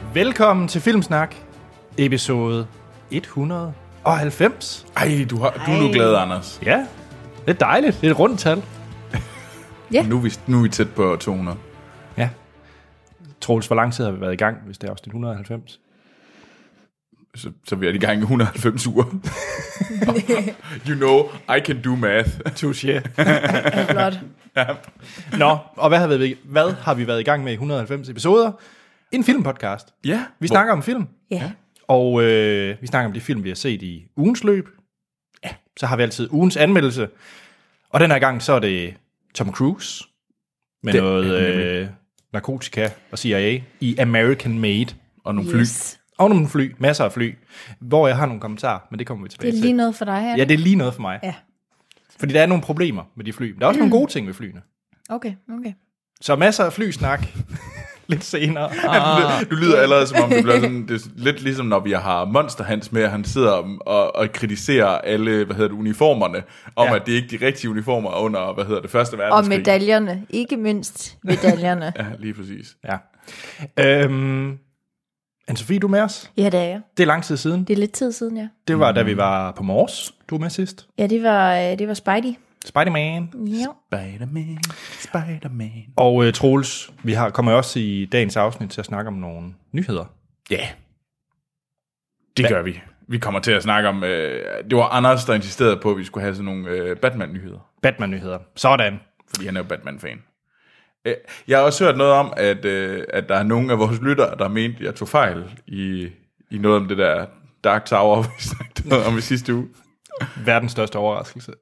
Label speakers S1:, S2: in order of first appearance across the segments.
S1: Velkommen til Filmsnak, episode 190.
S2: Ej, du er nu glad, Anders.
S1: Ja, det er dejligt. Det er et rundt tal.
S3: Ja.
S2: Nu er vi tæt på 200.
S1: Ja. Troels, hvor lang tid har vi været i gang, hvis det er afsnit 190?
S2: Så vi er i gang i 190 uger. You know, I can do math.
S1: Touché.
S3: Flot.
S2: Ja.
S1: Nå, og hvad har vi været i gang med i 190 episoder? En filmpodcast.
S2: Ja.
S1: Vi snakker om film.
S3: Ja.
S1: Og vi snakker om de film, vi har set i ugens løb. Ja. Så har vi altid ugens anmeldelse. Og den her gang, så er det Tom Cruise. Med
S2: Det
S1: noget narkotika og CIA i American Made.
S2: Og nogle fly.
S1: Og nogle fly. Masser af fly. Hvor jeg har nogle kommentarer, men det kommer vi tilbage
S3: Det er
S1: til.
S3: lige noget for dig her.
S1: Ja, det er lige noget for mig.
S3: Ja.
S1: Fordi der er nogle problemer med de fly. Der er også nogle gode ting ved flyene.
S3: Okay.
S1: Så masser af flysnak. Lidt senere.
S2: Du lyder allerede som om, det bliver sådan, det er lidt ligesom når vi har Monster Hans med, at han sidder og kritiserer alle, uniformerne, om at det ikke er de rigtige uniformer under, første verdenskrig.
S3: Og medaljerne. Ikke mindst medaljerne.
S2: Ja, lige præcis.
S1: Ja. Anne-Sophie, du er med os?
S3: Ja, det er jeg.
S1: Det er lang tid siden.
S3: Det er lidt tid siden, ja.
S1: Det var, da vi var på Mors. Du var med sidst.
S3: Ja, det var Spidey.
S1: Spider-Man.
S3: Ja.
S2: Spider-Man.
S1: Og Troels, vi kommer også i dagens afsnit til at snakke om nogle nyheder.
S2: Ja, det gør vi. Vi kommer til at snakke om, det var Anders, der insisterede på, at vi skulle have sådan nogle Batman-nyheder.
S1: Batman-nyheder. Sådan.
S2: Fordi han er jo Batman-fan. Jeg har også hørt noget om, at der er nogle af vores lyttere, der mente, at jeg tog fejl i noget om det der Dark Tower, vi snakkede om i sidste uge.
S1: Verdens største overraskelse.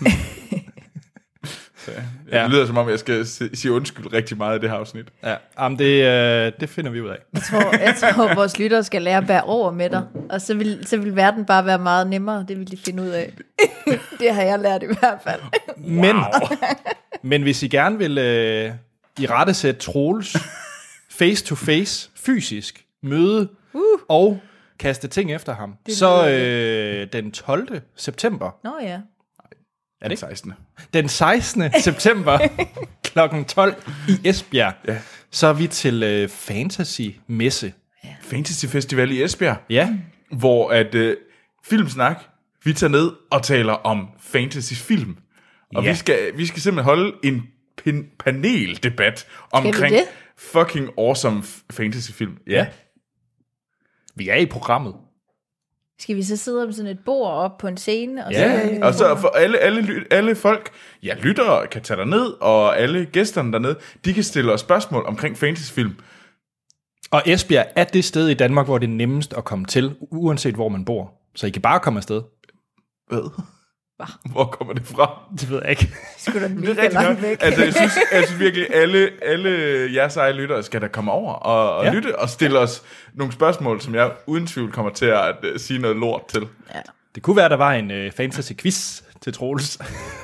S2: Det lyder som om, jeg skal sige undskyld rigtig meget i det her afsnit.
S1: Ja, jamen det finder vi ud af.
S3: Jeg tror, vores lyttere skal lære at bære over med dig. Og så vil verden bare være meget nemmere. Det vil de finde ud af. Det har jeg lært i hvert fald.
S1: Men hvis I gerne vil i rette sætte Troels face to face, fysisk, møde og kaste ting efter ham, så den 12. september.
S3: Nå ja.
S1: Er det
S2: 16.
S1: Den 16. september kl. 12 i Esbjerg, så er vi til Fantasy Messe.
S2: Fantasy Festival i Esbjerg.
S1: Ja.
S2: Hvor at Filmsnak, vi tager ned og taler om fantasyfilm. Og vi skal simpelthen holde en paneldebat omkring fucking awesome fantasyfilm.
S1: Ja. Vi er i programmet.
S3: Skal vi så sidde om sådan et bord op på en scene? Og
S2: Og så for alle folk, lyttere kan tage derned, og alle gæsterne dernede, de kan stille os spørgsmål omkring fantasyfilm.
S1: Og Esbjerg er det sted i Danmark, hvor det er nemmest at komme til, uanset hvor man bor. Så I kan bare komme afsted.
S2: Hvad? Hvor kommer det fra?
S1: Det ved jeg ikke.
S3: Skulle da
S2: Det er rigtig
S3: langt væk.
S2: Altså, jeg synes virkelig, alle jeres egne lyttere skal da komme over og lytte og stille os nogle spørgsmål, som jeg uden tvivl kommer til at sige noget lort til.
S3: Ja.
S1: Det kunne være, at der var en fantasy-quiz til Troels.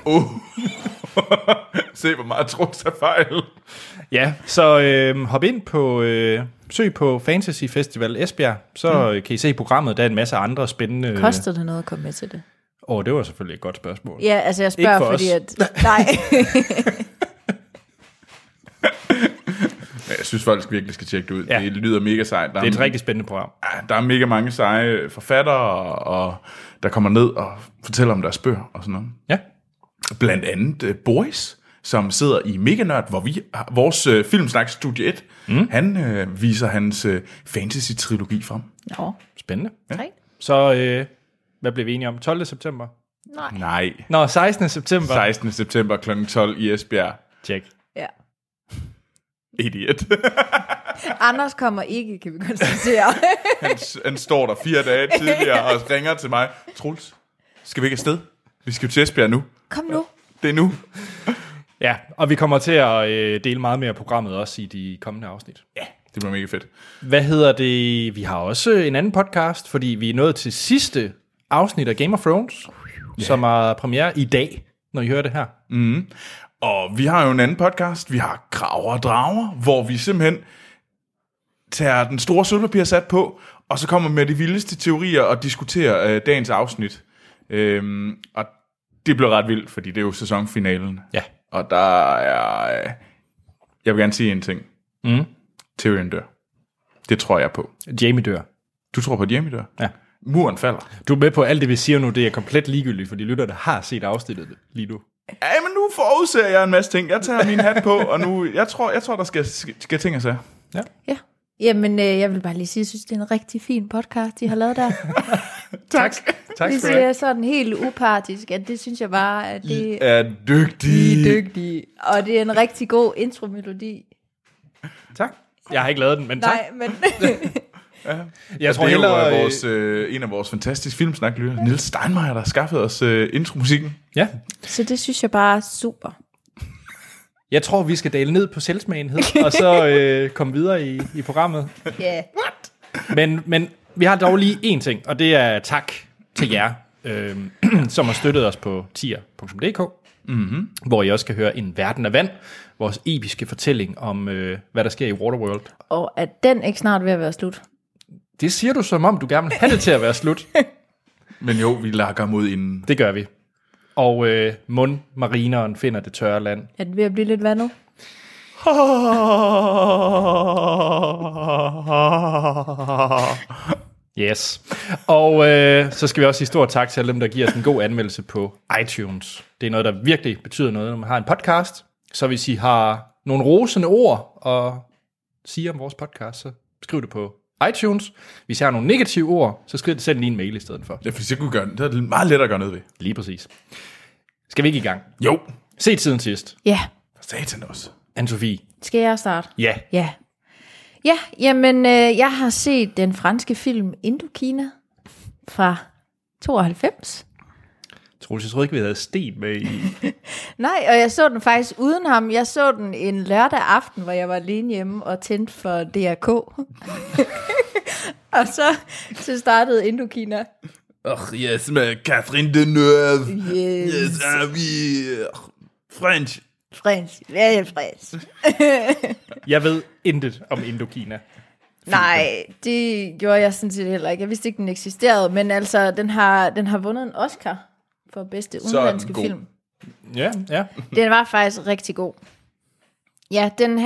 S2: Se, hvor meget Troels er fejl.
S1: Ja, så hop ind på, søg på Fantasy Festival Esbjerg, så kan I se programmet. Der er en masse andre spændende...
S3: Koster det noget at komme med til det?
S1: Det var selvfølgelig et godt spørgsmål.
S3: Ja, altså jeg spørger,
S1: for
S3: fordi
S1: os.
S3: at... Nej.
S2: Jeg synes, folk virkelig skal tjekke det ud.
S1: Ja.
S2: Det lyder mega sejt.
S1: Det er et rigtig spændende program.
S2: Der er mega mange seje forfattere, og der kommer ned og fortæller om deres bøger og sådan noget.
S1: Ja.
S2: Blandt andet Boris, som sidder i Mega Nørd, hvor vores Filmsnak Studie 1, han viser hans fantasy-trilogi frem.
S3: Nå,
S1: Spændende.
S3: ja.
S1: Så hvad blev vi enige om? 12. september?
S2: Nej.
S1: Nå, 16. september.
S2: 16. september kl. 12 i Esbjerg.
S1: Check.
S3: Ja.
S2: Idiot.
S3: Anders kommer ikke, kan vi konstatere.
S2: han står der 4 dage tidligere og ringer til mig. Troels, skal vi ikke afsted? Vi skal jo til Esbjerg nu.
S3: Kom nu.
S2: Det er nu.
S1: Ja, og vi kommer til at dele meget mere af programmet også i de kommende afsnit.
S2: Ja, det bliver mega fedt.
S1: Hvad hedder det? Vi har også en anden podcast, fordi vi er nået til sidste afsnit af Game of Thrones, som er premiere i dag, når I hører det her.
S2: Og vi har jo en anden podcast. Vi har Graver og Drager, hvor vi simpelthen tager den store sølvpapirsat på, og så kommer med de vildeste teorier og diskuterer dagens afsnit. Og det bliver ret vildt, fordi det er jo sæsonfinalen.
S1: Ja.
S2: Og der er... jeg vil gerne sige en ting. Tyrion dør. Det tror jeg på.
S1: Jamie dør.
S2: Du tror på, at Jamie dør?
S1: Ja.
S2: Muren falder.
S1: Du er med på, at alt det, vi siger nu, det er komplet ligegyldigt for de lytter, der har set afsnittet lige nu.
S2: Ja, men nu forudser jeg en masse ting. Jeg tager min hat på, og nu... Jeg tror der skal ting og sager.
S3: Ja. Jamen, jeg vil bare lige sige, at jeg synes, det er en rigtig fin podcast, de har lavet der.
S2: Tak. Tak
S3: Det
S2: skal du have.
S3: er sådan helt upartisk, at det synes jeg bare, at det
S2: Er dygtig.
S3: dygtige. Og det er en rigtig god intromelodi.
S1: Tak. Jeg har ikke lavet den, men tak.
S3: Nej, men...
S1: Jeg tror
S2: det er
S1: hellere...
S2: jo en af vores fantastiske filmsnaklytter, Niels Steinmeier, der har skaffet os intromusikken.
S1: Ja.
S3: Så det synes jeg bare er super.
S1: Jeg tror, vi skal dale ned på selvsmagenhed, og så komme videre i programmet.
S3: Ja.
S1: Men vi har dog lige én ting, og det er tak til jer, som har støttet os på tier.dk, hvor I også kan høre En Verden af Vand, vores episke fortælling om, hvad der sker i Waterworld.
S3: Og at den ikke snart ved at være slut.
S1: Det siger du som om, du gerne vil have det til at være slut.
S2: Men jo, vi lakker mod inden.
S1: Det gør vi. Og marineren finder det tørre land.
S3: Er den ved at blive lidt vandet?
S1: Yes. Og så skal vi også sige stor tak til alle dem, der giver os en god anmeldelse på iTunes. Det er noget, der virkelig betyder noget, når man har en podcast. Så hvis I har nogle rosende ord at sige om vores podcast, så skriv det på iTunes. Hvis I har nogle negative ord, så send lige en mail i stedet for.
S2: Ja, for så kunne gøre det. Det er meget lettere at gøre noget ved.
S1: Lige præcis. Skal vi ikke i gang?
S2: Jo.
S1: Se tiden sidst.
S3: Ja.
S2: Satan også.
S1: Anne-Sophie.
S3: Skal jeg starte?
S1: Ja.
S3: Ja. Ja, jamen, jeg har set den franske film Indokina fra 92.
S1: Troels, jeg troede ikke, vi havde Sten med i...
S3: Nej, og jeg så den faktisk uden ham. Jeg så den en lørdag aften, hvor jeg var alene hjemme og tændte for DRK. Og så startede Indokina.
S2: Yes, med Catherine Deneuve.
S3: Yes.
S2: French.
S3: Frans. Ja, Frans.
S1: Jeg ved intet om Indokina.
S3: Nej, det gjorde jeg sådan set heller ikke. Jeg vidste ikke, den eksisterede, men altså, den har vundet en Oscar for bedste udenlandske film.
S1: Ja, ja.
S3: Den var faktisk rigtig god. Ja, den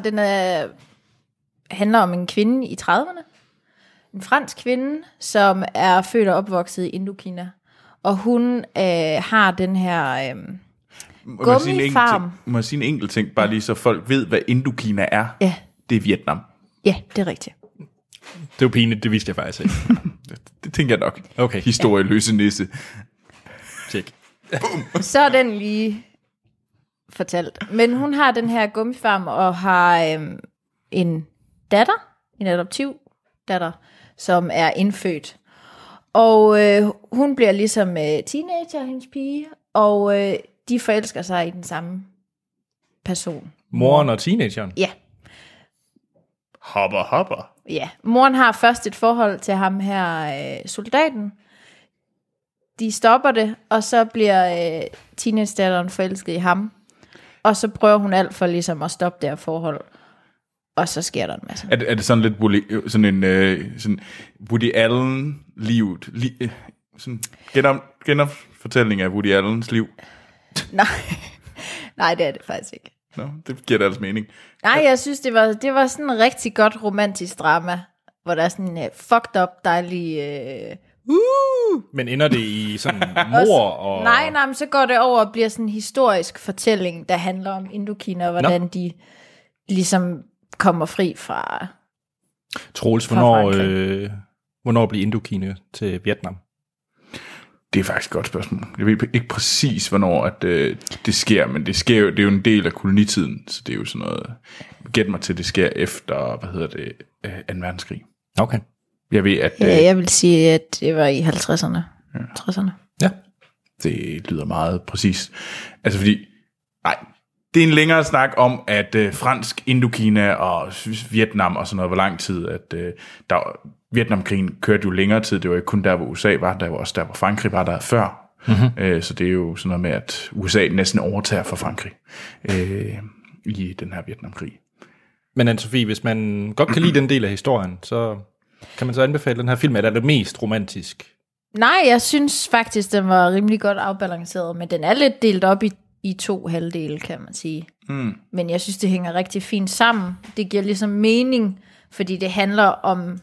S3: handler om en kvinde i 30'erne. En fransk kvinde, som er født og opvokset i Indokina. Og hun har den her gummifarm.
S2: Må jeg sige en enkelt ting, bare lige så folk ved, hvad Indokina er?
S3: Ja.
S2: Det er Vietnam.
S3: Ja, det er rigtigt.
S1: Det var pinligt, det vidste jeg faktisk ikke.
S2: Det tænker jeg nok.
S1: Okay.
S2: Historieløse nisse.
S1: Tjek.
S3: Så er den lige fortalt. Men hun har den her gummifarm og har en datter, en adoptiv datter, som er indfødt. Og hun bliver ligesom teenager, hendes pige, og de forelsker sig i den samme person.
S1: Moren og teenageren?
S3: Ja.
S1: Hopper.
S3: Ja, moren har først et forhold til ham her, soldaten. De stopper det, og så bliver teenage-datteren forelsket i ham. Og så prøver hun alt for ligesom at stoppe det her forhold. Og så sker der en masse.
S2: Er det sådan lidt sådan Woody Allen-livet? Sådan genfortælling af Woody Allens liv?
S3: Nej, det er det faktisk ikke.
S2: Nå, det giver da altså mening.
S3: Nej, jeg synes, det var sådan en rigtig godt romantisk drama, hvor der er sådan en fucked up, dejlig...
S1: Men ender det i sådan mor og...
S3: Nej, men så går det over og bliver sådan en historisk fortælling, der handler om Indokina, og hvordan de ligesom kommer fri fra...
S1: Troels, hvornår bliver Indokina til Vietnam?
S2: Det er faktisk et godt spørgsmål. Jeg ved ikke præcis, hvornår at, det sker, men det sker jo, det er jo en del af kolonitiden, så det er jo sådan noget... Gæt mig til, det sker efter, 2. verdenskrig.
S1: Okay.
S2: Jeg ved, at...
S3: Ja, jeg vil sige, at det var i 50'erne. Ja. 60'erne.
S1: Ja.
S2: Det lyder meget præcist. Altså fordi... Nej, det er en længere snak om, at fransk Indokina og Vietnam og sådan noget, hvor lang tid, at Vietnamkrigen kørte jo længere tid. Det var ikke kun der, hvor USA var, der var også der, hvor Frankrig var der før. Mm-hmm. Så det er jo sådan noget med, at USA næsten overtager for Frankrig i den her Vietnamkrig.
S1: Men Anne-Sophie, hvis man godt kan lide den del af historien, så kan man så anbefale den her film. Er det mest romantisk?
S3: Nej, jeg synes faktisk, den var rimelig godt afbalanceret, men den er lidt delt op i 2 halvdele, kan man sige. Men jeg synes, det hænger rigtig fint sammen. Det giver ligesom mening, Fordi det handler om,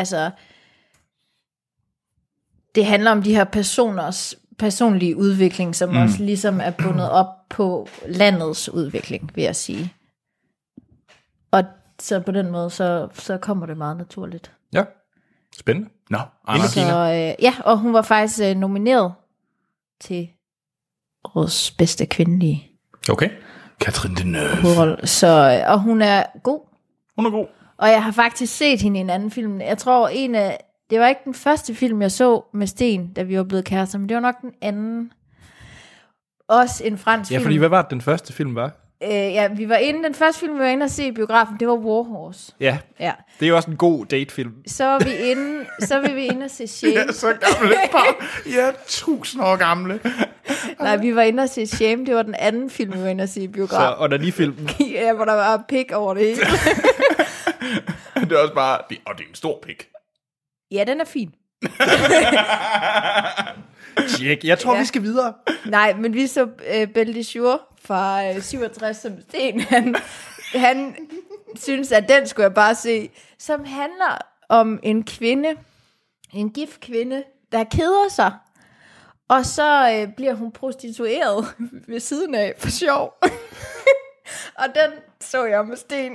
S3: det handler om de her personers personlige udvikling, som også ligesom er bundet op på landets udvikling, vil jeg sige. Og så på den måde, så kommer det meget naturligt.
S1: Ja, spændende.
S2: Nå, Anders.
S3: Så, og hun var faktisk nomineret til årets bedste kvindelige
S1: Okay.
S2: Catherine Deneuve.
S3: hovedrolle. Så, og hun er god.
S2: Hun er god.
S3: Og jeg har faktisk set hende i en anden film. Jeg tror, det var ikke den første film, jeg så med Sten, da vi var blevet kærester, men det var nok den anden. Også en fransk film.
S1: Ja, fordi hvad var det, den første film var?
S3: Den første film, vi var inde og se i biografen, det var War Horse.
S1: Ja,
S3: Ja.
S1: det er jo også en god datefilm.
S3: Så var vi inde og se Shame.
S2: Ja, så gamle par. Ja, 1000 år gamle.
S3: Nej, vi var inde og se Shame. Det var den anden film, vi var inde og se i
S1: Så
S3: biografen.
S1: under de filmen.
S3: Ja, hvor der var pik over det hele.
S2: Det er også bare... det er en stor pik.
S3: Ja, den er fin.
S1: Tjek. Jeg tror, vi skal videre.
S3: Nej, men vi så Belle de Jour fra 67, som Sten, han synes, at den skulle jeg bare se, som handler om en kvinde, en gift kvinde, der keder sig, og så bliver hun prostitueret ved siden af for sjov. Og den så jeg med Sten.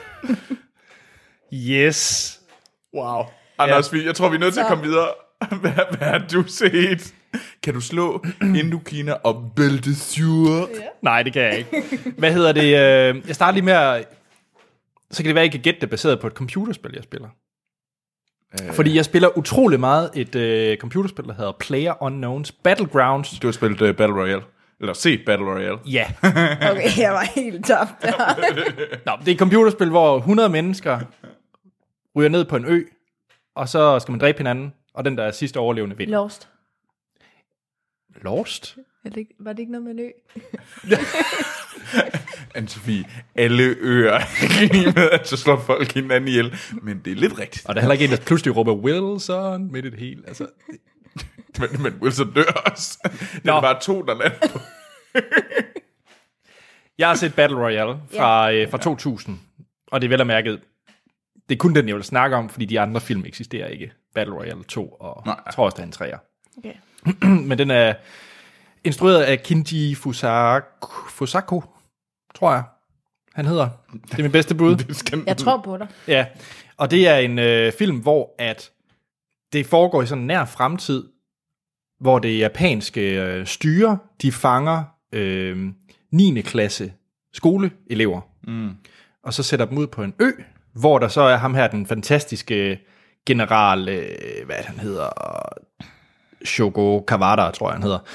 S1: Yes.
S2: Wow. Anders, jeg tror, vi er nødt til at komme videre. Hvad har du set? Kan du slå Indokina og Belle de Jour?
S1: Ja. Nej, det kan jeg ikke. Hvad hedder det? Jeg starter lige med at... Så kan det være, at I kan gætte det baseret på et computerspil, jeg spiller. Fordi jeg spiller utrolig meget et computerspil, der hedder PlayerUnknown's Battlegrounds.
S2: Du har spillet Battle Royale. Eller set Battle Royale.
S1: Ja.
S3: Okay, jeg var helt tabt.
S1: Nå, det er et computerspil, hvor 100 mennesker ryger ned på en ø, og så skal man dræbe hinanden, og den, der er sidste overlevende, vinder.
S3: Lost.
S1: Lost?
S3: Var det ikke noget med en ø?
S2: Anne-Sophie, alle øer er lige med, at så slår folk hinanden ihjel. Men det er lidt rigtigt.
S1: Og der er heller ikke en, der pludselig råber Wilson midt i det hele. Altså.
S2: Men Wilson dør også. Det er bare 2, der lander på.
S1: Jeg har set Battle Royale fra 2000, og det er vel at mærke, det er kun den, jeg vil snakke om, fordi de andre film eksisterer ikke. Battle Royale 2, og jeg tror også, der er en 3'er.
S3: Okay.
S1: Men den er instrueret af Kinji Fusako, tror jeg, han hedder. Det er min bedste bud.
S3: Jeg tror på dig.
S1: Ja, og det er en film, hvor at det foregår i sådan en nær fremtid, hvor det japanske styre, de fanger 9. klasse skoleelever, og så sætter dem ud på en ø, hvor der så er ham her, den fantastiske general, hvad han hedder, Shogo Kawada, tror jeg han hedder.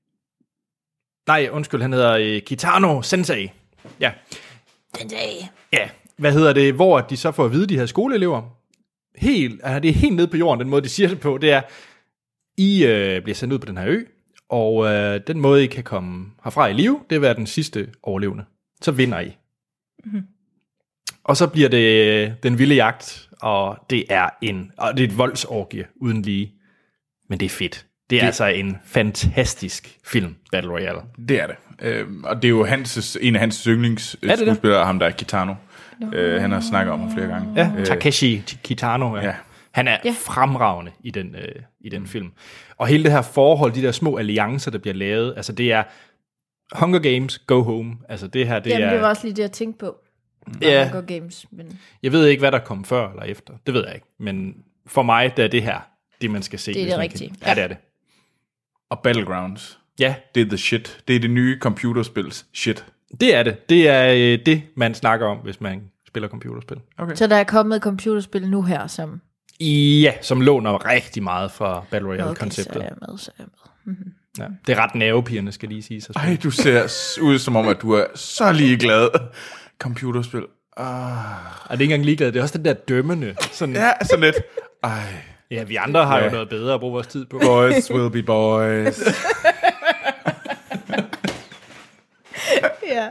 S1: Nej, undskyld, han hedder Kitano Sensei. Ja.
S3: Sensei.
S1: Ja, hvad hedder det, hvor de så får at vide, de her skoleelever, det er helt nede på jorden, den måde, de siger det på, det er, I bliver sendt ud på den her ø, og den måde, I kan komme herfra i live, det vil være den sidste overlevende. Så vinder I. Mm-hmm. Og så bliver det den vilde jagt, og det er et voldsorgie uden lige. Men det er fedt. Det er altså en fantastisk film, Battle Royale.
S2: Det er det. Og det er jo en af hans yndlingsskuespillere, ham der er Kitano. Han har snakket om ham flere gange.
S1: Ja, Takeshi Kitano. Ja. Han er fremragende i den film. Og hele det her forhold, de der små alliancer, der bliver lavet, altså det er Hunger Games, Go Home. Altså det her,
S3: det var også lige det, jeg tænkte på.
S1: Ja.
S3: Hunger Games. Men...
S1: Jeg ved ikke, hvad der kom før eller efter. Det ved jeg ikke. Men for mig, der er det her, det man skal se.
S3: Det er det rigtige.
S1: Ja, det er det.
S2: Og Battlegrounds.
S1: Ja.
S2: Det er the shit. Det er det nye computerspils shit.
S1: Det er det. Det er det, man snakker om, hvis man spiller computerspil.
S2: Okay.
S3: Så der er kommet et computerspil nu her, som...
S1: Ja, som låner rigtig meget fra Battle Royale-konceptet.
S3: Okay, så er jeg med. Mm-hmm.
S1: Ja, det er ret nervepirrende, skal lige sige.
S2: Ej, du ser ud som om, at du er så ligeglad. Computerspil.
S1: Og det er ikke engang ligeglad, det er også den der dømmende. Sådan...
S2: Ja, sådan lidt. Ej.
S1: Ja, vi andre har jo noget bedre at bruge vores tid på.
S2: Boys will be boys.
S3: Ja.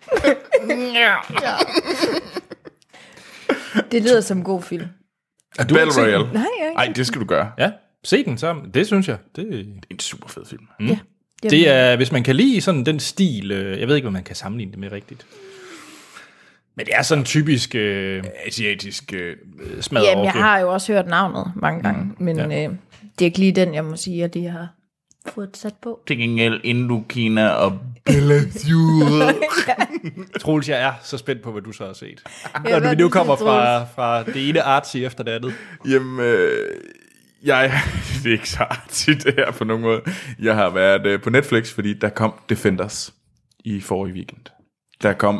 S3: Det lyder som en god film.
S2: Battle Royale.
S3: Nej,
S2: det skal du gøre.
S1: Ja, se den sammen. Det synes jeg. Det er
S2: en super fed film.
S1: Mm. Ja. Det er, hvis man kan lide sådan den stil, jeg ved ikke, hvad man kan sammenligne det med rigtigt. Men det er sådan en typisk
S2: asiatisk...
S1: smadret
S3: Jamen, jeg
S1: orgie.
S3: har jo også hørt navnet mange gange, men det er ikke lige den, jeg må sige, at de har fået sat på.
S2: Til gengæld Indokina og Bellaziur.
S1: Troels, jeg er så spændt på, hvad du så har set.
S3: Ja,
S1: Når
S3: hvad
S1: vi nu
S3: du
S1: kommer
S3: siger, Troels.
S1: fra det ene artsy efter det andet.
S2: Jamen, det er ikke så artigt det her på nogen måde. Jeg har været på Netflix, fordi der kom Defenders i forrige weekend. Der kom...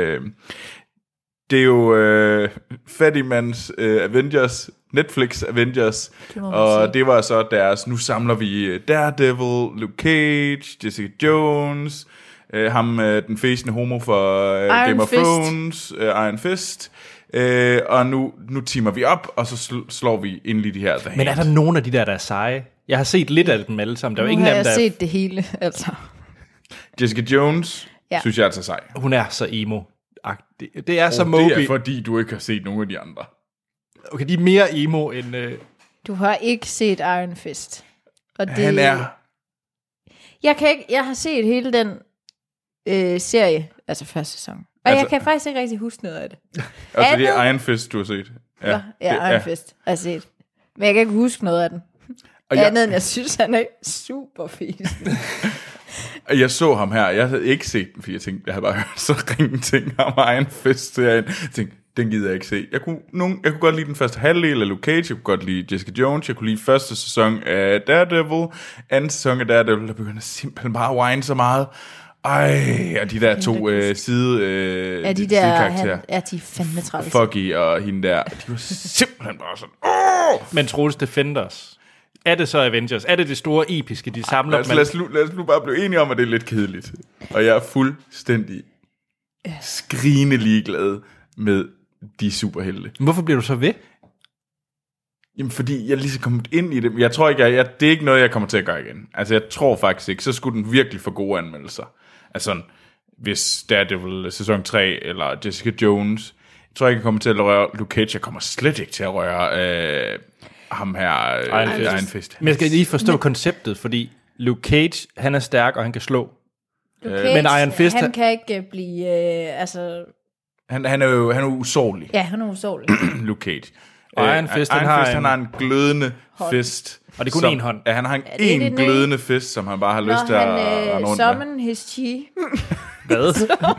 S2: det er jo Fattigmans Avengers, Netflix Avengers, og det var så deres, nu samler vi Daredevil, Luke Cage, Jessica Jones, den fæsende homo for Game of Thrones, Iron Fist, og nu teamer vi op, og så slår vi endelig de her.
S1: Men er der nogen af de der er seje? Jeg har set lidt af dem alle sammen. Der er jo ingen af dem, der...
S3: set det hele, altså.
S2: Jessica Jones, synes jeg er så sej.
S1: Hun er så emo. Det er så Moby.
S2: Det er fordi, du ikke har set nogen af de andre.
S1: Okay, de er mere emo end...
S3: Du har ikke set Iron Fist. Og det,
S2: Han er...
S3: Jeg har set hele den serie, altså første sæson. Og jeg kan faktisk ikke rigtig huske noget af det.
S2: Altså det er Iron Fist, du har set.
S3: Ja, Iron Fist har jeg set. Men jeg kan ikke huske noget af den. Andet end jeg synes, han er super fesen.
S2: Jeg så ham her, jeg havde ikke set den, fordi jeg tænkte, jeg havde bare hørt så ringe ting om Iron Fist. Så jeg tænkte, den gider jeg ikke se. Jeg kunne godt lide den første halvdel af Luke Cage, jeg kunne godt lide Jessica Jones, jeg kunne lide første sæson af Daredevil, anden sæson af Daredevil, der begynder simpelthen bare at whine så meget. Ej, og de der to sidekarakterer.
S3: Ja, de er fandme træls.
S2: Foggy og hende der, de var simpelthen bare sådan,
S1: Men Troels Defenders, er det så Avengers? Er det det store episke, de samler?
S2: Lad os nu bare blive enige om, at det er lidt kedeligt. Og jeg er fuldstændig skrigende ligeglad med de superhelte.
S1: Hvorfor bliver du så ved?
S2: Jamen, fordi jeg lige så kommet ind i det. Jeg tror ikke, det er ikke noget, jeg kommer til at gøre igen. Altså, jeg tror faktisk ikke. Så skulle den virkelig få gode anmeldelser. Altså, hvis Daredevil sæson 3, eller Jessica Jones. Jeg tror ikke, jeg kommer til at røre Luke Cage. Jeg kommer slet ikke til at røre ham her, Iron Fist.
S1: Men jeg skal lige forstå konceptet, fordi Luke Cage, han er stærk, og han kan slå.
S3: Cage,
S1: men Iron Fist...
S3: Han kan ikke blive...
S2: Han er jo usårlig.
S3: Ja, han er usårlig.
S2: Luke Cage.
S1: Og Iron Fist, han
S2: har en glødende fist.
S1: Og det er kun én hånd.
S2: Ja, han har en glødende fist, som han bare har lyst til at rende rundt med.
S3: Summon his chi.
S1: Hvad?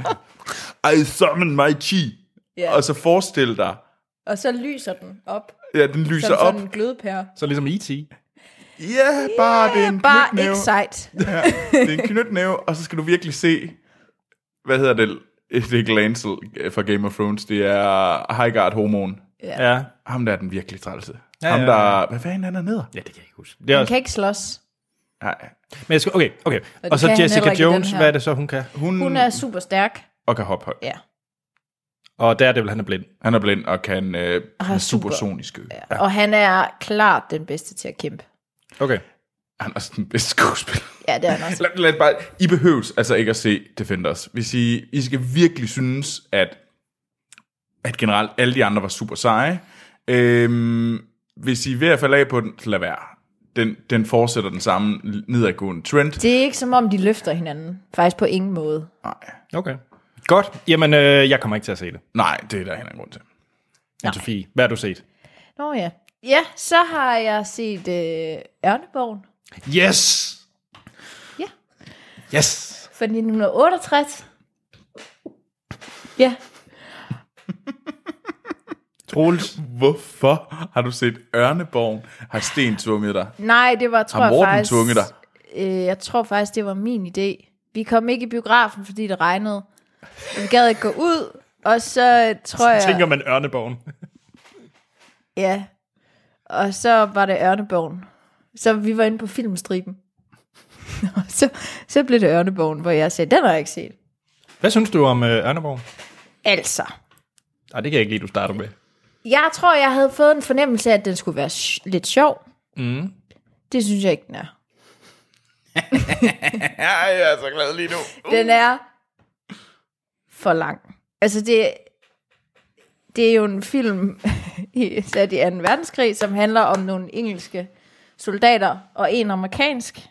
S2: I summon my chi. Yeah. Og så forestil dig.
S3: Og så lyser den op.
S2: Ja, den lyser
S3: som
S2: op.
S3: Som en glødepære.
S1: Så ligesom E.T.
S2: Ja, bare det er en
S3: bare
S2: knytnæve.
S3: ikke sejt.
S2: Ja, det er en knytnæve, og så skal du virkelig se, hvad hedder det? Det er ikke Lancel fra Game of Thrones, det er Highgarde Hormone.
S1: Ja.
S2: Ham der er den virkelig trælse.
S1: Ja,
S2: ham der, hvad fanden er der neder?
S1: Ja, det kan jeg ikke huske. Det er
S3: Han
S1: også...
S3: kan ikke slås.
S2: Nej.
S1: Men jeg skal... Okay. Og så Jessica Jones, hvad er det så, hun kan?
S3: Hun er super stærk.
S2: Og kan hoppe højt.
S3: Ja.
S1: Og Daredevil, han er blind.
S2: Han er blind og kan supersonisk.
S3: Ja. Og han er klart den bedste til at kæmpe.
S1: Okay.
S2: Han er også den bedste skuespiller.
S3: Ja, det er han også.
S2: Lad bare, I behøves altså ikke at se Defenders. Hvis I skal virkelig synes, at generelt alle de andre var super seje. Hvis I er ved at falde af på den, så lad være. Den fortsætter den samme nedadgående trend.
S3: Det er ikke som om, de løfter hinanden. Faktisk på ingen måde.
S2: Nej.
S1: Okay. Godt. Jamen, jeg kommer ikke til at se det.
S2: Nej, det er der heller en grund til.
S1: Anne-Sophie, hvad har du set?
S3: Nå ja. Ja, så har jeg set Ørneborgen.
S1: Yes!
S3: Ja.
S1: Yes!
S3: Fra 1968. Ja.
S2: Troels, hvorfor har du set Ørneborgen? Har Sten tvunget dig?
S3: Nej, det var, tror
S2: har Morten
S3: jeg faktisk...
S2: tvunget dig?
S3: Jeg tror faktisk, det var min idé. Vi kom ikke i biografen, fordi det regnede. Vi gad ikke gå ud, og så tror jeg...
S1: Så tænker man Ørneborgen.
S3: Ja. Og så var det Ørneborgen. Så vi var inde på filmstriben. Og så blev det Ørneborgen, hvor jeg sagde, den har jeg ikke set.
S1: Hvad synes du om Ørneborgen?
S3: Altså.
S1: Nej, det kan jeg ikke lide, du starter med.
S3: Jeg tror, jeg havde fået en fornemmelse af, at den skulle være lidt sjov.
S1: Mm.
S3: Det synes jeg ikke, den er.
S2: Jeg er så glad lige nu.
S3: Den er for lang. Altså, det er jo en film sat i 2. verdenskrig, som handler om nogle engelske soldater og en amerikansk,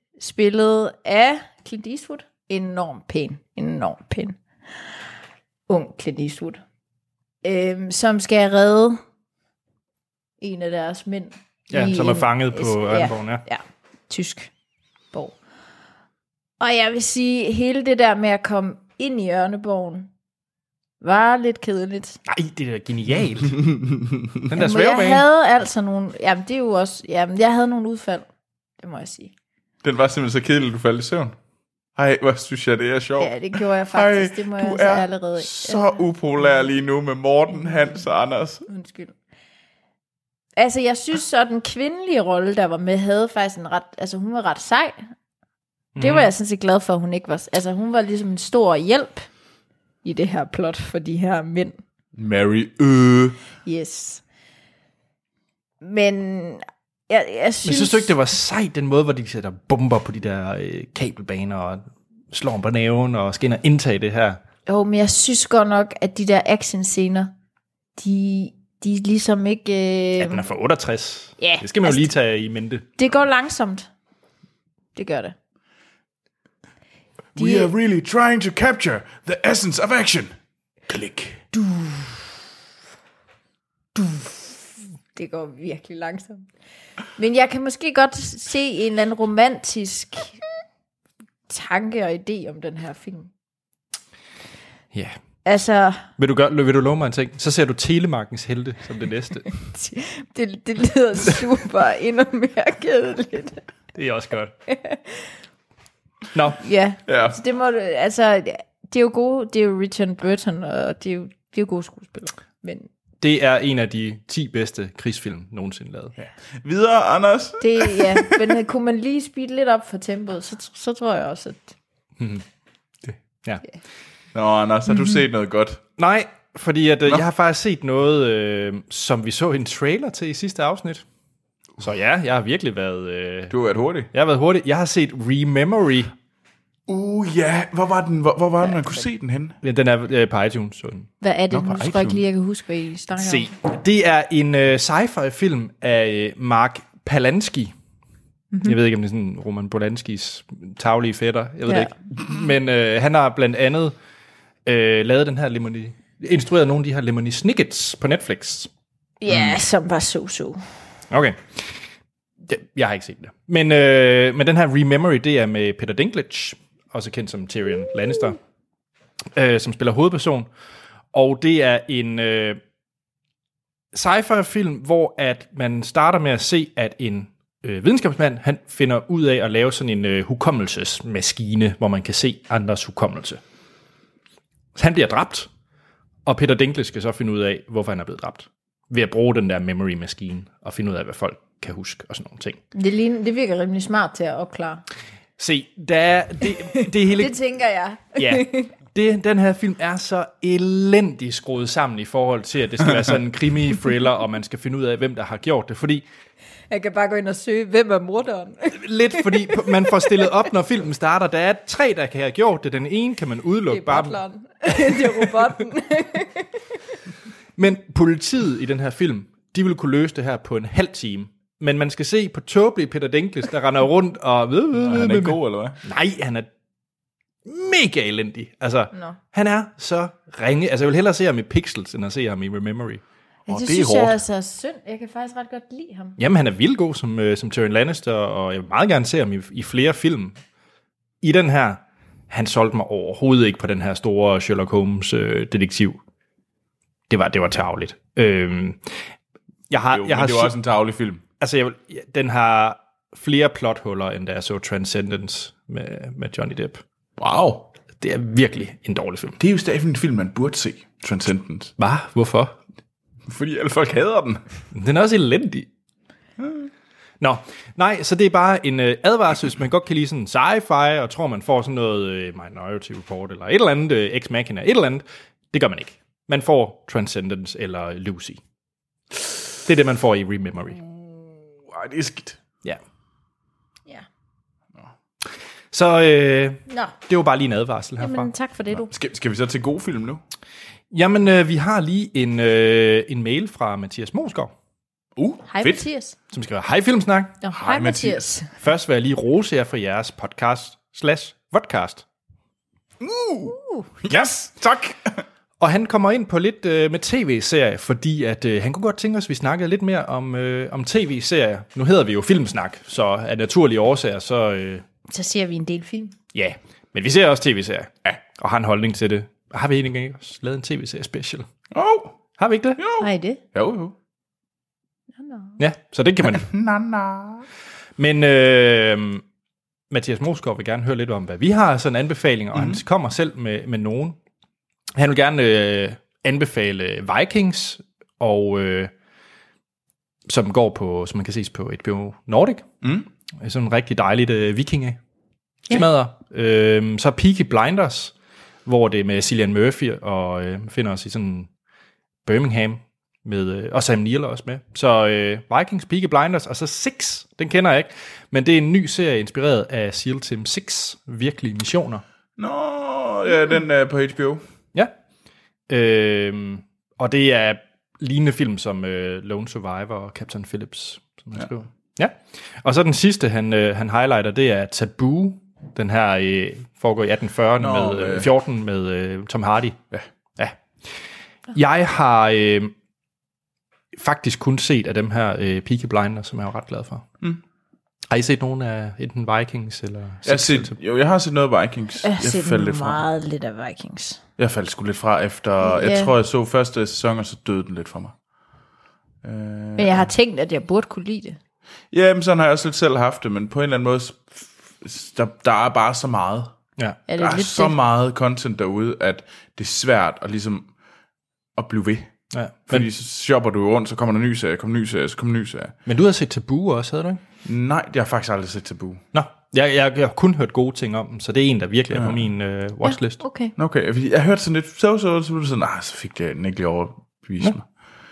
S3: spillet af Clint Eastwood. Enormt pæn. ung Clint Eastwood, som skal redde en af deres mænd.
S1: Ja, som er fanget på Ørneborgen,
S3: ja, tysk borg. Og jeg vil sige, hele det der med at komme ind i Ørneborgen, var lidt kedeligt.
S1: Nej, det er da genialt. Den der svævebane.
S3: Jeg havde altså nogle... Jamen, det er jo også... Jamen, jeg havde nogle udfald. Det må jeg sige.
S2: Den var simpelthen så kedelig, at du faldt i søvn. Ej, hvor synes jeg, det er sjovt.
S3: Ja, det gjorde jeg faktisk. Det må jeg altså allerede...
S2: Du er så upopulær lige nu med Morten, Hans og Anders.
S3: Undskyld. Altså, jeg synes så, den kvindelige rolle, der var med, havde faktisk en ret... Altså, hun var ret sej. Det var jeg sådan set glad for, at hun ikke var... Altså, hun var ligesom en stor hjælp i det her plot for de her mænd.
S2: Mary
S3: Yes. Men jeg synes...
S1: Men synes du ikke, det var sejt, den måde, hvor de sætter bomber på de der kabelbaner og slår dem på næven og skal ind og indtage det her?
S3: Jo, men jeg synes godt nok, at de der actionscener, de er ligesom ikke...
S1: Ja, den er for 68.
S3: Ja,
S1: det skal man jo lige tage i mente.
S3: Det går langsomt. Det gør det.
S2: We are really trying to capture the essence of action. Klik.
S3: Det går virkelig langsomt. Men jeg kan måske godt se en eller anden romantisk tanke og idé om den her film.
S1: Ja.
S3: Altså...
S1: Vil du love mig en ting? Så ser du Telemarkens Helte som det næste.
S3: det lyder super endnu mere kedeligt.
S1: Det er også godt. Nå.
S3: Ja. Så det må altså... Det er jo gode, det er jo Richard Burton, og det er jo gode skuespillere. Men
S1: det er en af de 10 bedste krigsfilm nogensinde lavet. Ja.
S2: Videre, Anders.
S3: Men kunne man lige speede lidt op for tempoet, så tror jeg også, at...
S1: Ja.
S2: Nå, Anders, har du set noget godt?
S1: Nej, fordi at, jeg har faktisk set noget, som vi så en trailer til i sidste afsnit. Så ja, jeg har virkelig været...
S2: Du har været hurtig.
S1: Jeg har været hurtig. Jeg har set Rememory.
S2: Ja. Hvor var den, man kunne se den henne?
S1: Ja, den er på iTunes. Så den.
S3: Hvad er det? Nu tror jeg ikke lige, jeg kan huske, hvad I snakker om.
S1: Det er en sci-fi film af Mark Polanski. Mm-hmm. Jeg ved ikke, om det er sådan Roman Polanskis taglige fætter. Jeg ved det ikke. Men han har blandt andet lavet den her instrueret nogle af de her Lemony Snickets på Netflix.
S3: Ja, som var så.
S1: Okay. Jeg har ikke set det. Men den her Rememory, det er med Peter Dinklage, også kendt som Tyrion Lannister, som spiller hovedperson. Og det er en sci-fi film, hvor at man starter med at se, at en videnskabsmand, han finder ud af at lave sådan en hukommelsesmaskine, hvor man kan se andres hukommelse. Så han bliver dræbt, og Peter Dinklage skal så finde ud af, hvorfor han er blevet dræbt. Ved at bruge den der memory-maskine, og finde ud af, hvad folk kan huske, og sådan nogle ting.
S3: Det virker rimelig smart til at opklare.
S1: Se, det hele...
S3: Det tænker jeg.
S1: Ja, den her film er så elendigt skruet sammen i forhold til, at det skal være sådan en krimi-thriller, og man skal finde ud af, hvem der har gjort det, fordi...
S3: Jeg kan bare gå ind og søge, hvem er morderen?
S1: Lidt, fordi man får stillet op, når filmen starter. Der er 3, der kan have gjort det. Den ene kan man udelukke bare...
S3: Det er butleren. Det er robotten.
S1: Men politiet i den her film, de vil kunne løse det her på en halv time. Men man skal se på tåbelige Peter Dinklage, der render rundt og...
S2: Han er ikke god, eller hvad?
S1: Nej, han er mega elendig. Altså, han er så ringe. Altså, jeg vil hellere se ham i Pixels, end at se ham i Rememory.
S3: Ja, det synes jeg er så synd. Jeg kan faktisk ret godt lide ham.
S1: Jamen, han er vildt god som Tyrion Lannister, og jeg vil meget gerne se ham i flere film. I den her, han solgte mig overhovedet ikke på den her store Sherlock Holmes detektiv. Det var tarveligt.
S2: Men det var også en tarvelig film.
S1: Altså, den har flere plothuller, end da jeg så Transcendence med Johnny Depp.
S2: Wow.
S1: Det er virkelig en dårlig film.
S2: Det er jo stadig en film, man burde se, Transcendence.
S1: Hvad? Hvorfor?
S2: Fordi alle folk hader den.
S1: Den er også elendig. Nå, nej, så det er bare en advarsel, hvis man godt kan lide sådan sci-fi, og tror, man får sådan noget Minority Report, eller et eller andet, Ex Machina, et eller andet. Det gør man ikke. Man får Transcendence eller Lucy. Det er det, man får i Rememory.
S2: Ej, det er skidt.
S1: Ja.
S3: Ja.
S1: Så det var bare lige en advarsel herfra.
S3: Jamen, tak for det, du.
S2: Skal vi så til god film nu?
S1: Jamen, vi har lige en mail fra Mathias Mosgaard.
S3: Hej
S2: fedt.
S3: Mathias.
S1: Som skriver, hej Filmsnak.
S3: Hej Mathias.
S1: Først vil jeg lige rose jer for jeres podcast/vodcast.
S2: Yes, tak.
S1: Og han kommer ind på lidt med tv-serie, fordi at, han kunne godt tænke os, at vi snakkede lidt mere om tv-serier. Nu hedder vi jo Filmsnak, så af naturlige årsager,
S3: Så ser vi en del film.
S1: ja, men vi ser også tv-serier. Ja. Og har en holdning til det. Har vi egentlig ikke også lavet en tv-serie special? Har vi ikke det?
S2: Jo.
S3: Nej, det.
S2: Jo.
S1: Ja, så det kan man.
S2: Na.
S1: Men Mathias Moskov vil gerne høre lidt om, hvad vi har sådan anbefalinger, og han kommer selv med nogen. Han vil gerne anbefale Vikings, og som går på, som man kan ses på HBO Nordic. Sådan en rigtig dejligt vikinge. Smadder. Så Peaky Blinders, hvor det er med Cillian Murphy, og finder os i sådan Birmingham, med, og Sam Neill også med. Så Vikings, Peaky Blinders, og så Six, den kender jeg ikke, men det er en ny serie inspireret af SEAL Team 6, virkelige missioner.
S2: Ja, den er på HBO.
S1: Ja. Og det er lignende film som Lone Survivor og Captain Phillips, som han skriver. Ja. Og så den sidste, han highlighter, det er Taboo. Den her foregår i 1840'erne med 14 med Tom Hardy. Ja. Jeg har faktisk kun set af dem her Peaky Blinders, som jeg er ret glad for. Har I set nogen af enten Vikings eller
S2: jeg har set noget Vikings.
S3: Jeg har set meget lidt af Vikings.
S2: Jeg faldt sgu lidt fra efter... Jeg tror, jeg så første sæson, og så døde den lidt for mig.
S3: Men jeg har tænkt, at jeg burde kunne lide det.
S2: Ja, men sådan har jeg også lidt selv haft det, men på en eller anden måde, der er bare så meget.
S1: Ja.
S2: Der er så meget content derude, at det er svært at ligesom at blive ved.
S1: Ja.
S2: Fordi så shopper du rundt, så kommer der ny serie, så kommer ny serie.
S1: Men du har set Taboo også, havde du ikke?
S2: Nej, jeg har faktisk aldrig set Taboo.
S1: Nå, jeg har kun hørt gode ting om dem, så det er en, der virkelig er på min watchlist.
S3: Ja, okay.
S2: Okay, fordi jeg hørte sådan lidt, så blev det sådan, så fik det den ikke lige overbevist mig.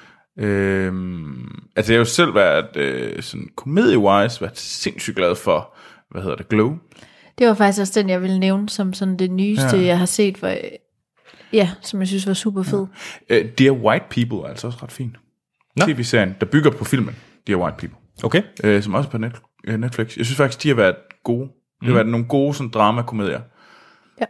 S2: Altså jeg har jo selv været sådan komedie-wise, været sindssygt glad for, Glow.
S3: Det var faktisk også den, jeg ville nævne som sådan det nyeste, jeg har set, som jeg synes var super fed.
S2: Dear White People er altså også ret fin. TV-serien, der bygger på filmen Dear White People.
S1: Okay.
S2: Som også på Netflix. Jeg synes faktisk, de har været gode. Det har været nogle gode sådan drama-komedier.
S3: Ja.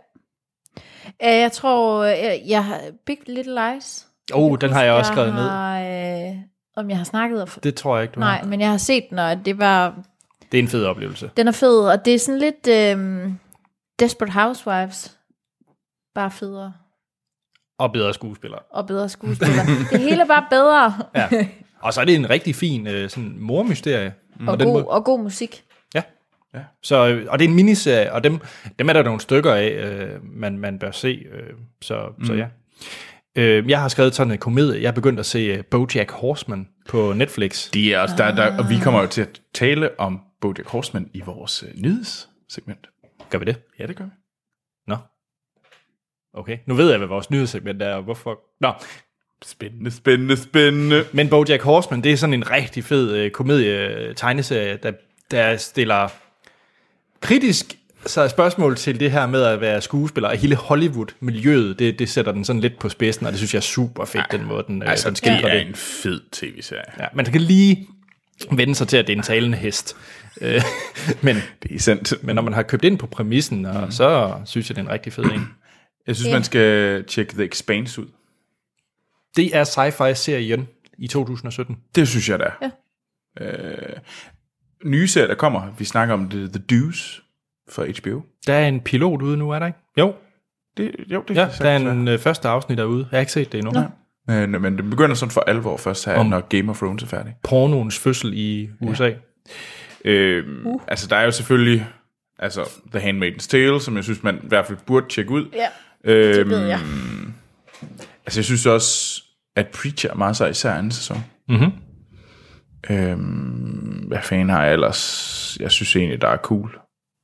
S3: Jeg tror, jeg har Big Little Lies.
S1: Den har jeg også skrevet ned.
S3: Om jeg har snakket om.
S1: Det tror jeg ikke, du
S3: har.
S1: Nej,
S3: men jeg har set den, og det var...
S1: Det er en fed oplevelse.
S3: Den er fed, og det er sådan lidt Desperate Housewives. Bare federe.
S1: Og bedre skuespillere.
S3: Det hele er bare bedre.
S1: Ja. Og så er det en rigtig fin sådan mormysterie.
S3: Og god musik.
S1: Ja. Så, og det er en miniserie, og dem er der nogle stykker af, man bør se. Så ja. Jeg har skrevet sådan en komedie. Jeg er begyndt at se BoJack Horseman på Netflix.
S2: De er også der, og vi kommer jo til at tale om BoJack Horseman i vores nyhedssegment.
S1: Gør vi det?
S2: Ja, det gør vi.
S1: Nå. Okay, nu ved jeg, hvad vores nyhedssegment er, og hvorfor... Nå.
S2: Spændende.
S1: Men BoJack Horseman, det er sådan en rigtig fed komedie-tegneserie, der stiller kritisk spørgsmål til det her med at være skuespiller, og hele Hollywood-miljøet, det sætter den sådan lidt på spidsen, og det synes jeg er super fedt, den måde, den skildrer det.
S2: Det er en fed tv-serie.
S1: Ja, man kan lige vende sig til, at det er en talende hest. Men,
S2: det er sandt.
S1: Men når man har købt ind på præmissen, og så synes jeg, det er en rigtig fed en.
S2: Jeg synes, man skal tjekke The Expanse ud.
S1: Det er sci-fi-serien i 2017.
S2: Det synes jeg, der er. Ja. Nye serie, der kommer. Vi snakker om The Deuce fra HBO.
S1: Der er en pilot ude nu, er der ikke? Jo.
S2: Det
S1: ja, der er en første afsnit derude. Jeg har ikke set det endnu.
S2: Ja. Men det begynder sådan for alvor først her, når Game of Thrones er færdig.
S1: Pornoens fødsel i USA.
S2: Altså, der er jo selvfølgelig The Handmaid's Tale, som jeg synes, man i hvert fald burde tjekke ud.
S3: Ja, det ved jeg.
S2: Altså, jeg synes også, at Preacher er meget så især anden sæson. Hvad fanden har jeg ellers? Jeg synes egentlig, der er cool.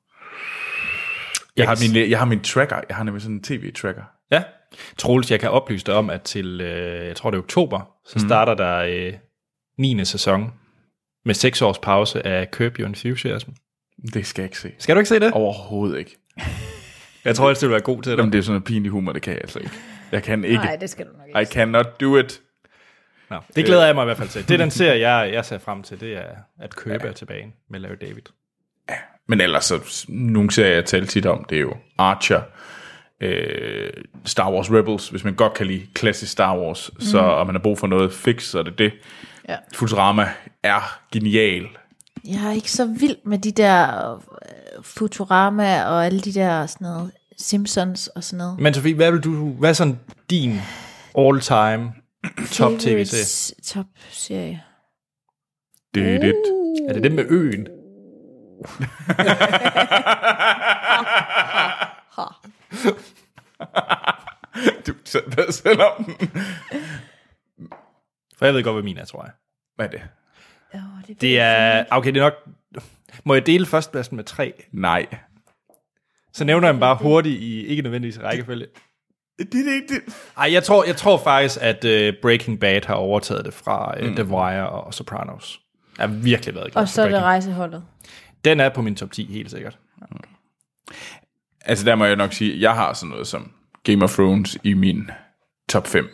S2: Jeg har min tracker. Jeg har nemlig sådan en tv-tracker.
S1: Ja. Troels, jeg kan oplyse dig om, at til, jeg tror det er oktober, så starter der 9. sæson med 6 års pause af Curb Your Enthusiasm.
S2: Det skal jeg ikke se.
S1: Skal du ikke se det?
S2: Overhovedet ikke.
S1: Jeg tror, det vil være god til det.
S2: Jamen, det er sådan noget pinlig humor, det kan jeg altså ikke. Jeg kan ikke.
S3: Nej, det skal du nok ikke.
S2: I cannot do it.
S1: Nå, det glæder jeg mig i hvert fald til. Det er den serie, jeg ser frem til, det er, at Curb er tilbage med Larry David.
S2: Ja, men ellers så nogle serier, jeg taler tit om, det er jo Archer, Star Wars Rebels, hvis man godt kan lide klassisk Star Wars, så, og man har brug for noget fix, så er det.
S3: Ja.
S2: Futurama er genial.
S3: Jeg er ikke så vild med de der Futurama og alle de der sådan noget Simpsons og sådan noget.
S1: Men Sofie, hvad er sådan din all-time top tv-serie?
S3: Top serie.
S2: Det.
S1: Er det den med øen?
S2: Du sad selv om den.
S1: For jeg ved godt, hvad min er, tror jeg.
S2: Hvad er det?
S1: Det er... Okay, det er nok... Må jeg dele førstepladsen med 3?
S2: Nej.
S1: Så nævner jeg dem bare hurtigt i ikke nødvendigvis rækkefølge.
S2: Det.
S1: Ej, jeg tror faktisk, at Breaking Bad har overtaget det fra The Wire og Sopranos. Jeg har virkelig været glad
S3: og så er det Rejseholdet.
S1: Den er på min top 10, helt sikkert.
S3: Okay.
S2: Altså der må jeg nok sige, at jeg har sådan noget som Game of Thrones i min top 5.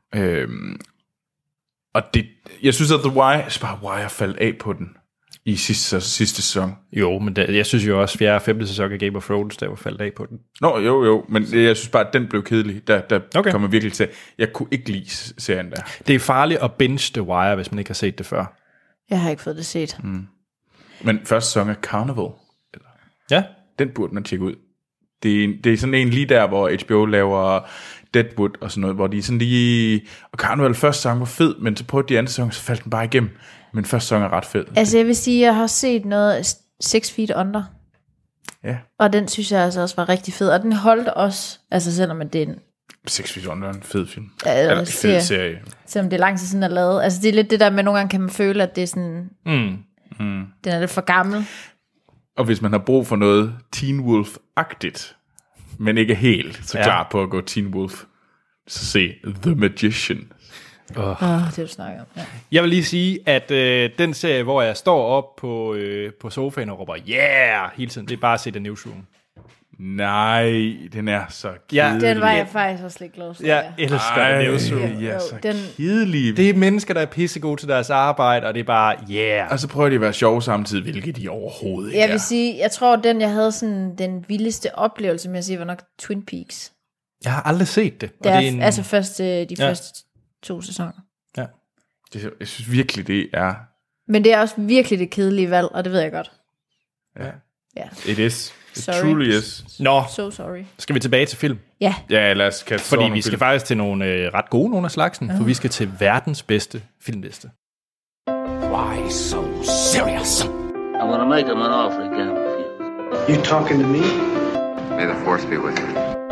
S2: Og det, jeg synes, at Wire faldt af på den i sidste sæson.
S1: Jo, men jeg synes jo også, 4. og 5. sæson af Game of Thrones, der var faldet af på den.
S2: Nå, jo, men jeg synes bare, at den blev kedelig. Der kom jeg virkelig til. Jeg kunne ikke lide serien der.
S1: Det er farligt at binge The Wire, hvis man ikke har set det før.
S3: Jeg har ikke fået det set.
S2: Men første sæson af Carnival,
S1: Ja.
S2: den burde man tjekke ud. Det er sådan en lige der, hvor HBO laver Deadwood og sådan noget, hvor de sådan lige... Og Carnival første sæson var fed, men så på de andre sæsoner, så faldt den bare igennem. Men første sæson er ret fed.
S3: Altså jeg vil sige, jeg har set noget 6 Feet Under.
S2: Ja.
S3: Og den synes jeg altså også var rigtig fed. Og den holdt også, altså selvom det er en...
S2: 6 Feet Under er en fed film.
S3: Eller
S2: en fed serie.
S3: Selvom det er lang tid siden, der er lavet. Altså det er lidt det der med, nogle gange kan man føle, at det er sådan... Den er lidt for gammel.
S2: Og hvis man har brug for noget Teen Wolf-agtigt, men ikke helt så klar på at gå Teen Wolf, så se The Magician.
S3: Det du snakker om. Ja.
S1: Jeg vil lige sige, at den serie, hvor jeg står op på sofaen og råber, yeah, hele tiden, det er bare at se The Newsroom.
S2: Nej, den er så kedelig.
S3: Ja, den var jeg faktisk også lidt glad for.
S1: Jeg elsker The Newsroom.
S2: Ja, så kedelig.
S1: Det er mennesker, der er pissegode til deres arbejde, og det er bare, yeah.
S2: Og så prøver de at være sjove samtidig, hvilket de overhovedet ikke
S3: Jeg vil sige, jeg tror, den jeg havde sådan den vildeste oplevelse med at se, var nok Twin Peaks.
S1: Jeg har aldrig set det.
S3: Det er altså først de første 2 sæsoner.
S1: Ja.
S2: Jeg synes virkelig, det er...
S3: Men det er også virkelig det kedelige valg, og det ved jeg godt.
S2: Ja. It is. It
S3: Sorry.
S2: truly is.
S1: Nå,
S3: So sorry.
S1: skal vi tilbage til film?
S3: Ja.
S2: Ja, lad os kaste
S1: Fordi vi skal faktisk til nogle ret gode nogle af slagsen, for vi skal til verdens bedste filmliste.
S4: Why so serious?
S5: I'm gonna make him an offer he can't refuse.
S6: You talking to me?
S7: May the force be with you.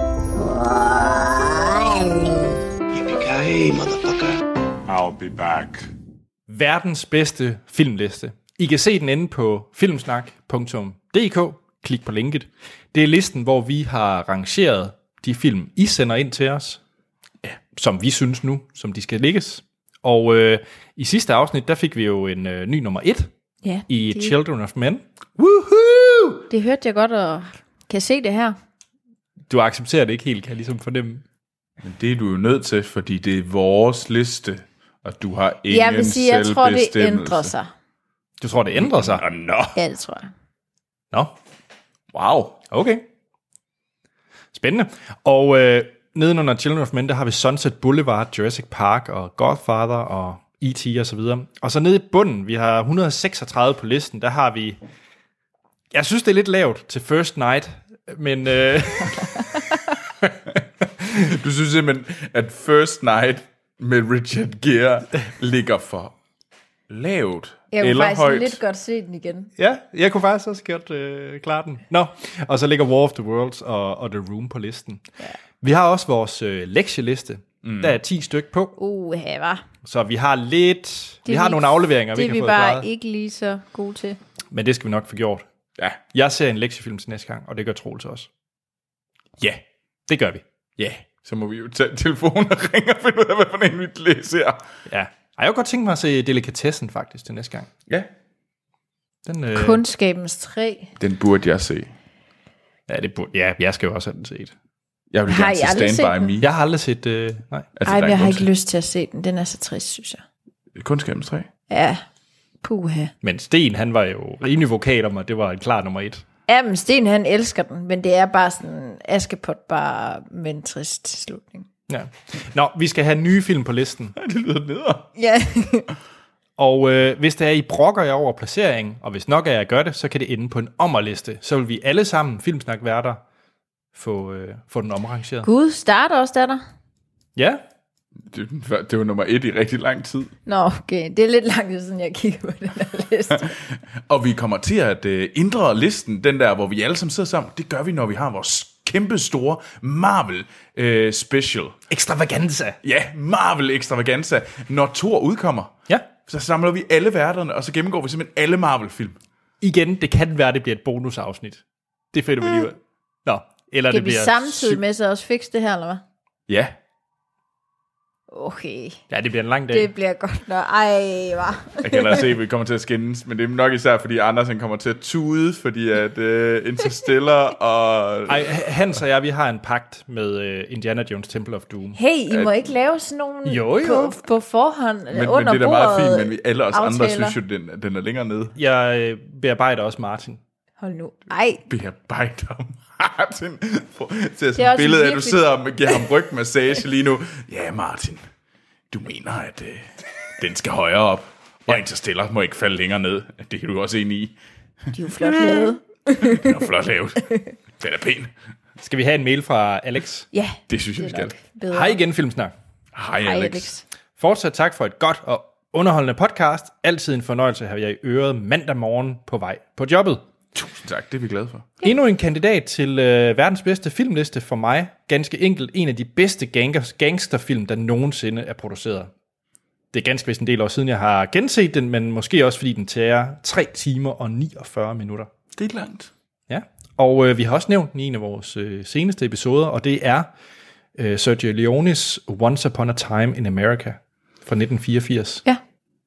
S6: Yippee-ki-yay, motherfucker.
S4: I'll be back.
S1: Verdens bedste filmliste. I kan se den inde på filmsnak.dk. Klik på linket. Det er listen, hvor vi har rangeret de film, I sender ind til os, som vi synes nu, som de skal ligges. Og i sidste afsnit, der fik vi jo en ny nummer 1 i Children of Men. Woohoo!
S3: Det hørte jeg godt, og kan se det her.
S1: Du accepterer det ikke helt, kan jeg ligesom fornemme.
S2: Men det er du jo nødt til, fordi det er vores liste, og du har ingen
S3: Jeg vil sige, jeg tror, det ændrer sig.
S1: Du tror, det ændrer sig?
S2: Nå.
S3: Ja, det tror jeg.
S1: Nå.
S2: Wow.
S1: Okay. Spændende. Og nedenunder Children of Men, der har vi Sunset Boulevard, Jurassic Park og Godfather og E.T. og så videre. Og så nede i bunden, vi har 136 på listen, der har vi... Jeg synes, det er lidt lavt til First Night, men...
S2: Du synes simpelthen, at First Night med Richard Gere ligger for lavt
S3: Jeg kunne
S2: eller
S3: faktisk
S2: højt.
S3: lidt godt se den igen.
S1: Ja, jeg kunne faktisk også godt klare den. Nå, og så ligger War of the Worlds og The Room på listen. Ja. Vi har også vores lektieliste. Der er 10 styk på.
S3: Var.
S1: Så vi har lidt... Vi har nogle afleveringer, vi kan få
S3: Det er vi bare
S1: klaret.
S3: ikke lige så gode til.
S1: Men det skal vi nok få gjort.
S2: Ja.
S1: Jeg ser en lektiefilm til næste gang, og det gør Troels også.
S2: Ja.
S1: Det gør vi.
S2: Ja. Så må vi jo tage telefonen og ringe og finde ud af, hvad for en vi læser.
S1: Ja. Ej, jeg kunne godt tænke mig at se Delikatessen faktisk til næste gang.
S2: Ja.
S1: Den,
S3: Kundskabens træ.
S2: Den burde jeg se.
S1: jeg skal jo også have den set.
S2: Jeg vil
S3: Har
S2: gerne
S3: I
S2: se
S3: aldrig
S2: Stand
S3: set
S2: By
S3: den?
S2: Me.
S1: Jeg har aldrig set... nej.
S2: Altså,
S3: Ej,
S2: der
S3: men
S2: er
S3: jeg har
S2: grund
S3: ikke
S2: til-
S3: lyst til at se den. Den er så trist, synes jeg.
S2: Kundskabens træ.
S3: Ja, puha.
S1: Men Sten, han var jo rimelig vokal om, at det var en klar nummer 1.
S3: Ja, men Sten, han elsker den, men det er bare sådan Askepot, bare med en trist slutning.
S1: Ja. Nå, vi skal have nye film på listen.
S2: Det lyder nederen.
S3: Ja.
S1: Og hvis der er I brokker jer over placeringen, og hvis nok af jer gør det, så kan det ende på en ommerliste. Så vil vi alle sammen, filmsnakværter, få den omrangeret.
S3: Gud, starter også der.
S1: Ja,
S2: Det var nummer 1 i rigtig lang tid.
S3: Nå, okay. Det er lidt lang tid siden, jeg kigger på den her liste.
S2: Og vi kommer til at ændre listen, den der, hvor vi alle sammen sidder sammen. Det gør vi, når vi har vores kæmpe store Marvel special.
S1: extravaganza.
S2: Ja, Marvel Extravaganza. Når Thor udkommer,
S1: Ja,
S2: så samler vi alle værterne, og så gennemgår vi simpelthen alle Marvel-film.
S1: igen, det kan være, det bliver et bonusafsnit. Det finder vi lige ud. Nå, eller
S3: Skal
S1: det
S3: vi
S1: bliver...
S3: samtidig med så også fikse det her, eller hvad?
S2: Ja.
S3: Okay.
S1: Ja, det bliver en lang dag.
S3: Det bliver godt nok. Ej, var.
S2: Jeg kan ellers se, at vi kommer til at skændes, men det er nok især, fordi Andersen kommer til at tude, fordi at Interstellar og...
S1: Ej, Hans og jeg, vi har en pagt med Indiana Jones Temple of Doom.
S3: Hey, I må ikke lave sådan nogle
S1: Jo.
S3: på forhånd
S2: men
S3: under
S2: det er da meget fint, men vi alle os andre
S3: aftaler.
S2: synes jo, den er længere nede.
S1: Jeg bearbejder også Martin.
S3: Hold nu. Ej,
S2: Bearbejder Martin. Til
S3: Det er
S2: sådan et
S3: også
S2: billede af, at du
S3: virkelig-
S2: sidder og giver ham rygmassage lige nu. Ja, Martin, du mener, at den skal højere op, og Interstellar må ikke falde længere ned. Det kan du også enig i.
S3: de er jo flot lavet.
S2: Den er flot lavet. Den er pæn.
S1: Skal vi have en mail fra Alex?
S3: Ja,
S2: Det synes jeg, vi
S3: det er
S2: skal.
S3: nok bedre.
S1: Hej igen, Filmsnak.
S2: Hej,
S3: Hej,
S2: Alex.
S3: Alex.
S1: Fortsat tak for et godt og underholdende podcast. Altid en fornøjelse at have jer i øret mandag morgen på vej på jobbet.
S2: Tusind tak, det er vi glade for.
S1: Endnu en kandidat til verdens bedste filmliste for mig. Ganske enkelt en af de bedste gangsterfilm, der nogensinde er produceret. Det er ganske vist en del år siden, jeg har genset den, men måske også fordi den tager 3 timer og 49 minutter.
S2: Det er langt.
S1: Ja, og vi har også nævnt den i en af vores seneste episoder, og det er Sergio Leones Once Upon a Time in America fra 1984.
S3: Ja.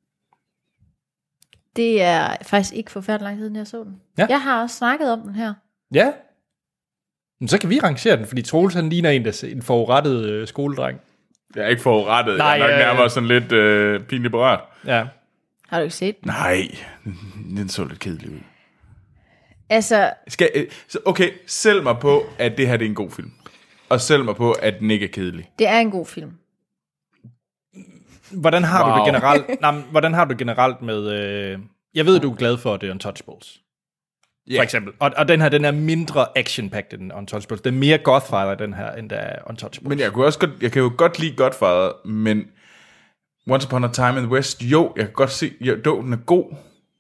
S3: Det er faktisk ikke forfærdeligt lang tid, siden jeg så den.
S1: Ja.
S3: Jeg har også snakket om den her.
S1: Ja, men så kan vi rangere den, fordi Troels han ligner en forurettet skoledreng.
S2: Jeg er ikke forurettet.
S1: Nej,
S2: jeg er nok nærmere sådan lidt pinligt berørt.
S1: Ja,
S3: Har du ikke set den?
S2: Nej, den så lidt kedelig ud.
S3: Altså,
S2: Okay, sælg mig på, at det her det er en god film. Og sælg mig på, at den ikke er kedelig.
S3: det er en god film.
S1: hvordan har du
S2: Wow.
S1: det generelt? Nej, men hvordan har du det generelt med... jeg ved, du er glad for The Untouchables. For eksempel. Og den her, den er mindre action-packed end Untouchables. Det er mere Godfather, den her, end der er Untouchables.
S2: Men jeg kan jo godt lide Godfather, men Once Upon a Time in the West, jo, jeg kan godt se, den er god.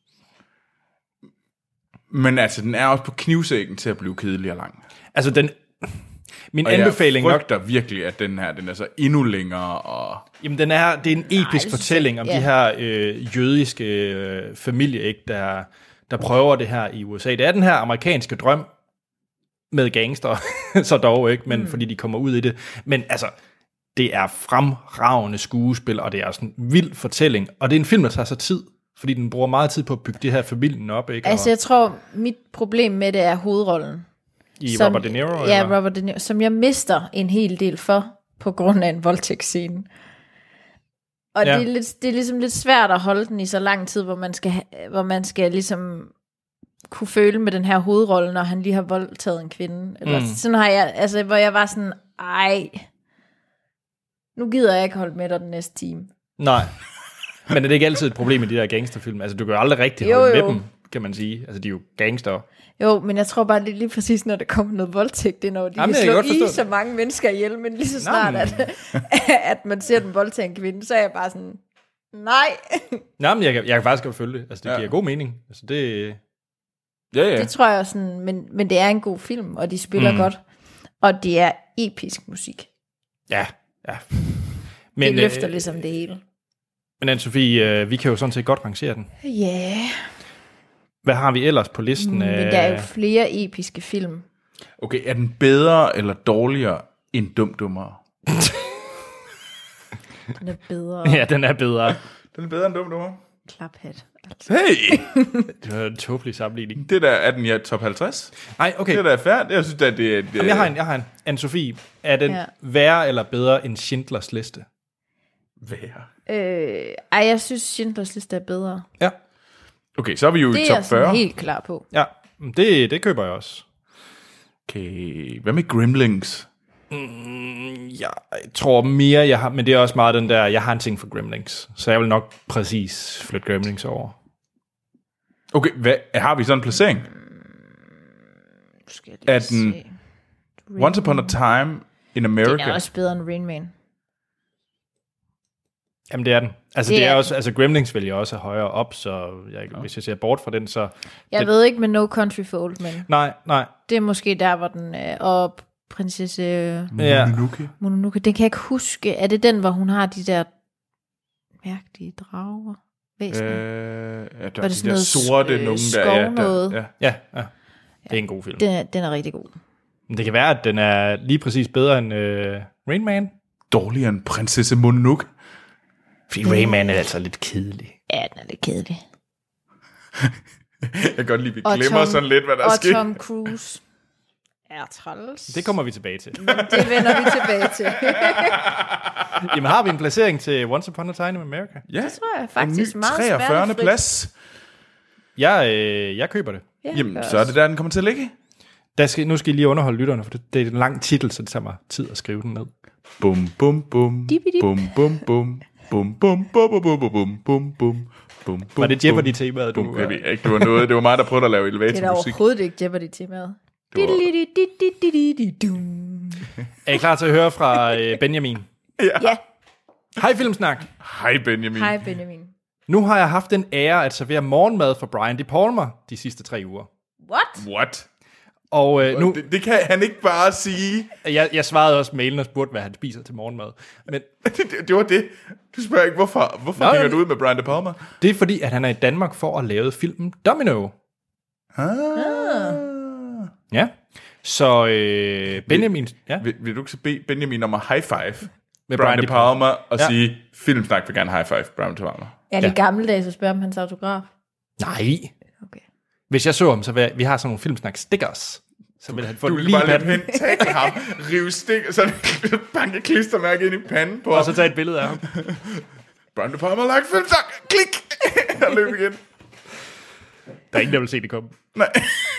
S2: Men altså, den er også på knivsækken til at blive kedelig og lang.
S1: Altså, min
S2: Og
S1: anbefaling
S2: jeg
S1: nok...
S2: frygter virkelig, at den her, den er så endnu længere. Og...
S1: Jamen, det er en episk
S3: synes
S1: fortælling om
S3: ikke,
S1: de her jødiske familier, ikke, der prøver det her i USA. Det er den her amerikanske drøm med gangster, så dog ikke, men fordi de kommer ud i det. Men altså, det er fremragende skuespil, og det er sådan en vild fortælling. Og det er en film, der tager sig tid, fordi den bruger meget tid på at bygge det her familien op. Ikke?
S3: Altså, jeg tror, mit problem med det er hovedrollen.
S1: I Robert De Niro?
S3: Ja,
S1: eller?
S3: Robert De Niro, som jeg mister en hel del for, på grund af en voldtægtsscene. Og
S1: Ja.
S3: det er ligesom lidt svært at holde den i så lang tid, hvor man skal ligesom kunne føle med den her hovedrolle, når han lige har voldtaget en kvinde. Eller sådan har jeg, altså, hvor jeg var sådan, ej, nu gider jeg ikke holde med dig den næste time.
S1: Nej. Men er det ikke altid et problem med de der gangsterfilm? Altså, du kan jo aldrig rigtig
S3: Jo,
S1: holde
S3: jo.
S1: med dem, kan man sige. Altså, de er jo gangster.
S3: Jo, men jeg tror bare, det er lige præcis, når der kommer noget voldtægt, det er, når de
S1: Jamen,
S3: kan
S1: jeg kan
S3: slå
S1: godt
S3: i
S1: forstå
S3: så
S1: det.
S3: mange mennesker ihjel, men lige så snart, at man ser den voldtage en kvinde, så er jeg bare sådan, nej.
S1: Nej, men jeg kan faktisk godt følge det. Altså, det giver god mening. Altså, det...
S2: Ja.
S3: Det tror jeg sådan, men det er en god film, og de spiller godt. Og det er episk musik.
S1: Ja.
S3: Det løfter ligesom det hele.
S1: Men Anne-Sophie, vi kan jo sådan set godt rangere den.
S3: Ja,
S1: Hvad har vi ellers på listen?
S3: men der er jo flere episke film.
S2: Okay, er den bedre eller dårligere end Dumdummere?
S3: Den er bedre.
S1: Ja, den er bedre.
S2: Den er bedre end Dumdummere?
S3: Klaphat. Altså.
S2: Hey!
S1: Det var en tåbelig sammenligning.
S2: Det der, er den i top 50?
S1: Nej, okay.
S2: Det der er færdigt. Jeg synes, at det er...
S1: Jamen, jeg har en. Anne-Sophie, er den værre eller bedre end Schindlers Liste?
S2: Værre.
S3: Jeg synes Schindlers Liste er bedre.
S1: Ja.
S2: Okay, så er vi jo
S3: Det
S2: i
S3: er
S2: top
S3: jeg
S2: 40.
S3: sådan helt klar på.
S1: Ja. Det køber jeg også.
S2: Okay, hvad med Gremlins?
S1: Jeg tror mere, jeg har, men det er også meget den der, jeg har en ting for Gremlins, så jeg vil nok præcis flytte Gremlins over.
S2: Okay, har vi sådan en placering? Er den Once Upon a Time in America?
S3: Den er også bedre end Rain Man.
S1: Jamen det er den. Altså det er også, altså Gremlins vil jeg også have højere op, så hvis jeg ser bort fra den, så...
S3: Jeg ved ikke med No Country for Old Men.
S1: Nej.
S3: Det er måske der, hvor den og prinsesse Mononoke. Det kan jeg ikke huske. Er det den, hvor hun har de der mærkelige drager? Væsener?
S2: Var det sådan noget sorte nogen der?
S1: Ja. Det er en god film.
S3: Den er rigtig god.
S1: Men det kan være, at den er lige præcis bedre end Rain Man.
S2: Dårligere end prinsesse Mononoke.
S1: Fordi Rain Man er altså lidt kedelig.
S3: Ja, den er lidt kedelig.
S2: Jeg kan godt lide, vi glemmer sådan lidt, hvad der er sket.
S3: Og Tom Cruise er træls.
S1: Det kommer vi tilbage til.
S3: Men det vender vi tilbage til.
S1: Jamen har vi en placering til Once Upon a Time in America?
S2: Ja,
S3: det tror jeg faktisk
S2: en ny
S3: meget
S2: 43. plads.
S1: Jeg køber det.
S3: Ja,
S2: jamen, så er det der, den kommer til at ligge.
S1: Nu skal I lige underholde lytterne, for det er en lang titel, så det tager mig tid at skrive den ned.
S2: Bum, bum, bum. Bum, bum, bum. Bum, bum, bum, bum, bum, bum, bum, bum, bum.
S1: Var det Jeopardy-temaet, du...
S2: Jeg ved ikke, det var mig, der prøvede at lave elevatormusik.
S3: Det er overhovedet ikke Jeopardy-temaet.
S1: Er I klar til at høre fra Benjamin?
S3: Ja.
S1: Hej Filmsnak.
S2: Hej Benjamin.
S3: Hej Benjamin.
S1: Nu har jeg haft den ære at servere morgenmad for Brian De Palma de sidste 3 uger.
S2: What?
S1: Og nu...
S2: Det kan han ikke bare sige.
S1: Jeg svarede også mailen og spurgte, hvad han spiser til morgenmad. Men
S2: det var det. Du spørger ikke, hvorfor hænger du ud med Brian De Palma?
S1: Det er fordi, at han er i Danmark for at lave filmen Domino. Ja. Så Benjamin...
S2: Vil du ikke bede Benjamin om at high five
S1: med
S2: Brian De Palma og sige, Filmsnak vil gerne high five Brian De Palma?
S3: Er det gammeldags at spørge om hans autograf?
S1: Nej.
S3: Okay.
S1: Hvis jeg så ham, så vil vi har sådan nogle Filmsnak stickers. Så vil han få
S2: du lige bare lidt tackle ham, rive stikker, så banke klistermærke ind i panden på ham.
S1: Og så tage et billede af ham.
S2: Brian De Palma har lagt Filmsnak. Klik! Og løb igen.
S1: Der er ingen, der vil se det komme.
S2: Nej.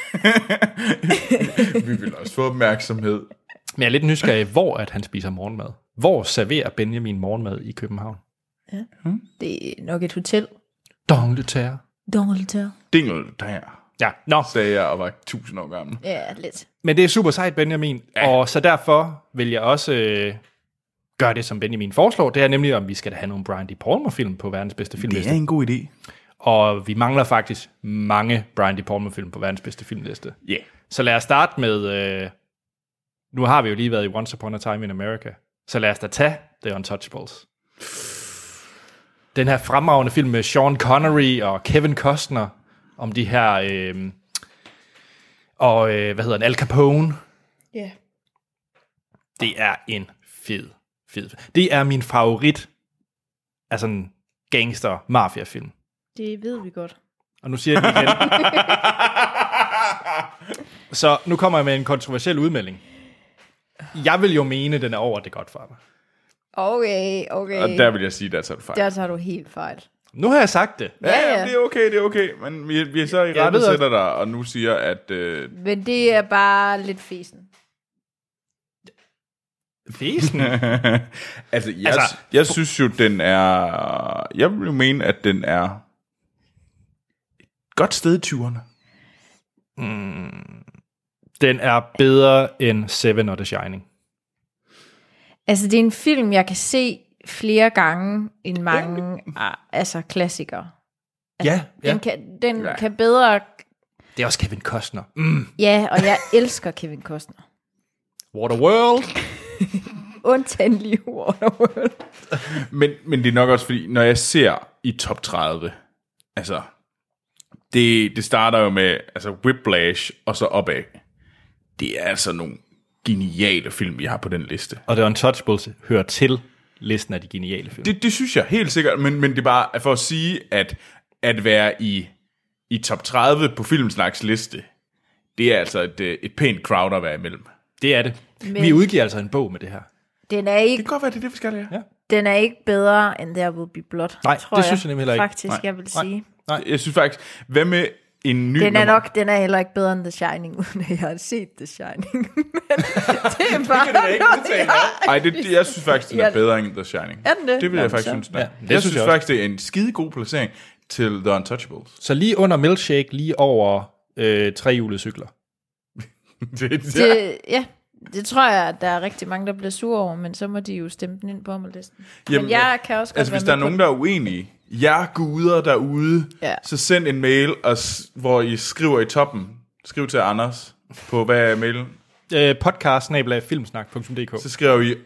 S2: Vi vil også få opmærksomhed.
S1: Men jeg er lidt nysgerrig, hvor at han spiser morgenmad. Hvor serverer Benjamin morgenmad i København?
S3: Ja. Det er nok et hotel.
S1: Dangleterre.
S2: Dingleterre.
S1: Ja, nå.
S2: Sagde jeg og var 1000 år gammel.
S3: Ja, lidt.
S1: Men det er super sejt, Benjamin. Ja. Og så derfor vil jeg også gøre det, som Benjamin foreslår. Det er nemlig, om vi skal have nogle Brian De Palma-film på verdens bedste filmliste.
S2: Det er en god idé.
S1: Og vi mangler faktisk mange Brian De Palma-film på verdens bedste filmliste.
S2: Ja. Yeah.
S1: Så lad os starte med... nu har vi jo lige været i Once Upon a Time in America. Så lad os da tage The Untouchables. Den her fremragende film med Sean Connery og Kevin Costner om de her... hvad hedder den? Al Capone.
S3: Ja. Yeah.
S1: Det er en fed. Det er min favorit af sådan en gangster-mafia-film.
S3: Det ved vi godt.
S1: Og nu siger jeg det igen. Så nu kommer jeg med en kontroversiel udmelding. Jeg vil jo mene, den er over The Godfather.
S3: Okay.
S2: Og der vil jeg sige, der tager du fejl.
S3: Der tager du helt fejl.
S1: Nu har jeg sagt det.
S2: Ja. Det er okay. Men vi er så i rette sætter dig, og nu siger, at...
S3: Men det er bare lidt fesen.
S1: Fesen?
S2: Jeg synes jo, den er... Jeg vil jo mene, at den er et godt sted i 20'erne.
S1: Den er bedre end Seven og The Shining.
S3: Altså, det er en film, jeg kan se flere gange end mange klassikere. Altså, den kan bedre...
S1: Det er også Kevin Costner.
S3: Ja, og jeg elsker Kevin Costner.
S1: Waterworld.
S3: Undtagen lige Waterworld.
S2: men det er nok også fordi, når jeg ser i top 30, altså, det starter jo med Whiplash og så opad. Det er altså nogle geniale film, vi har på den liste.
S1: Og The Untouchables hører til listen af de geniale film.
S2: Det synes jeg helt sikkert, men det er bare for at sige, at være i top 30 på Filmsnaks liste, det er altså et pænt crowd at være imellem.
S1: Det er det. Men vi udgiver altså en bog med det her.
S3: Den er ikke,
S2: det kan godt være, det er det, vi skal, ja.
S3: Den er ikke bedre end There Will Be Blood.
S1: Nej,
S3: tror
S1: det synes jeg nemlig heller ikke.
S3: Faktisk, jeg vil sige.
S2: Nej. Jeg synes faktisk, hvad med en ny
S3: Den er
S2: nummer.
S3: den er heller ikke bedre end The Shining, uden at jeg har set The Shining. Men det er bare
S2: Ej, jeg synes faktisk, den er bedre end The Shining.
S3: Er den det?
S2: Det vil jeg
S3: Nå,
S2: faktisk
S3: så.
S2: synes, den er.
S1: Ja, det
S2: jeg
S1: synes
S2: synes
S1: jeg
S2: faktisk, det er en skide god placering til The Untouchables.
S1: Så lige under Milkshake, lige over trehjulede cykler.
S3: Det tror jeg, at der er rigtig mange, der bliver sure over, men så må de jo stemme den ind på ommelisten.
S2: Jamen,
S3: Men jeg kan også godt
S2: altså,
S3: være
S2: hvis der er
S3: med på
S2: nogen, der er uenige, jer guder derude,
S3: Ja.
S2: så send en mail, hvor I skriver i toppen. Skriv til Anders på, hvad er mailen?
S1: Podcast@filmsnak.dk.
S2: Så skriver I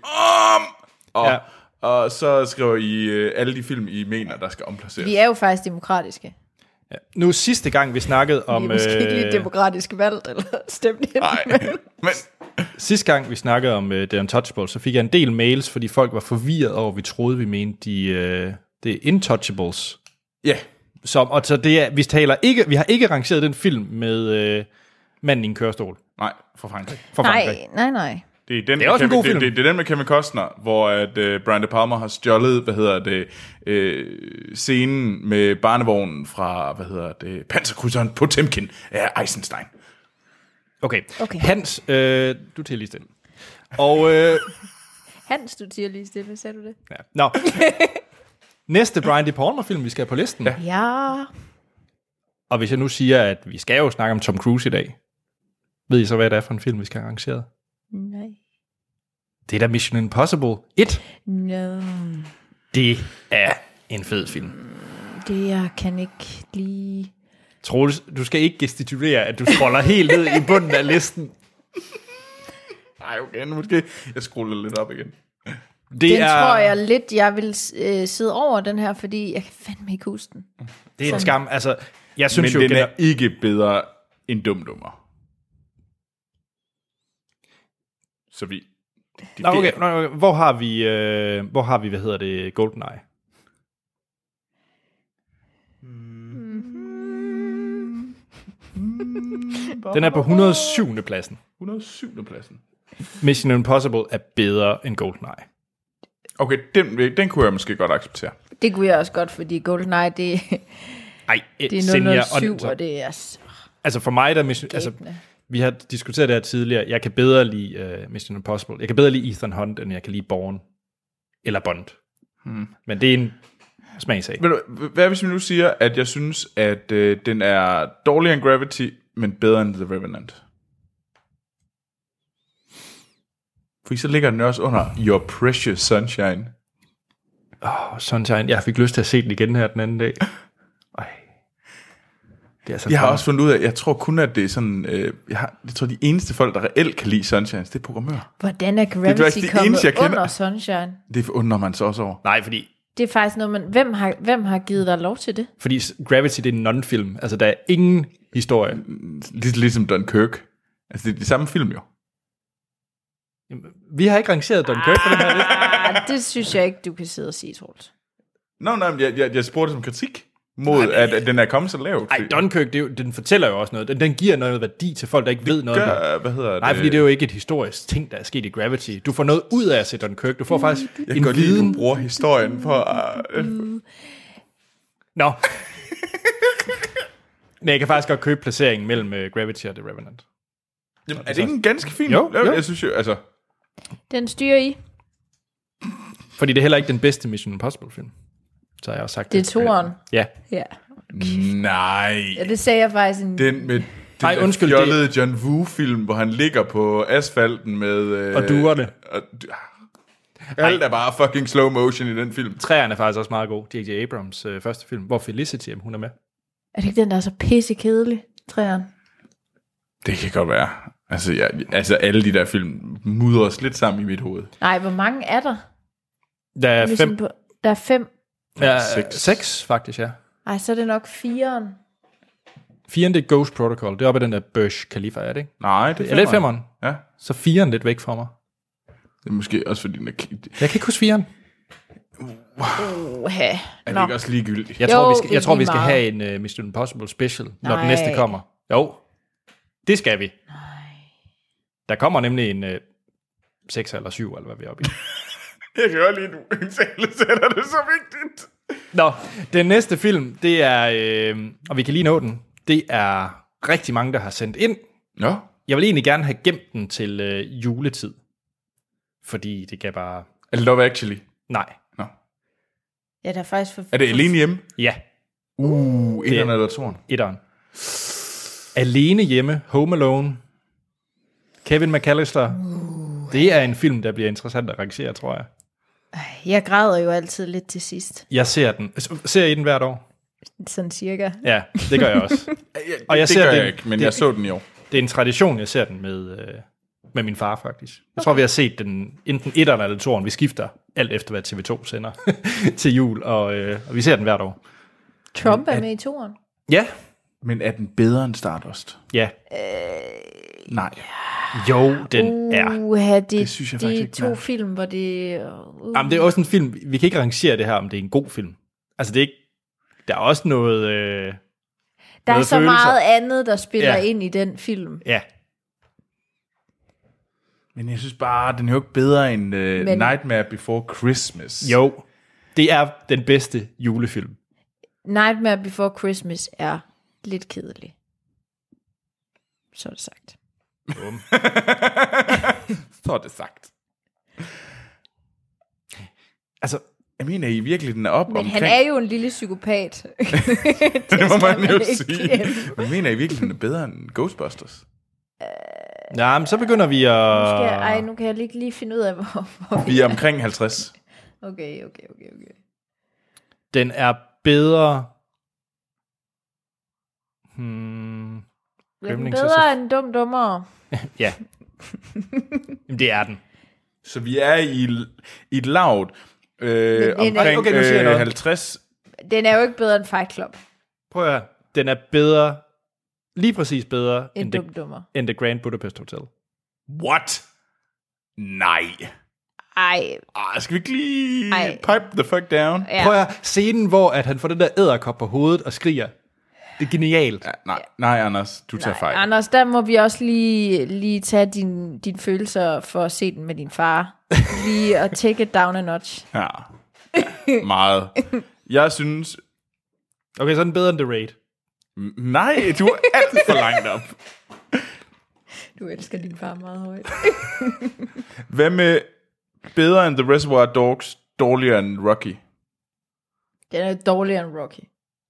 S2: og så skriver I alle de film, I mener, der skal omplaceres.
S3: Vi er jo faktisk demokratiske.
S1: Ja. Nu sidste gang, vi snakkede om...
S3: Vi er måske ikke lige demokratisk valgt, eller stemt ind.
S2: Nej, men...
S1: Sidste gang, vi snakkede om The Untouchables, så fik jeg en del mails, fordi folk var forvirret over, vi troede, vi mente The Intouchables.
S2: Ja.
S1: Og så det er, vi har ikke rangeret den film med manden i en kørestol.
S2: Nej, for Frankrig.
S1: For Frankrig.
S3: Nej.
S2: Det er, den
S1: Det er også en god film.
S2: Det er den med Kevin Costner, hvor at, Brian De Palma har stjålet, scenen med barnevognen fra, Panserkrydseren Potemkin af Eisenstein.
S1: Okay.
S3: Okay.
S1: Hans, du til lige stille. Og...
S3: Hans, du siger lige stille, sagde du det?
S1: ja. Nå. Næste Brian De Palma-film, vi skal have på listen.
S3: Ja.
S1: Og hvis jeg nu siger, at vi skal jo snakke om Tom Cruise i dag, ved I så, hvad det er for en film, vi skal have arrangeret?
S3: Nej.
S1: Det er da Mission Impossible 1.
S3: No.
S1: Det er en fed film.
S3: Det jeg kan ikke lige...
S1: Troels, du skal ikke gestikulere, at du scroller helt ned i bunden af listen.
S2: Nej, okay, nu måske jeg scroller lidt op igen.
S1: Det
S3: tror jeg lidt, jeg vil sidde over den her, fordi jeg kan fandme ikke huske den.
S1: Det er en skam. Altså, jeg synes
S2: Men
S1: jo...
S2: den er ikke bedre end Dumdummer. Så vi...
S1: Okay. Hvor har vi, GoldenEye? Den er på 107. pladsen.
S2: 107. pladsen.
S1: Mission Impossible er bedre end GoldenEye.
S2: Okay, den kunne jeg måske godt acceptere.
S3: Det kunne jeg også godt, fordi GoldenEye, det er 007, og det er...
S1: Altså for mig, der Mission... Altså, vi har diskuteret det her tidligere. Jeg kan bedre lide Mission Impossible. Jeg kan bedre lide Ethan Hunt, end jeg kan lide Bourne. Eller Bond. Men det er en smagsag.
S2: Hvad hvis vi nu siger, at jeg synes, at den er dårligere end Gravity, men bedre end The Revenant? For så ligger den også under Your Precious Sunshine.
S1: Sunshine. Jeg fik lyst til at se den igen her den anden dag. Det er så
S2: jeg har også fundet ud af, jeg tror kun, at det er sådan... jeg tror, de eneste folk, der reelt kan lide Sunshine, det er programmører.
S3: Hvordan er Gravity kommet under Sunshine?
S2: Det undrer man så også over.
S1: Nej, fordi...
S3: Det er faktisk noget, men hvem har givet dig lov til det?
S1: Fordi Gravity, det er en non-film. Altså, der er ingen historie.
S2: Ligesom Dunkirk. Altså, det er de samme film jo.
S1: Vi har ikke rangeret Dunkirk på den her liste.
S3: Det synes jeg ikke, du kan sidde og sige, Troels.
S2: Nej, jeg spurgte som kritik mod, at den er kommet så lavt.
S1: Nej, Dunkirk, den fortæller jo også noget. Den giver noget værdi til folk, der ikke ved noget.
S2: Hvad hedder det?
S1: Nej, fordi det er jo ikke et historisk ting, der er sket i Gravity. Du får noget ud af at se Dunkirk. Du får faktisk
S2: jeg
S1: en
S2: kan
S1: viden.
S2: lide, du bruger historien for...
S1: Nå. Men jeg kan faktisk godt købe placeringen mellem Gravity og The Revenant.
S2: Jamen, er det ikke en ganske fin?
S1: Jo.
S2: Jeg synes jo, altså...
S3: Den styrer I.
S1: Fordi det er heller ikke den bedste Mission Impossible-film. Så har jeg også sagt
S3: det. Det er toeren.
S1: Ja.
S3: Ja.
S2: Nej.
S3: Ja, det sagde jeg faktisk.
S2: Den med den fjollede John Woo-film, hvor han ligger på asfalten med...
S1: og duerne.
S2: Alt er bare fucking slow motion i den film.
S1: Træerne er faktisk også meget god. J.J. Abrams første film, hvor Felicity, hun er med.
S3: Er det ikke den, der er så pisse kedelig, træerne?
S2: Det kan godt være. Altså alle de der film mudres lidt sammen i mit hoved.
S3: Nej, hvor mange er der?
S1: Der er 5.
S3: Der er 5.
S1: Ja, 6 faktisk, ja.
S3: Ej, så er det nok 4'eren.
S1: 4'eren, det er Ghost Protocol. Det er oppe i den der Burj Khalifa, er det ikke?
S2: Nej, det er 5'eren.
S1: Er det 5'eren?
S2: Ja.
S1: Så 4'eren lidt væk fra mig.
S2: Det er måske også fordi den er...
S1: Jeg kan ikke huske 4'eren.
S2: Er det ikke også ligegyldigt?
S1: Jeg tror, vi skal have en Mission Impossible special, når den næste kommer. Jo, det skal vi. Nej. Der kommer nemlig en 6 eller 7, eller hvad vi er oppe i.
S2: Jeg kan godt lide, at du sætter det så vigtigt.
S1: Nå, den næste film, det er, og vi kan lige nå den, Det er rigtig mange, der har sendt ind.
S2: Nå,
S1: Jeg vil egentlig gerne have gemt den til juletid. Fordi det gav bare...
S2: er det Love Actually?
S1: Nej.
S2: Nå.
S3: Ja, der er faktisk...
S2: Er det Alene Hjemme?
S1: Ja,
S2: Etteren eller toeren?
S1: etteren. Alene hjemme, Home Alone. Kevin McAllister. Det er en film, der bliver interessant at rangere, tror jeg.
S3: Jeg græder jo altid lidt til sidst.
S1: Jeg ser den. Ser I den hvert år?
S3: Sådan cirka.
S1: Ja, det gør jeg også. Og jeg
S2: det
S1: ser
S2: gør
S1: den,
S2: jeg ikke, men jeg så den i år.
S1: Det er en tradition, jeg ser den med min far, faktisk. Jeg tror, vi har set den enten etteren eller toeren. Vi skifter alt efter, hvad TV2 sender til jul, og vi ser den hvert år.
S3: Trump er med i toeren.
S1: Ja.
S2: Men er den bedre end Stardust?
S1: Ja.
S2: Nej.
S1: Jo, den er.
S2: Det synes jeg faktisk
S3: de
S2: ikke, den
S3: to
S2: er.
S3: film, hvor det...
S1: Jamen, det er også en film, vi kan ikke rangere det her, om det er en god film. Altså, det er ikke... Der er også noget...
S3: der er så
S1: følelser.
S3: meget andet, der spiller
S1: Ja.
S3: ind i den film.
S1: Ja.
S2: Men jeg synes bare, den er jo ikke bedre end Nightmare Before Christmas.
S1: Jo, det er den bedste julefilm.
S3: Nightmare Before Christmas er lidt kedelig. Så er det sagt.
S2: Så er det sagt.
S1: Altså,
S2: Jeg mener, I virkelig, den er op
S3: Men
S2: omkring...
S3: han er jo en lille psykopat.
S2: det må
S3: skal
S2: man jo
S3: ikke
S2: sige.
S3: glemme.
S2: Men mener I virkelig, den er bedre end Ghostbusters?
S1: ja, men så begynder vi at...
S3: Nu kan jeg lige finde ud af, hvor
S2: Vi er omkring 50.
S3: Okay.
S1: Den er bedre...
S3: Er den
S1: Gremlins er
S3: bedre end Dummere?
S1: Ja. Jamen, det er den.
S2: Så vi er i et lavt omkring
S1: okay, nu siger jeg noget.
S2: 50.
S3: Den er jo ikke bedre end Fight Club.
S1: Prøv at høre. Den er bedre... Lige præcis bedre
S3: End Dummere.
S1: end The Grand Budapest Hotel.
S2: What? Nej.
S3: Ej,
S2: Skal vi ikke lige
S3: Ej.
S2: pipe the fuck down?
S3: ja.
S1: Prøv at høre. Scenen, hvor at han får den der edderkop på hovedet og skriger. Det er genialt.
S2: Ja, nej, Anders, du tager fejl.
S3: Anders, der må vi også lige tage dine følelser for at se den med din far. Lige at take it down a notch.
S2: Ja. Meget. Jeg synes...
S1: Okay, så er den bedre end The Raid.
S2: Nej, du er alt for langt op.
S3: Du elsker din far meget højt.
S2: Hvad med bedre end The Reservoir Dogs, dårligere end Rocky?
S3: Den er dårligere end Rocky.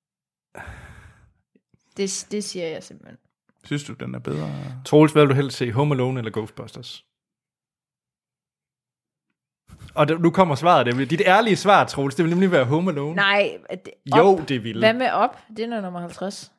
S3: Det siger jeg simpelthen.
S2: Synes du, den er bedre?
S1: Troels, hvad vil du helst se? Home Alone eller Ghostbusters? Og nu kommer svaret. Det vil, dit ærlige svar, Troels, det vil nemlig være Home Alone.
S3: Nej.
S1: Jo, det vil.
S3: Hvad med op? Det er nummer 50.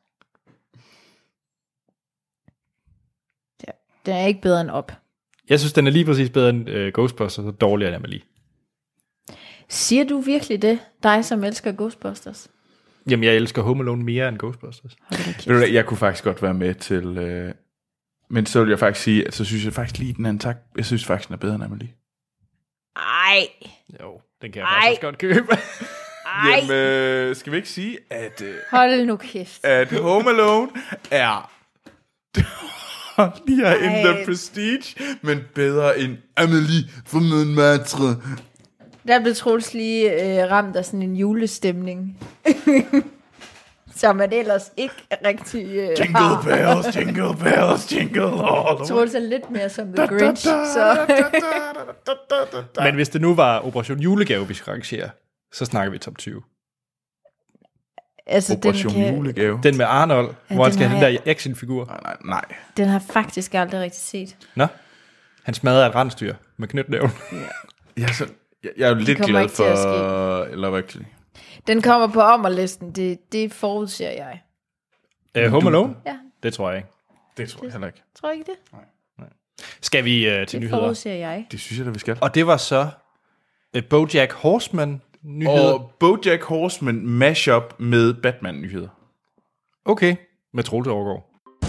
S3: Ja, den er ikke bedre end op.
S1: Jeg synes, den er lige præcis bedre end Ghostbusters, og dårligere end Amelie.
S3: Siger du virkelig det? Dig, som elsker Ghostbusters?
S1: Jamen, jeg elsker Home Alone mere end Ghostbusters.
S2: Ved du hvad, jeg kunne faktisk godt være med til... men så vil jeg faktisk sige, at så synes jeg faktisk lige, den er en tak. Jeg synes faktisk, den er bedre end Amelie.
S3: Ej.
S1: Jo, den kan jeg faktisk godt købe.
S3: Ej.
S2: Jamen, skal vi ikke sige, at...
S3: Hold nu kæft.
S2: at Home Alone er dårligere end The Prestige, men bedre end Amelie fra Montmartre.
S3: Der blev Troels lige ramt af sådan en julestemning. Som man ellers ikke rigtig
S2: Jingle
S3: har.
S2: bells, jingle bells, jingle all the way.
S3: Troels er lidt mere som The Grinch. Så.
S1: Men hvis det nu var Operation Julegave, vi skal rangere, så snakker vi top 20.
S3: Altså,
S2: Operation Julegave.
S1: Den med Arnold,
S3: Ja,
S1: hvor han
S3: den
S1: skal
S3: har
S1: have den der actionfigur.
S2: Nej.
S3: Den har faktisk aldrig rigtig set.
S1: Nå, han smadrer et rensdyr med knytnæven.
S2: Jeg er jo lidt
S3: kommer
S2: glad
S3: ikke til at
S2: for Love Actually.
S3: Den kommer på ommerlisten. Det forudser jeg.
S1: Home Alone?
S3: Ja,
S1: Det tror jeg ikke.
S2: Det tror jeg heller ikke.
S3: tror jeg ikke det?
S1: Skal vi til
S3: Det
S1: nyheder?
S3: forudser jeg.
S2: Det synes jeg da, vi skal.
S1: Og det var så BoJack Horseman-nyheder.
S2: Og BoJack Horseman mashup med Batman-nyheder.
S1: Okay, med Troels Overgaard.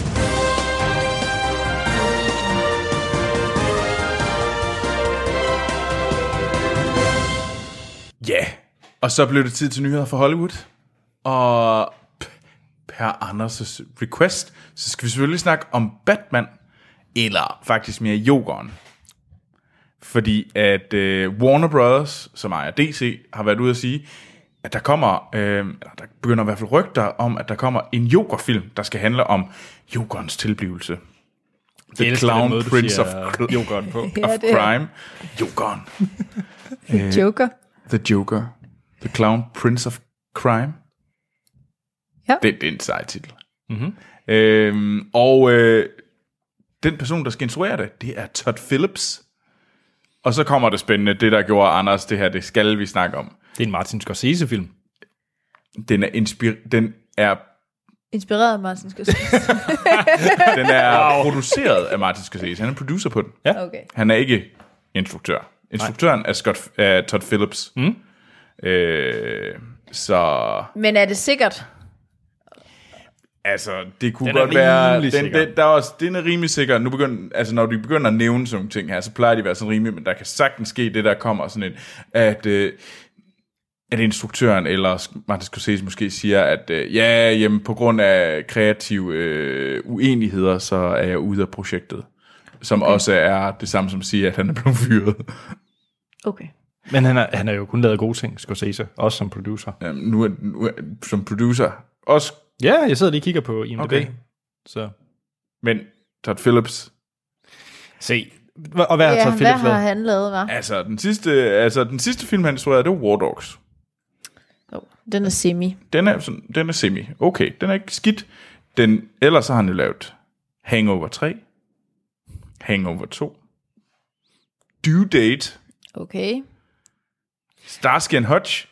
S2: Ja, yeah. Og så blev det tid til nyheder fra Hollywood. Og per Anders' request, så skal vi selvfølgelig snakke om Batman, eller faktisk mere Jokeren. Fordi at Warner Brothers, som ejer DC, har været ude at sige, at der kommer, der begynder i hvert fald rygter om, at der kommer en Joker-film, der skal handle om Jokerens tilblivelse. The Clown
S1: måde,
S2: Prince of
S1: Jokeren på.
S2: Crime. Jokeren.
S3: Joker.
S2: The Joker. The Clown Prince of Crime.
S3: Ja.
S2: Det er en sej titel.
S1: Mm-hmm.
S2: Den person, der skal instruere det er Todd Phillips. Og så kommer det spændende, det der gjorde Anders, det her, det skal vi snakke om.
S1: Det er en Martin Scorsese-film.
S2: Den er
S3: Inspireret af Martin Scorsese.
S2: Den er produceret af Martin Scorsese. Han er producer på den.
S1: Ja.
S3: Okay.
S2: Han er ikke instruktør. Instruktøren er Todd Phillips.
S1: Mm.
S2: Så...
S3: Men er det sikkert?
S2: Altså, det kunne
S1: Den er
S2: godt være...
S1: rimelig sikker.
S2: Den er rimelig sikker. Nu når de begynder at nævne sådan nogle ting her, så plejer de at være sådan rimelig, men der kan sagtens ske det, der kommer sådan en... At instruktøren eller Martin Scorsese måske siger, at på grund af kreative uenigheder, så er jeg ude af projektet. Som også er det samme som siger, at han er blevet fyret.
S3: Okay.
S1: Men han har jo kun lavet gode ting, Scorsese, også som producer.
S2: Nu er som producer også...
S1: Ja, jeg sidder lige og kigger på IMDb.
S2: Okay.
S1: Så.
S2: Men Todd Phillips...
S1: Se, og hvad har Todd Phillips
S3: hvad har
S1: lavet?
S3: han lavet, hva'?
S2: Altså, den sidste film, han instruerede, det var War Dogs.
S3: Den er semi.
S2: Den er semi. Okay, den er ikke skidt. Ellers har han jo lavet Hangover 3, Hangover 2, Due Date,
S3: Okay.
S2: Starsky and Hutch,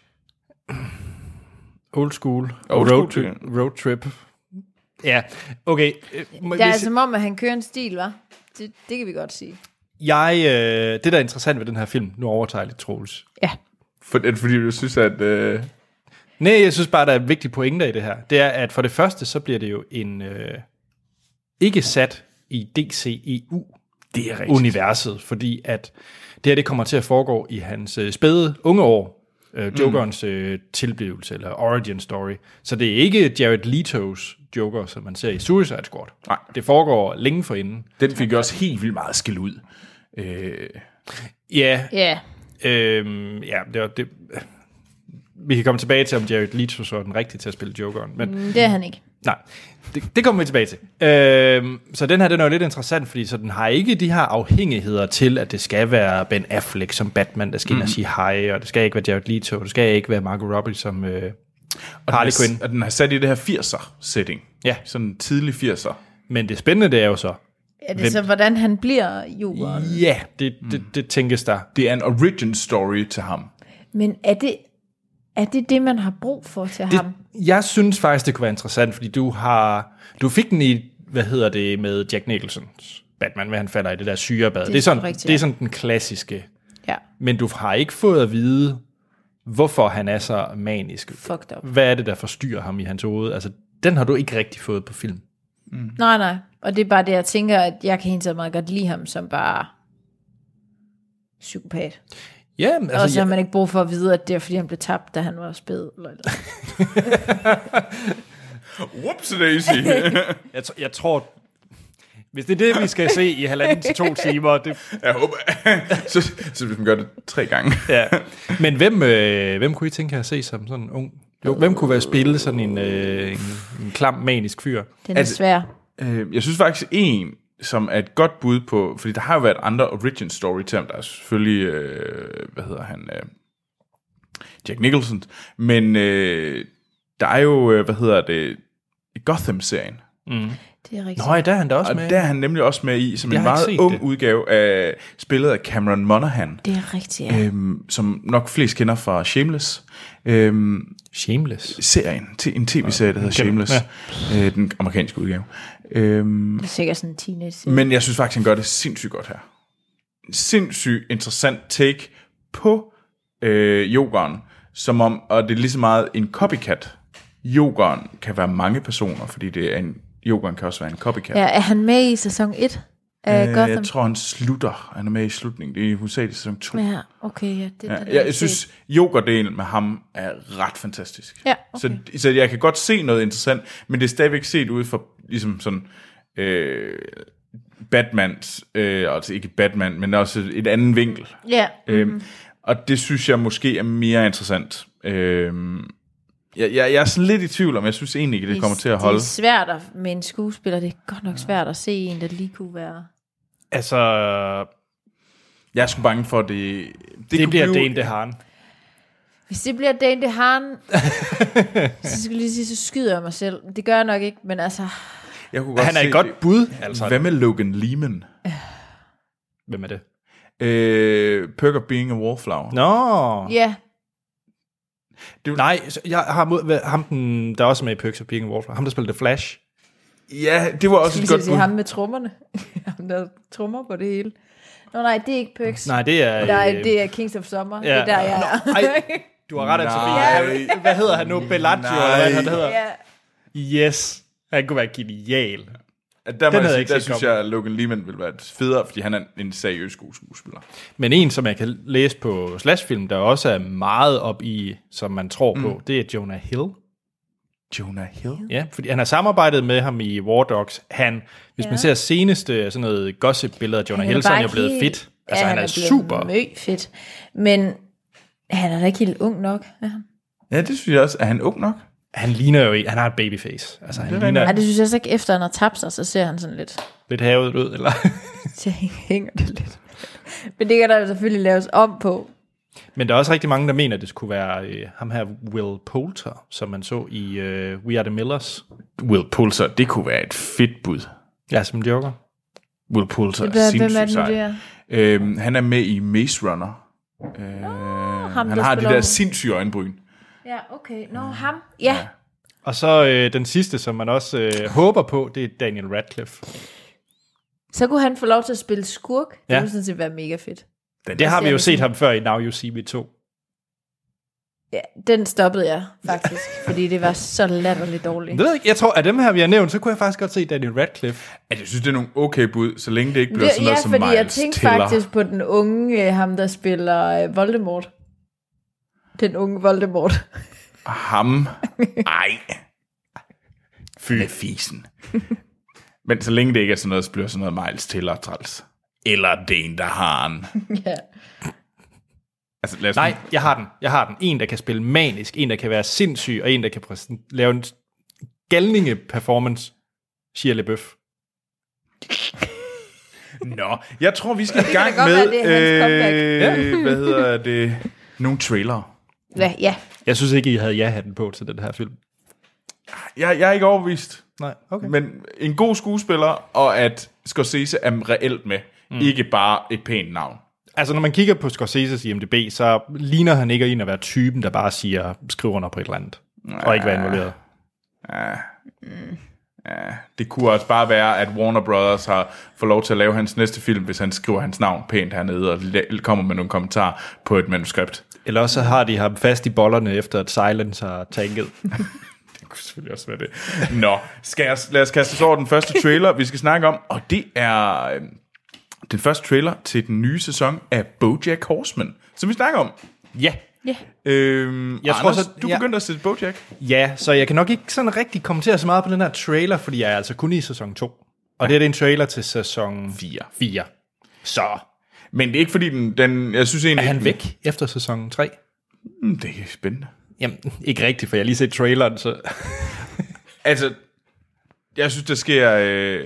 S1: Old School.
S2: Old
S1: Road,
S2: School,
S1: road Trip. Ja, okay.
S3: Det er som om, at han kører en stil, hva'? Det kan vi godt sige.
S1: Det, der er interessant ved den her film, nu overtager jeg lidt, Troels.
S3: Ja.
S2: fordi du synes, at...
S1: Nej, jeg synes bare, der er en vigtig pointe i det her. Det er, at for det første, så bliver det jo ikke sat i DCEU-universet, fordi at det her, det kommer til at foregå i hans spæde unge år, Jokerens tilblivelse, eller origin story. Så det er ikke Jared Leto's Joker, som man ser i Suicide Squad.
S2: Nej.
S1: Det foregår længe forinden.
S2: Den fik også helt vildt meget skæld ud.
S1: Ja.
S3: Ja.
S1: Det vi kan komme tilbage til, om Jared Leto så er den rigtige til at spille Jokeren. Men,
S3: Det er han ikke.
S1: nej, det kommer vi tilbage til. Så den her, den er jo lidt interessant, fordi så den har ikke de her afhængigheder til, at det skal være Ben Affleck som Batman, der skal ind og sige hej, og det skal ikke være Jared Leto, det skal ikke være Margot Robbie som Harley Quinn.
S2: Og den har sat i det her 80'er-setting.
S1: Ja.
S2: Sådan tidlig 80'er.
S1: Men det spændende, det er jo så...
S3: Er det så, hvordan han bliver Jokeren?
S1: Ja, det tænkes der.
S2: Det er en origin story til ham.
S3: Men er det, man har brug for til ham?
S1: Jeg synes faktisk, det kunne være interessant, fordi du fik den i, med Jack Nicholsons Batman, hvad han falder i det der syrebad. Det er sådan den klassiske.
S3: Ja.
S1: Men du har ikke fået at vide, hvorfor han er så manisk.
S3: Fucked up.
S1: Hvad er det, der forstyrrer ham i hans hoved? Altså, den har du ikke rigtig fået på film.
S3: Nej. Og det er bare det, jeg tænker, at jeg kan helt så meget godt lide ham som bare psykopat.
S1: Ja, altså,
S3: Og så har man ikke brug for at vide, at det er, fordi han blev tabt, da han var spæd.
S2: Whoopsie-daisy.
S1: jeg tror, hvis det er det, vi skal se i 1,5 til 2 timer, det...
S2: Jeg håber. så hvis man gør det 3 gange.
S1: Ja. Men hvem kunne I tænke jer at se som sådan en ung? Hvem kunne være spille sådan en klam, manisk fyr?
S3: Den er svær.
S2: Jeg synes faktisk en, som er et godt bud på, fordi der har jo været andre origin story til ham. Der er selvfølgelig, Jack Nicholson, men der er jo, Gotham-serien.
S1: Mm.
S3: Det er rigtigt.
S1: Nå, der er han da også
S2: og
S1: med.
S2: der er han nemlig også med i, som
S1: Jeg
S2: en
S1: har
S2: meget
S1: ikke set
S2: ung
S1: det.
S2: udgave af spillet af Cameron Monaghan.
S3: Det er rigtigt, ja.
S2: Som nok flest kender fra Shameless.
S1: Shameless.
S2: Serien, en tv-serie, der hedder Shameless. Ja. Den amerikanske udgave.
S3: Det er sikkert sådan en teenage.
S2: Men jeg synes faktisk, han gør det sindssygt godt her. Sindssygt interessant take på Jokeren, som om, og det er lige så meget en copycat. Jokeren kan være mange personer, fordi det er Jokeren kan også være en copycat.
S3: Ja, er han med i sæson 1 af Gotham?
S2: Jeg tror, han slutter. Han er med i slutningen. Det er hovedsageligt sæson 2.
S3: Ja, okay, ja.
S2: Jeg synes, Joker-delen med ham er ret fantastisk.
S3: Ja, okay.
S2: Så jeg kan godt se noget interessant, men det er stadigvæk set ud fra ligesom sådan Batmans, altså ikke Batman, men også et andet vinkel.
S3: Ja.
S2: Og det synes jeg måske er mere interessant. Jeg er sådan lidt i tvivl om, jeg synes egentlig ikke, det kommer til at holde.
S3: Det er svært med en skuespiller. Det er godt nok svært at se en, der lige kunne være...
S1: Altså,
S2: Jeg er sgu bange for, at det
S1: bliver Dane DeHaan.
S3: Hvis det bliver Dane DeHaan, så skal jeg lige sige, så skyder jeg mig selv. Det gør jeg nok ikke, men altså...
S2: Jeg kunne godt
S1: Han er
S2: se
S1: et godt bud. Altså.
S2: Hvad med Logan Lehman?
S1: Hvem er det?
S2: Perk of Being a Wallflower.
S1: Nå.
S3: Ja.
S1: Nej, jeg har ham, der også er med i Perks of Being a Wallflower. Ham, der spiller The Flash.
S2: Ja, det var også et godt bud.
S3: Ham med trommerne. Ham, der trommer på det hele. Nå nej, det er ikke Perks.
S1: Nej, det er...
S3: Det er Kings of Summer.
S1: Ja.
S3: Det er der, jeg er.
S1: Du har ret, Sofie. Hvad hedder han nu? Bellagio, eller hvad han hedder?
S3: Ja.
S1: Yes. Han kunne være genial.
S2: Der synes jeg, at Logan Lehman vil være federe, fordi han er en seriøs god skuespiller.
S1: Men en, som jeg kan læse på Slashfilm, der også er meget op i, som man tror på, det er Jonah Hill.
S2: Jonah Hill?
S1: Ja, fordi han har samarbejdet med ham i War Dogs. Hvis man ser seneste sådan noget gossip-billeder af Jonah Hill, så er han jo blevet fedt. Altså, han er super
S3: fedt. Men han er da ikke helt ung nok.
S2: Ja, det synes jeg også. Er han ung nok?
S1: Han ligner jo ikke, han har et babyface. Altså, han ligner...
S3: Nej, det synes jeg så ikke, efter han har tabt sig, så ser han sådan lidt
S1: havet ud, eller?
S3: Så hænger det lidt. Men det kan der jo selvfølgelig laves om på.
S1: Men der er også rigtig mange, der mener, at det skulle være ham her Will Poulter, som man så i We Are The Millers.
S2: Will Poulter, det kunne være et fedt bud.
S1: Ja, som Joker.
S2: Will Poulter er sindssygt sej. Han er med i Maze Runner. Han har de der sindssyge øjenbryn.
S3: Ja, okay. Ham. Ja.
S1: Og så den sidste, som man også håber på, det er Daniel Radcliffe.
S3: Så kunne han få lov til at spille skurk. Det ville sådan set være mega fedt.
S1: Det har vi jo set ham før i Now You See Me 2.
S3: Ja, den stoppede jeg faktisk, fordi det var så latterligt dårligt.
S1: Det ved jeg ikke. Jeg tror, at dem her, vi har nævnt, så kunne jeg faktisk godt se Daniel Radcliffe.
S2: Jeg synes, det er nogle okay bud, så længe det ikke bliver sådan noget som Miles Teller.
S3: Ja, fordi jeg tænkte faktisk på den unge, ham der spiller Voldemort. Den unge Voldemort.
S2: Ham? Ej. Fy med fisen. Men så længe det ikke er sådan noget, så bliver sådan noget Miles Teller træls. Eller Dane DeHaan. Ja. Altså,
S1: nej, jeg har den. En, der kan spille manisk, en, der kan være sindssyg, og en, der kan lave en galninge performance. Shia LaBeouf.
S2: Nå, jeg tror, vi skal i gang med, hvad hedder det, nogle trailere.
S3: Ja.
S1: Jeg synes ikke, I havde ja-hatten på til den her film.
S2: Jeg er ikke overbevist.
S1: Nej, okay.
S2: Men en god skuespiller, og at Scorsese er reelt med. Ikke bare et pænt navn.
S1: Altså, når man kigger på Scorsese's IMDb, så ligner han ikke at være typen, der bare skriver under på et eller andet. Og ikke være involveret.
S2: Det kunne også bare være, at Warner Brothers har fået lov til at lave hans næste film, hvis han skriver hans navn pænt hernede, og kommer med nogle kommentarer på et manuskript.
S1: Eller også har de ham fast i bollerne, efter at Silence har tanket.
S2: Det kunne selvfølgelig også være det. Nå, lad os kaste os over den første trailer, vi skal snakke om, og det er den første trailer til den nye sæson af BoJack Horseman, som vi snakker om.
S1: Ja.
S3: Ja.
S2: Jeg tror så, du begyndte at sætte BoJack.
S1: Ja, så jeg kan nok ikke sådan rigtig kommentere så meget på den her trailer, fordi jeg er altså kun i sæson 2. Og det er en trailer til sæson 4. Så.
S2: Men det er ikke fordi den jeg synes egentlig...
S1: Er han væk efter sæson 3?
S2: Det er spændende.
S1: Jamen, ikke rigtigt, for jeg har lige set traileren, så...
S2: Altså, jeg synes, der sker...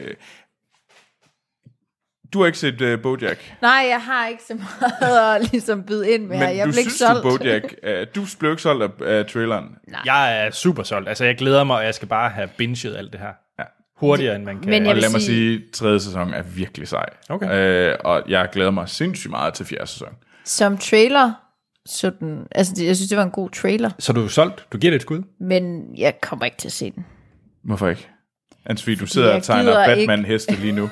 S2: Du har ikke set BoJack?
S3: Nej, jeg har ikke så meget at ligesom byde ind med.
S2: Men
S3: jeg
S2: du
S3: blev ikke
S2: synes,
S3: solgt.
S2: BoJack... du blev ikke solgt af traileren?
S1: Nej. Jeg er super solgt. Altså, jeg glæder mig, og jeg skal bare have binget alt det her. Ja. Hurtigere, end man kan.
S3: Men
S2: og lad mig sige, 3. sæson er virkelig sej.
S1: Okay.
S2: Og jeg glæder mig sindssygt meget til 4. sæson.
S3: Som trailer... Sådan, altså jeg synes, det var en god trailer.
S1: Så du er solgt? Du giver det et skud?
S3: Men jeg kommer ikke til at se den.
S2: Hvorfor ikke? Ansvi, du sidder og tegner Batman-heste lige nu.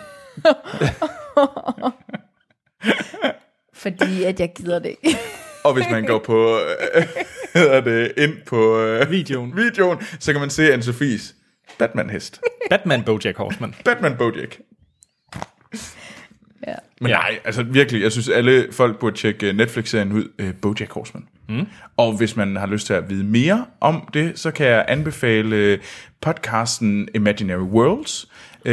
S3: Fordi at jeg gider det ikke.
S2: Og hvis man går på ind på videoen, så kan man se Anne-Sophies Batman-hest.
S1: Batman BoJack Horseman.
S2: Batman BoJack.
S3: Ja.
S2: Men nej, altså virkelig, jeg synes, alle folk burde tjekke Netflix-serien ud, BoJack Horseman. Og hvis man har lyst til at vide mere om det, så kan jeg anbefale podcasten Imaginary Worlds,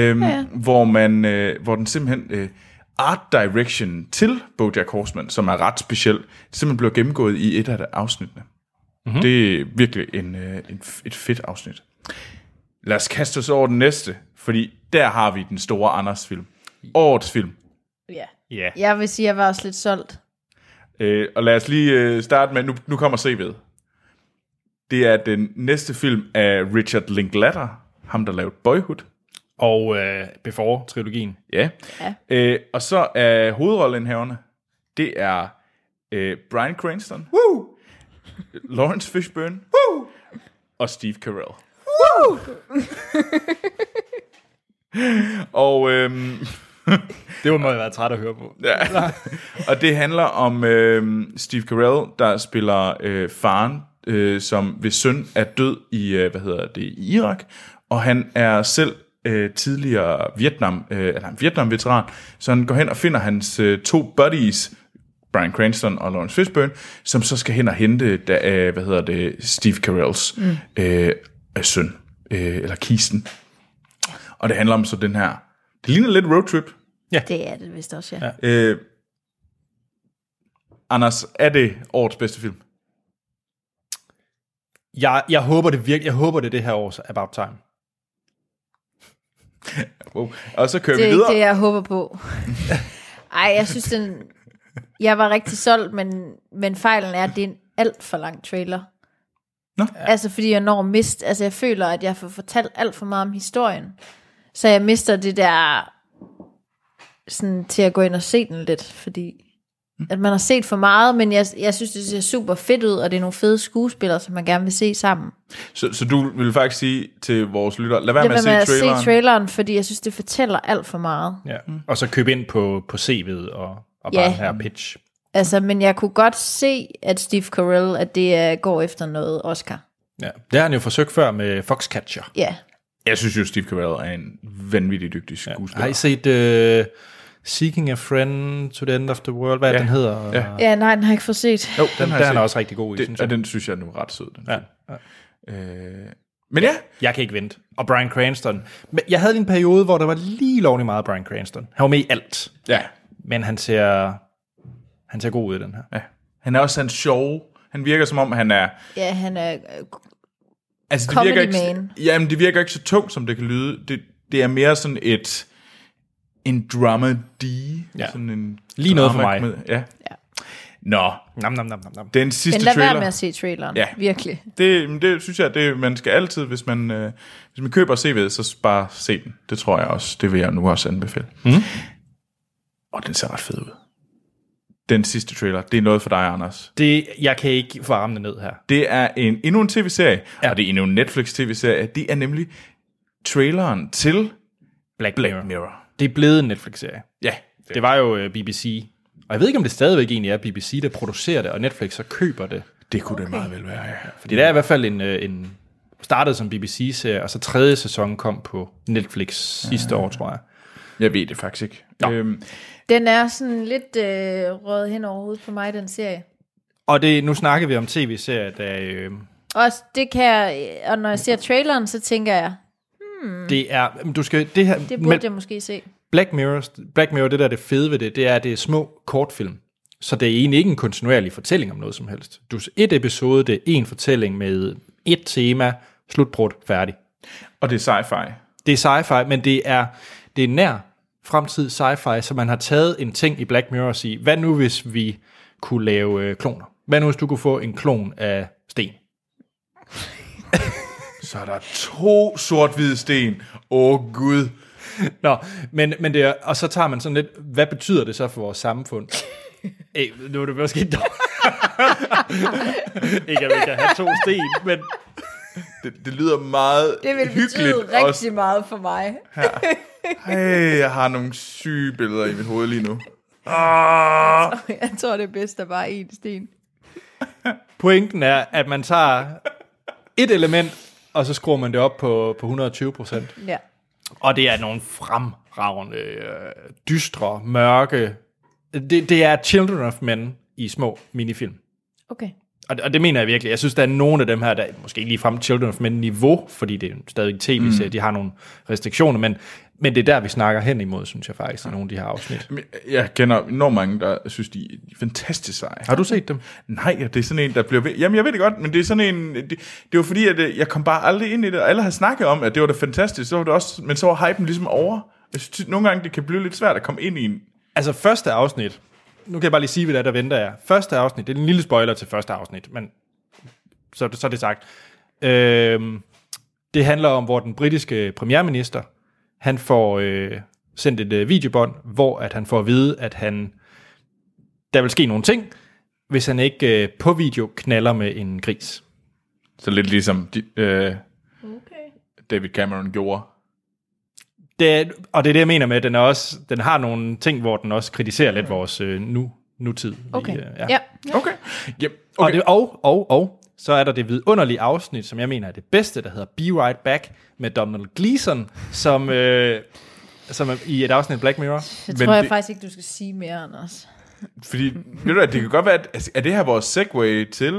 S2: hvor den simpelthen art direction til BoJack Horseman, som er ret speciel, simpelthen bliver gennemgået i et af afsnittene. Mm-hmm. Det er virkelig et fedt afsnit. Lad os kaste os over den næste, fordi der har vi den store Anders-film. Årets film.
S3: Ja.
S1: Ja.
S3: Jeg vil sige, at jeg var også lidt solgt.
S2: Og lad os lige starte med, nu kommer CV'et. Det er den næste film af Richard Linklater, ham der lavede Boyhood.
S1: Og Before-trilogien.
S2: Ja. Og så er hovedrolleindhaverne, det er Bryan Cranston, Lawrence Fishburne, og Steve Carell. Og
S1: Det må man være træt at høre på.
S2: ja. Og det handler om Steve Carell, der spiller faren, som ved søn er død i i Irak, og han er selv tidligere Vietnam-veteran, så han går hen og finder hans 2 buddies, Bryan Cranston og Lawrence Fishburne, som så skal hen og hente Steve Carells søn, eller kisten. Og det handler om så den her, det ligner lidt roadtrip.
S3: Ja. Det er det vist også, ja.
S2: Anders, er det årets bedste film?
S1: Jeg håber det virkelig. Jeg håber det er det her års About Time.
S2: Og så kører
S3: det
S2: vi
S3: er
S2: videre.
S3: ikke det, jeg håber på. Ej, jeg synes, jeg var rigtig solgt, men fejlen er, at det er en alt for lang trailer.
S2: Nå.
S3: Altså, fordi jeg når mist. Altså, jeg føler, at jeg får fortalt alt for meget om historien. Så jeg mister det der sådan, til at gå ind og se den lidt, fordi at man har set for meget, men jeg synes, det ser super fedt ud, og det er nogle fede skuespillere, som man gerne vil se sammen.
S2: Så du vil faktisk sige til vores lyttere, lad være med at se traileren.
S3: Se traileren, fordi jeg synes, det fortæller alt for meget.
S1: Ja. Og så køb ind på CV'et og bare den her pitch.
S3: Altså, men jeg kunne godt se, at Steve Carell, at det går efter noget Oscar.
S1: Ja. Det har han jo forsøgt før med Foxcatcher.
S3: Ja.
S2: Jeg synes jo, Steve Carell er en vanvittig dygtig skuespiller.
S1: Har I set Seeking a Friend to the End of the World? Hvad den hedder?
S3: Ja, nej, den har jeg ikke fået set.
S1: Jo, den er også rigtig god i, synes jeg.
S2: Og den synes jeg nu er ret sød. Den
S1: ja.
S2: Men ja.
S1: Jeg kan ikke vente. Og Bryan Cranston. Jeg havde en periode, hvor der var lige lovligt meget Bryan Cranston. Han var med i alt.
S2: Ja.
S1: Men han ser god ud i den her.
S2: Ja. Han er også en sjov. Han virker som om, han er...
S3: Ja, han er
S2: altså, det
S3: comedy
S2: virker ikke,
S3: man.
S2: Jamen, det virker ikke så tungt, som det kan lyde. Det er mere sådan en dramedy.
S1: Ja.
S2: Sådan en
S1: lige noget for mig.
S2: Ja. Nå.
S1: Nam.
S2: Den sidste
S3: trailer. Men lad
S2: trailer.
S3: være med at se traileren.
S2: Ja.
S3: Virkelig.
S2: Det synes jeg, man skal altid, hvis man køber CV'et, så bare se den. Det tror jeg også. Det vil jeg nu også anbefale. Og den ser ret fed ud. Den sidste trailer, det er noget for dig, Anders.
S1: Jeg kan ikke få armene ned her.
S2: Det er endnu en tv-serie, og det er endnu en Netflix-tv-serie. Det er nemlig traileren til
S1: Black Mirror. Det er blevet en Netflix-serie.
S2: Ja.
S1: Det var jo BBC. Og jeg ved ikke, om det stadigvæk egentlig er BBC, der producerer det, og Netflix så køber det.
S2: Det kunne det meget vel være, ja.
S1: Fordi det er i hvert fald en startede som BBC-serie, og så 3. sæson kom på Netflix sidste år, tror jeg. Jeg
S2: ved det faktisk ikke.
S3: Den er sådan lidt røget hen over hovedet på mig, den serie.
S1: Og nu snakker vi om tv-serier, der...
S3: Også det kan jeg, og når jeg ser traileren, så tænker jeg,
S1: det er... Du skal, det
S3: burde jeg måske se.
S1: Black Mirror, det der er det fede ved det er, at det er små kortfilm. Så det er egentlig ikke en kontinuerlig fortælling om noget som helst. Et episode, det er en fortælling med et tema, slutbrud, færdig.
S2: Og det er sci-fi.
S1: Det er sci-fi, men det er nær fremtid sci-fi, så man har taget en ting i Black Mirror og sige, hvad nu hvis vi kunne lave kloner? Hvad nu hvis du kunne få en klon af sten?
S2: Så er der 2 sort-hvide sten. Gud.
S1: Nå, men det er, og så tager man sådan lidt, hvad betyder det så for vores samfund? Nu er det måske ikke at vi kan have 2 sten, men...
S2: Det lyder meget hyggeligt.
S3: Det vil betyde rigtig meget for mig.
S2: Hey, jeg har nogle syge billeder i mit hoved lige nu.
S3: Jeg tror, det er bedst at bare en sten.
S1: Pointen er, at man tager et element, og så skruer man det op på 120%.
S3: Ja.
S1: Og det er nogle fremragende, dystre, mørke... Det er Children of Men i små minifilm.
S3: Okay.
S1: Og det mener jeg virkelig. Jeg synes, der er nogle af dem her, der måske ikke ligefrem Children of Men niveau, fordi det er stadig tv-serie, de har nogle restriktioner, men det er der, vi snakker hen imod, synes jeg faktisk, i nogle af de her afsnit.
S2: Jeg kender enormt mange, der synes, de er fantastisk seje.
S1: Har du set dem?
S2: Nej, det er sådan en, der bliver ved. Jamen, jeg ved det godt, men det er sådan en... Det var fordi, at jeg kom bare aldrig ind i det, og alle havde snakket om, at det var da fantastisk, så var det også, men så var hypen ligesom over. Jeg synes, nogle gange, det kan blive lidt svært at komme ind i en...
S1: Altså, første afsnit, nu kan jeg bare lige sige, hvad der venter jer. Første afsnit, det er en lille spoiler til første afsnit, men så er det sagt. Det handler om, hvor den britiske premierminister, han får sendt et videobånd, hvor at han får at vide, at der vil ske nogle ting, hvis han ikke på video knaller med en gris.
S2: Så lidt ligesom David Cameron gjorde.
S1: Og det er det, jeg mener med, at den har nogle ting, hvor den også kritiserer lidt vores nutid.
S3: Okay.
S1: Ja.
S2: Okay. Yep. Okay.
S1: Og så er der det vidunderlige afsnit, som jeg mener er det bedste, der hedder Be Right Back, med Donald Gleeson, som er i et afsnit Black Mirror.
S3: Jeg tror jeg faktisk ikke, du skal sige mere, Anders.
S2: Fordi, ved du hvad, det kan godt være, at det her vores segue til...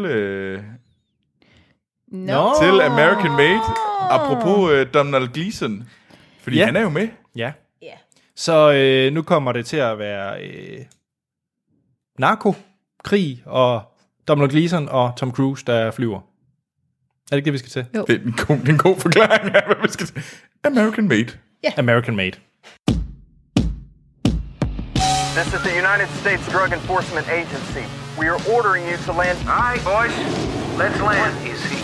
S2: til American Made, apropos Donald Gleeson. Fordi han er jo med.
S1: Ja. Så nu kommer det til at være narko, krig og Donald Gleeson og Tom Cruise, der flyver. Er det ikke det, vi skal til?
S3: Jo.
S2: Det er en god forklaring af, hvad vi skal til. American Made.
S3: Yeah.
S1: American Made.
S6: This is the United States Drug Enforcement Agency. We are ordering you to land...
S5: All right, boys, let's land.
S4: Is he?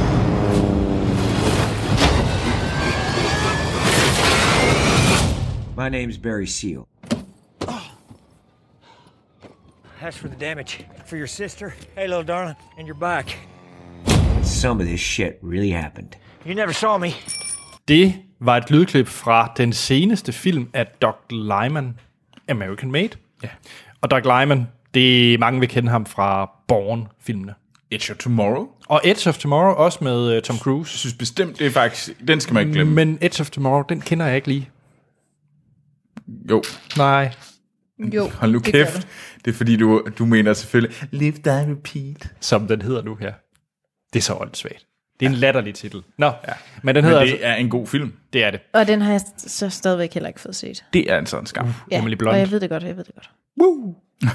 S8: My name's Barry Seal.
S9: That's for the damage. For your sister, hey little darling, and your back.
S8: Some of this shit really happened.
S9: You never saw me.
S1: Det var et lydklip fra den seneste film af Doug Liman, American Made. Ja. Og Doug Liman, mange vil kende ham fra Bourne-filmene.
S2: Edge of Tomorrow.
S1: Og Edge of Tomorrow også med Tom Cruise.
S2: Jeg synes bestemt, det er faktisk... Den skal man ikke glemme.
S1: Men Edge of Tomorrow, den kender jeg ikke lige.
S2: Jo.
S1: Nej.
S3: Jo,
S2: hold nu kæft. Det er fordi, du mener selvfølgelig... Live, Die, Repeat.
S1: Som den hedder nu her. Det er så åndssvagt. Det er en latterlig titel. Nå, ja. Men
S2: det er en god film.
S1: Det er det.
S3: Og den har jeg så stadigvæk heller ikke fået set.
S2: Det er en sådan skam.
S3: Ja,
S1: Emily Blunt.
S3: og jeg ved det godt.
S1: Woo!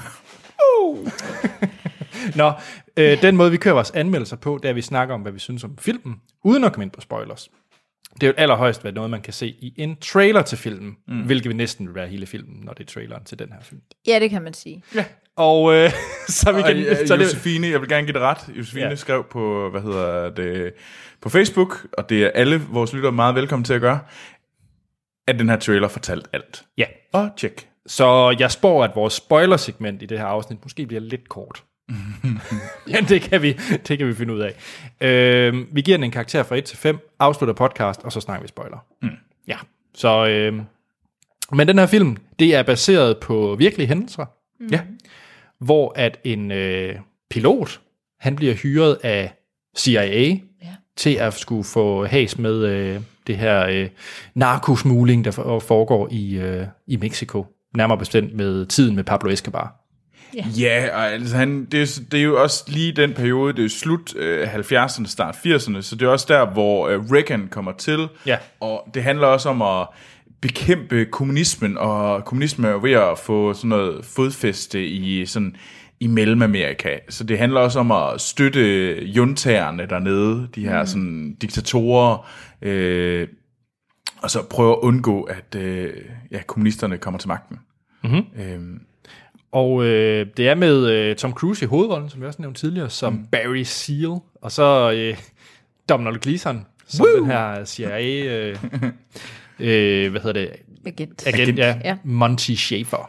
S1: Nå, den måde, vi kører vores anmeldelser på, det er, at vi snakker om, hvad vi synes om filmen, uden at komme ind på spoilers. Det er jo allerhøjst været noget, man kan se i en trailer til filmen, hvilket vil næsten være hele filmen, når det er traileren til den her film.
S3: Ja, det kan man sige.
S1: Ja. Og så vi kan...
S2: Josefine, jeg vil gerne give det ret. Josefine skrev på, på Facebook, og det er alle vores lyttere meget velkommen til at gøre, at den her trailer fortalt alt.
S1: Ja.
S2: Og tjek.
S1: Så jeg spår, at vores spoilersegment i det her afsnit måske bliver lidt kort. Ja, det kan vi finde ud af. Vi giver den en karakter fra 1 til 5, afslutter podcast, og så snakker vi spoiler. Ja, så... men den her film, det er baseret på virkelige hændelser. Ja. Hvor at en pilot, han bliver hyret af CIA til at skulle få has med det her narkosmugling, der foregår i Mexico. Nærmere bestemt med tiden med Pablo Escobar.
S2: Ja, og altså det er jo også lige den periode, det er slut 70'erne, start 80'erne, så det er også der, hvor Reagan kommer til, og det handler også om at bekæmpe kommunismen, og kommunismen er jo ved at få sådan noget fodfæste i Mellemamerika, så det handler også om at støtte juntaerne dernede, de her sådan diktatorer, og så prøve at undgå, at kommunisterne kommer til magten.
S1: Og det er med Tom Cruise i hovedrollen, som vi også nævnte tidligere, som Barry Seal, og så Donald Gleeson, som den her CIA, hvad hedder det? Agent, ja. Monty Schaefer.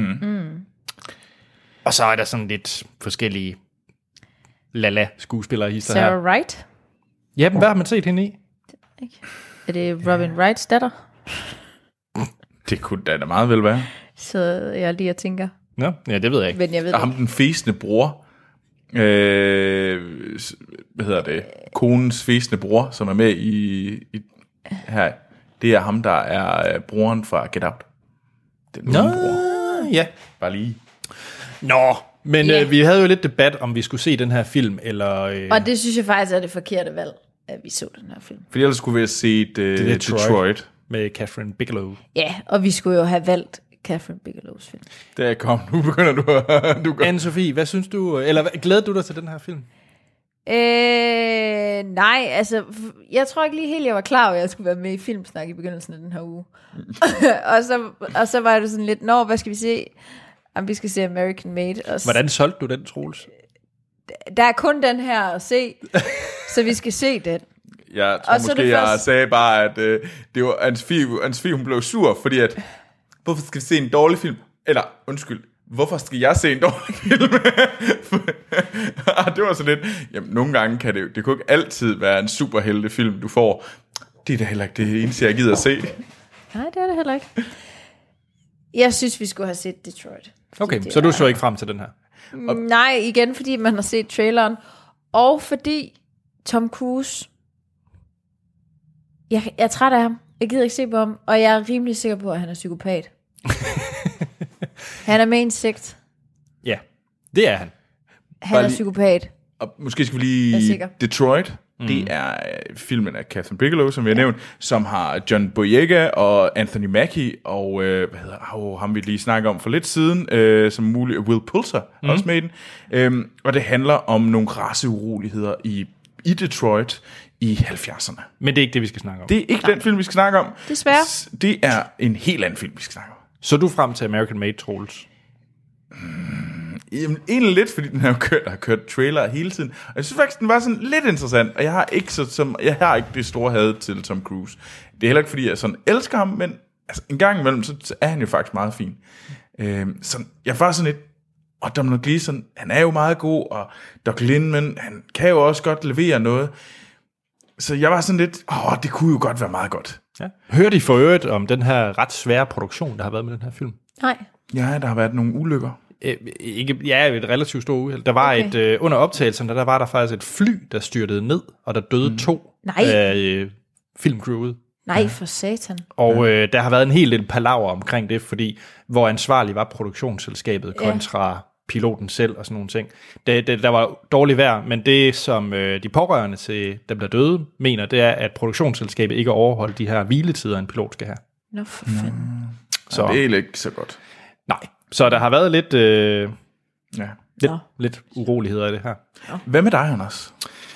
S1: Og så er der sådan lidt forskellige skuespillere i hister her.
S3: Sarah Wright?
S1: Ja, men hvad har man set hende i?
S3: Er det Robin Wrights datter?
S2: Det kunne da meget vel være.
S3: Så jeg lige og tænker.
S1: Nå, ja, det ved jeg ikke.
S3: Men jeg ved
S2: og ham den fæsende bror, hvad hedder det? Konens fæsende bror, som er med i her. Det er ham, der er broren fra Get Out. Den bror.
S1: Ja.
S2: Bare lige.
S1: Nå, Men vi havde jo lidt debat, om vi skulle se den her film, eller...
S3: Og det synes jeg faktisk er det forkerte valg, at vi så den her film.
S2: Fordi ellers skulle vi have set Detroit.
S1: Med Catherine Bigelow.
S3: Ja, og vi skulle jo have valgt Catherine Bigelows film.
S2: Der kom, nu begynder du
S1: Anne-Sophie, hvad synes du, eller glæder du dig til den her film?
S3: Nej, altså, jeg tror ikke lige helt, jeg var klar over, at jeg skulle være med i Filmsnak i begyndelsen af den her uge. og så var det sådan lidt, hvad skal vi se? Jamen, vi skal se American Made.
S1: Hvordan solgte du den, Troels?
S3: Der er kun den her at se, så vi skal se den.
S2: Jeg tror måske, jeg sagde bare, at det var Anne-Sophie, hun blev sur, fordi at, hvorfor skal vi se en dårlig film? Eller, undskyld, hvorfor skal jeg se en dårlig film? Det var så lidt, jamen nogle gange kan det kunne ikke altid være en superheltefilm, du får. Det er da heller ikke det eneste, jeg gider at se.
S3: Nej, det er det heller ikke. Jeg synes, vi skulle have set Detroit.
S1: Okay, så du så ikke frem til den her?
S3: Nej, igen, fordi man har set traileren, og fordi Tom Cruise, jeg er træt af ham. Jeg gider ikke se på ham, og jeg er rimelig sikker på, at han er psykopat. Han er med insekt.
S1: Ja, det er han.
S3: Han er psykopat.
S2: Og måske skal vi lige... Detroit, det er filmen af Catherine Bigelow, som vi har nævnt, som har John Boyega og Anthony Mackie, og ham vi lige snakkede om for lidt siden, som muligt Will Poulter, også med i den. Og det handler om nogle raceuroligheder i Detroit i 70'erne.
S1: Men det er ikke det, vi skal snakke om.
S2: Det er ikke den film, vi skal snakke om.
S3: Desværre.
S2: Det er en helt anden film, vi skal snakke om.
S1: Så du frem til American Made, Troels?
S2: Egentlig lidt, fordi den har kørt trailer hele tiden. Og jeg synes faktisk, den var sådan lidt interessant. Og jeg har ikke det store had til Tom Cruise. Det er heller ikke, fordi jeg sådan elsker ham, men altså, en gang imellem, så er han jo faktisk meget fin. Så jeg var sådan lidt, og Domhnall Gleeson, han er jo meget god, og Doug Liman, han kan jo også godt levere noget. Så jeg var sådan lidt, det kunne jo godt være meget godt.
S1: Ja. Hørte I for øvrigt om den her ret svære produktion, der har været med den her film?
S3: Nej.
S2: Ja, der har været nogle ulykker.
S1: Et relativt stort uheld. Der var under optagelserne, der var der faktisk et fly, der styrtede ned, og der døde 2 af filmcrewet.
S3: Nej, for satan.
S1: Og der har været en helt del palaver omkring det, fordi hvor ansvarlig var produktionsselskabet kontra piloten selv og sådan nogle ting. Der var dårligt vejr, men det som de pårørende til dem, der døde, mener, det er, at produktionsselskabet ikke overholdt de her hviletider, en pilot skal have.
S3: Nå for fanden.
S2: Så det er ikke så godt.
S1: Nej, så der har været lidt uroligheder i det her.
S2: Hvad med dig, Anders?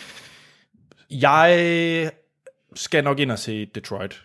S1: Jeg skal nok ind og se Detroit.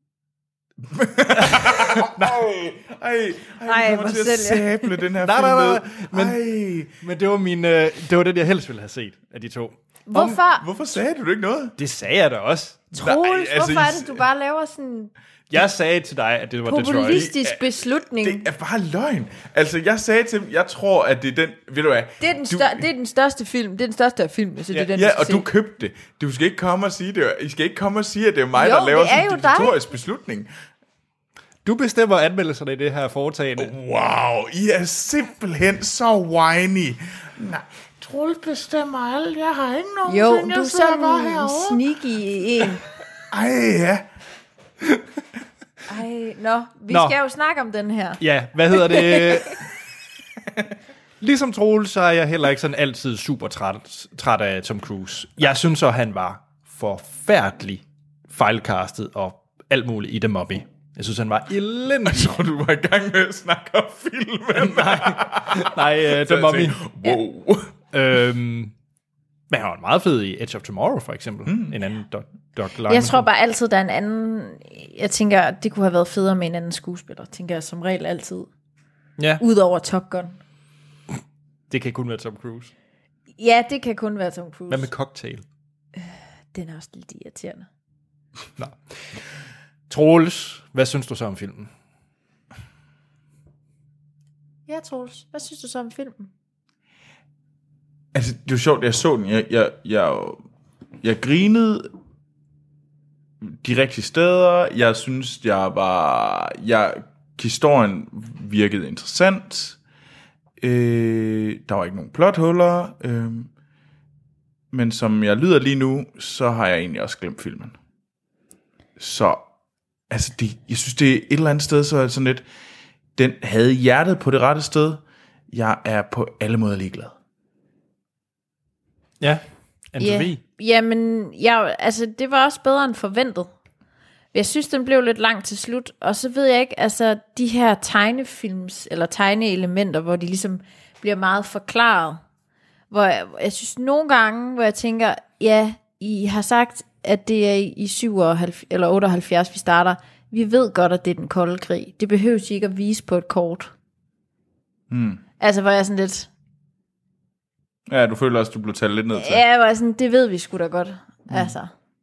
S2: Nej, hvor sæble den her film med.
S1: Men det var det jeg helst ville have set af de to.
S2: Hvorfor sagde du ikke noget?
S1: Det sagde jeg da også.
S3: Troels, hvorfor er det, du bare laver sådan...
S1: Jeg sagde til dig, at det var Detroit.
S3: Populistisk beslutning.
S2: Det er bare løgn. Altså, jeg sagde til dem, jeg tror, at det er den... Ved du hvad?
S3: Det er den største film. Det er den største af film. Så det er den,
S2: og du købte det. Du skal ikke komme og sige det. I skal ikke komme og sige, at det er mig, der laver sådan en diktatorisk beslutning.
S1: Du bestemmer anmeldelserne i det her foretagende.
S2: Wow, I er simpelthen så whiny. Nej, Troels bestemmer alt. Jeg har ikke nogen ting,
S3: du er sådan sneaky en.
S2: Ja.
S3: Vi skal jo snakke om den her.
S1: Ja, hvad hedder det? Ligesom Troels, så er jeg heller ikke sådan altid super træt af Tom Cruise. Jeg synes så, han var forfærdelig fejlcastet og alt muligt i The Mummy. Jeg synes, han var elendig.
S2: Jeg tror, du var i gang med at snakke om filmen.
S1: Nej, The Mummy.
S2: Wow.
S1: Men han var meget fed i Edge of Tomorrow, for eksempel. En anden Doug Liman.
S3: Jeg tror bare altid, der er en anden... Jeg tænker, det kunne have været federe med en anden skuespiller. Tænker jeg som regel altid.
S1: Ja.
S3: Udover Top Gun.
S1: Det kan kun være Tom Cruise.
S3: Ja, det kan kun være Tom Cruise.
S1: Hvad med Cocktail?
S3: Den er også lidt irriterende.
S1: Nå. Troels, hvad synes du så om filmen?
S3: Ja, Troels, hvad synes du så om filmen?
S2: Altså, det var sjovt, jeg så den. Jeg grinede de rigtige steder. Jeg synes, historien virkede interessant. Der var ikke nogen plothuller. Men som jeg lyder lige nu, så har jeg egentlig også glemt filmen. Så, altså, jeg synes, det er et eller andet sted, så er det sådan lidt, den havde hjertet på det rette sted. Jeg er på alle måder ligeglad.
S1: Ja, Anne-Sophie.
S3: Jamen, altså, det var også bedre end forventet. Jeg synes, den blev lidt lang til slut, og så ved jeg ikke, altså, de her tegnefilms, eller tegneelementer, hvor de ligesom bliver meget forklaret, hvor jeg synes nogle gange, hvor jeg tænker, ja, I har sagt, at det er i 77 eller 78, vi starter. Vi ved godt, at det er den kolde krig. Det behøves ikke at vise på et kort. Altså, hvor jeg sådan lidt...
S2: Ja, du føler også, du blev talt lidt ned til.
S3: Ja, hvor jeg sådan, det ved vi sgu da godt. Altså...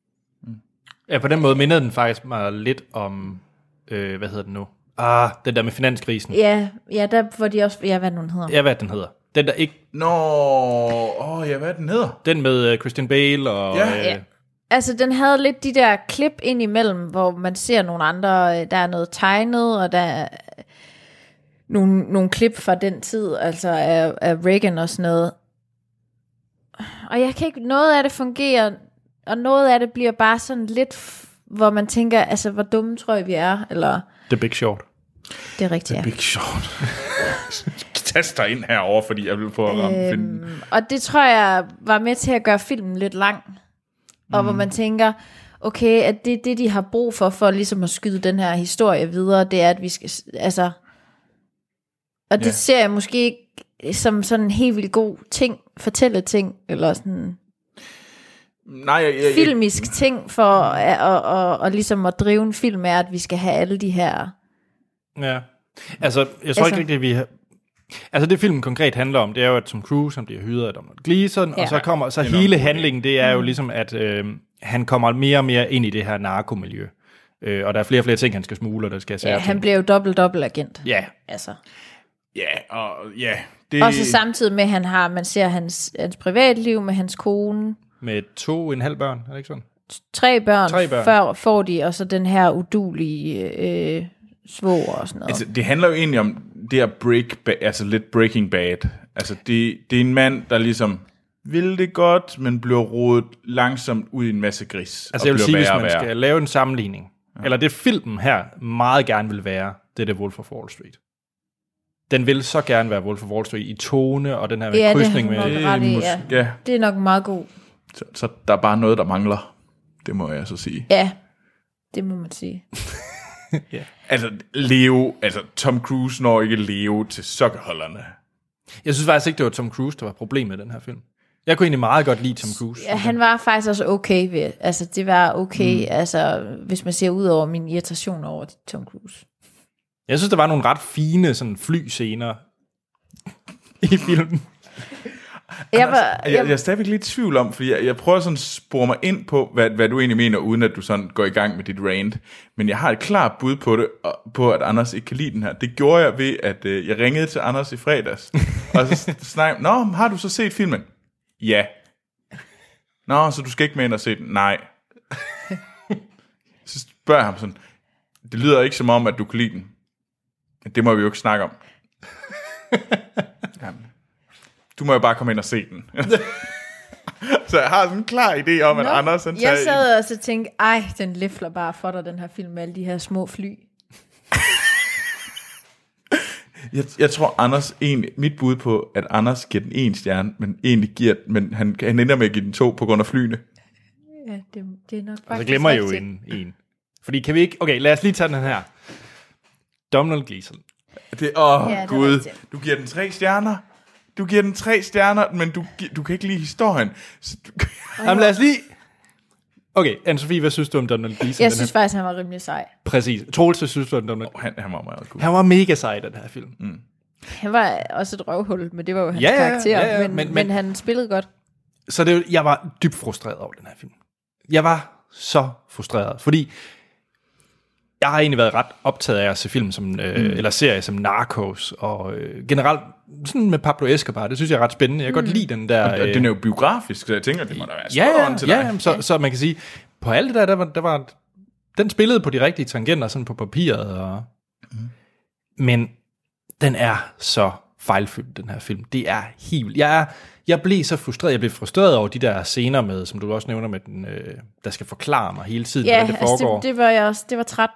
S1: Ja, på den måde mindede den faktisk mig lidt om, hvad hedder den nu? Den der med finanskrisen.
S3: Ja, der hvor de også, hvad den hedder.
S1: Ja, hvad den hedder. Den der ikke...
S2: Hvad den hedder?
S1: Den med Christian Bale og...
S2: Ja.
S3: Altså, den havde lidt de der klip ind imellem, hvor man ser nogle andre, der er noget tegnet, og der er nogle klip fra den tid, altså af Reagan og sådan noget. Og jeg kan ikke, noget af det fungerer, og noget af det bliver bare sådan lidt, hvor man tænker, altså, hvor dumme tror jeg, vi er, eller...
S1: The Big Short.
S3: Det er rigtigt,
S2: The Big Short. Taster ind herover, fordi jeg vil på at ramme filmen.
S3: Og det tror jeg var med til at gøre filmen lidt lang. Og hvor man tænker, okay, at det de har brug for ligesom at skyde den her historie videre, det er, at vi skal, altså... Og det ser jeg måske ikke som sådan en helt vildt god ting, fortælleting, eller sådan...
S2: Nej,
S3: filmisk ting for at ligesom at drive en film er, at vi skal have alle de her...
S1: Ja, altså, jeg tror ikke rigtigt, vi har... Altså, det filmen konkret handler om, det er jo, at Tom Cruise, han bliver hyret af Donald Gleeson, og så kommer... Så hele handlingen, det er jo ligesom, at han kommer mere og mere ind i det her narkomiljø. Og der er flere og flere ting, han skal smugle, og der skal...
S3: Ja, han bliver jo dobbelt agent.
S1: Ja.
S3: Altså...
S2: Ja, og ja... Det...
S3: Også samtidig med, at man ser hans privatliv med hans kone.
S1: Med 2,5 børn, er det ikke sådan?
S3: 3 børn. Før får de, og så den her udulige svoger og sådan noget.
S2: Altså, det handler jo egentlig om det her altså lidt Breaking Bad. Altså, det er en mand, der ligesom vil det godt, men bliver rodet langsomt ud i en masse gris.
S1: Altså, jeg vil sige, hvis man skal lave en sammenligning, eller det filmen her meget gerne vil være, det er The Wolf of Wall Street. Den vil så gerne være Wolf of Wall Street i tone, og den her krydsning med...
S3: Ja, det er nok meget god.
S2: Så der er bare noget, der mangler. Det må jeg så sige.
S3: Ja, det må man sige.
S2: Altså, Tom Cruise når ikke Leo til sokkeholderne.
S1: Jeg synes faktisk ikke, det var Tom Cruise, der var problemet i den her film. Jeg kunne egentlig meget godt lide Tom Cruise.
S3: Ja, han var faktisk også okay ved. Altså, det var okay, altså, hvis man ser ud over min irritation over Tom Cruise.
S1: Jeg synes, der var nogle ret fine sådan flyscener i filmen.
S2: Jeg er stadigvæk lidt i tvivl om, fordi jeg prøver sådan at spore mig ind på, hvad du egentlig mener, uden at du sådan går i gang med dit rant. Men jeg har et klart bud på det, på at Anders ikke kan lide den her. Det gjorde jeg ved, at jeg ringede til Anders i fredags, og så snakkede, nå, har du så set filmen? Ja. Nå, så du skal ikke med ind og se den? Nej. Så spørger jeg ham sådan, det lyder ikke som om, at du kan lide den. Det må vi jo ikke snakke om. Jamen. Du må jo bare komme ind og se den. Så jeg har sådan en klar idé om, at Anders...
S3: Jeg sad og så tænkte, den lifler bare for dig, den her film med alle de her små fly.
S2: Jeg tror, Anders... mit bud på, at Anders giver den 1 stjerne, men han ender med at give den 2 på grund af flyene.
S3: Ja, det er nok faktisk...
S1: Og så glemmer jo en. Fordi kan vi ikke... Okay, lad os lige tage den her. Donald Gleeson.
S2: Gud. Du giver den 3 stjerner. Du giver den 3 stjerner, men du kan ikke lide historien.
S1: Jamen lad os lige... Okay, Anne-Sophie, hvad synes du om Donald Gleeson?
S3: Jeg synes faktisk, han var rimelig sej.
S1: Præcis. Troels, hvad synes du om Donald?
S2: Han var meget cool.
S1: Han var mega sej i den her film.
S3: Han var også et røvhul, men det var jo hans karakter. Men han spillede godt.
S1: Så jeg var dybt frustreret over den her film. Jeg var så frustreret, fordi... Jeg har egentlig været ret optaget af at se film som, eller serie som Narcos, og generelt sådan med Pablo Escobar, det synes jeg er ret spændende. Jeg kan godt lide den der...
S2: Og den er jo biografisk, så jeg tænker, det må da være spørgeren til dig.
S1: Så man kan sige, på alt det der var den spillede på de rigtige tangenter, sådan på papiret, og, men den er så fejlfyldt, den her film. Det er helt... Jeg blev så frustreret. Jeg blev frustreret over de der scener med, som du også nævner med den, der skal forklare mig hele tiden, hvad det foregår.
S3: Det var jeg også. Det var 13.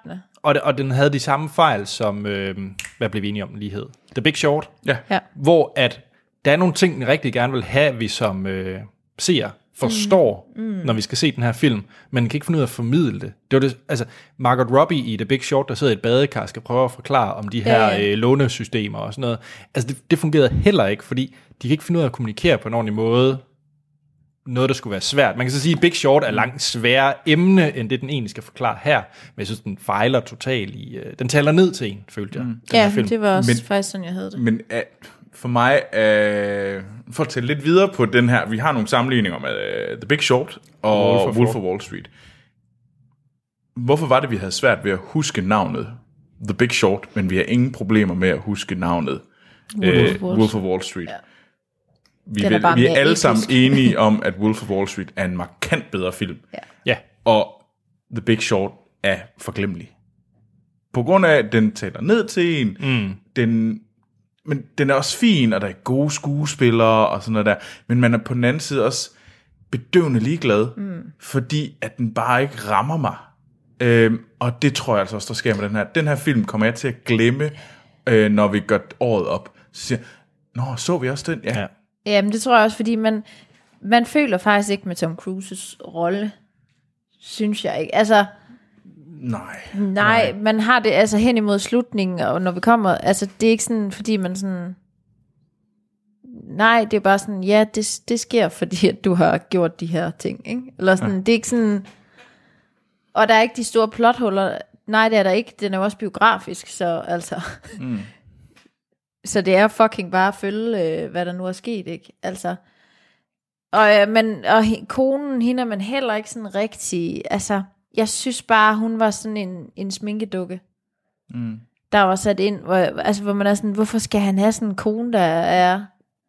S1: Og den havde de samme fejl som, hvad blev vi enige om den lige hed? The Big Short.
S3: Ja.
S1: Hvor at der er nogle ting, den rigtig gerne vil have, vi som seer forstår, når vi skal se den her film, men den kan ikke finde ud af at formidle det. Det var det, altså Margot Robbie i The Big Short, der sidder i et badekar, skal prøve at forklare om de her lånesystemer og sådan noget. Altså det fungerede heller ikke, fordi de kan ikke finde ud af at kommunikere på en ordentlig måde. Noget, der skulle være svært. Man kan så sige, at Big Short er langt sværere emne, end det den egentlig skal forklare her. Men jeg synes, den fejler totalt i... den taler ned til en, følte jeg.
S3: Ja, det var også faktisk sådan, jeg havde det.
S2: Men for mig, for at tælle lidt videre på den her, vi har nogle sammenligninger med The Big Short og Wolf of Wall Street. Hvorfor var det, vi havde svært ved at huske navnet The Big Short, men vi har ingen problemer med at huske navnet Wolf of Wall Street? Ja. Vi er alle sammen enige om, at Wolf of Wall Street er en markant bedre film.
S1: Ja.
S2: Og The Big Short er forglemmelig. På grund af, at den taler ned til en, men den er også fin, og der er gode skuespillere og sådan noget der. Men man er på den anden side også bedøvende ligeglad, fordi at den bare ikke rammer mig. Og det tror jeg altså også, der sker med den her. Den her film kommer jeg til at glemme, når vi gør året op. Så siger jeg, så vi også den? Ja.
S3: Jamen, det tror jeg også, fordi man føler faktisk ikke med Tom Cruises rolle, synes jeg ikke. Altså, nej, man har det altså hen imod slutningen, og når vi kommer, altså det er ikke sådan, fordi man sådan, nej, det er bare sådan, ja, det sker, fordi at du har gjort de her ting, ikke? Eller sådan, det er ikke sådan, og der er ikke de store plothuller, nej, det er der ikke, den er jo også biografisk, så altså... Så det er fucking bare at følge, hvad der nu er sket, ikke? Altså, og konen, hende er man heller ikke sådan rigtig, altså, jeg synes bare, hun var sådan en sminkedukke, der var sat ind, hvor man er sådan, hvorfor skal han have sådan en kone, der er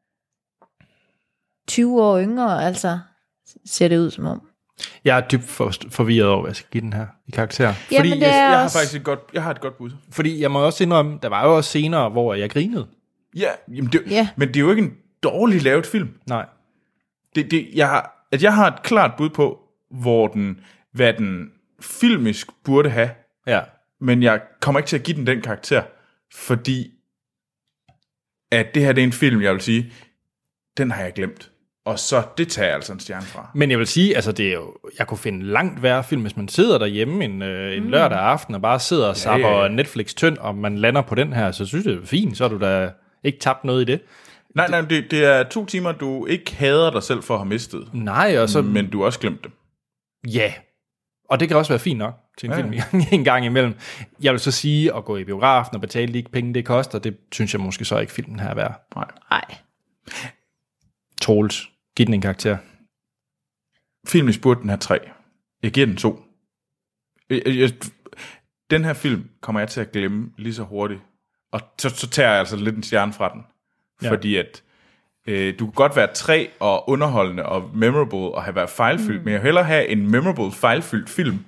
S3: 20 år yngre, altså, ser det ud som om.
S1: Jeg er dybt forvirret over, hvad jeg skal give den her i karakter.
S3: Fordi
S2: jeg har faktisk et godt bud.
S1: Fordi jeg må også indrømme, der var jo også scener, hvor jeg grinede.
S2: Ja, men det er jo ikke en dårlig lavet film.
S1: Nej.
S2: Jeg har et klart bud på, hvad den filmisk burde have.
S1: Ja.
S2: Men jeg kommer ikke til at give den karakter, fordi at det her det er en film, jeg vil sige, den har jeg glemt. Og så, det tager jeg altså en stjerne fra.
S1: Men jeg vil sige, altså det er jo, jeg kunne finde langt værre film, hvis man sidder derhjemme en lørdag aften, og bare sidder og zapper Netflix tynd, og man lander på den her, så synes jeg, det er fint, så har du da ikke tabt noget i det.
S2: Nej, det er 2 timer, du ikke hader dig selv for at have mistet.
S1: Nej, og så...
S2: Men du også glemt dem.
S1: Ja, og det kan også være fint nok til en film en gang imellem. Jeg vil så sige, at gå i biografen og betale de penge, det koster, det synes jeg måske så ikke filmen her er værd.
S3: Nej.
S1: Troels, giv den en karakter.
S2: Filmen burde den have 3. Jeg giver den 2. Den her film kommer jeg til at glemme lige så hurtigt. Og så tager jeg altså lidt en stjerne fra den. Ja. Fordi at du kan godt være 3 og underholdende og memorable og have været fejlfyldt, men jeg vil hellere have en memorable, fejlfyldt film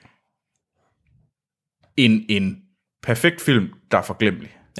S2: end en perfekt film, der er forglemmelig.
S1: Ja.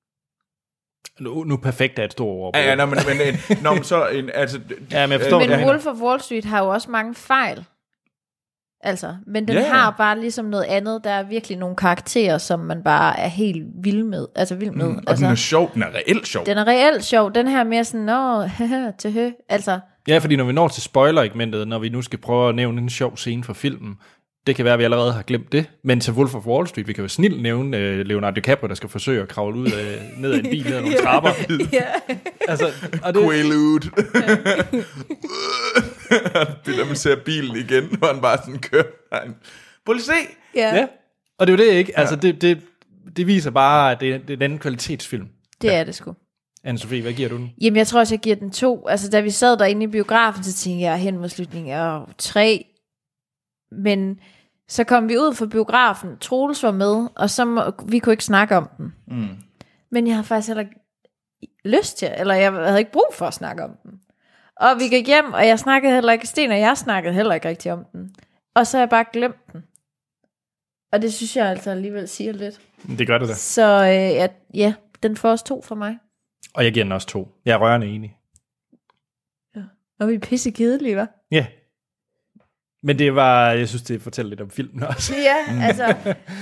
S1: Nu perfekt er et stort ord.
S2: Ja, men så en... Altså,
S1: ja, men jeg forstår,
S3: men Wolf of Wall Street har jo også mange fejl. Altså, men den har bare ligesom noget andet. Der er virkelig nogle karakterer, som man bare er helt vild med. Altså vild med.
S2: Og den er sjov. Den er reelt sjov.
S3: Den er reelt sjov. Den her mere sådan, altså.
S1: Ja, fordi når vi når til spoiler-segmentet, når vi nu skal prøve at nævne en sjov scene fra filmen, det kan være, at vi allerede har glemt det. Men til Wolf of Wall Street, vi kan jo snilt nævne Leonardo DiCaprio, der skal forsøge at kravle ud ned ad en bil, ned ad nogle trapper. Altså, og det...
S2: Quaalude. Det man ser bilen igen, hvor han bare sådan kører. Politi!
S1: Ja. Og det er jo det, ikke? Altså, det viser bare, at det er en anden kvalitetsfilm.
S3: Det er det sgu.
S1: Anne-Sophie, hvad giver du den?
S3: Jamen, jeg tror også, jeg giver den 2. Altså, da vi sad derinde i biografen, så tænkte jeg hen mod slutningen, 3. Men så kom vi ud fra biografen, Troels var med, og så vi kunne ikke snakke om den. Men jeg har faktisk heller ikke lyst til, eller jeg havde ikke brug for at snakke om den. Og vi gik hjem, og jeg snakkede heller ikke, Sten og jeg snakkede heller ikke rigtig om den. Og så har jeg bare glemt den. Og det synes jeg altså alligevel siger lidt.
S1: Det gør det da.
S3: Så ja, den får også 2 fra mig.
S1: Og jeg giver den også 2. Jeg er rørende enig.
S3: Ja. Og vi er pisse kedelige, hva'?
S1: Ja. Men det var, jeg synes, det fortæller lidt om filmen også.
S3: Ja, altså.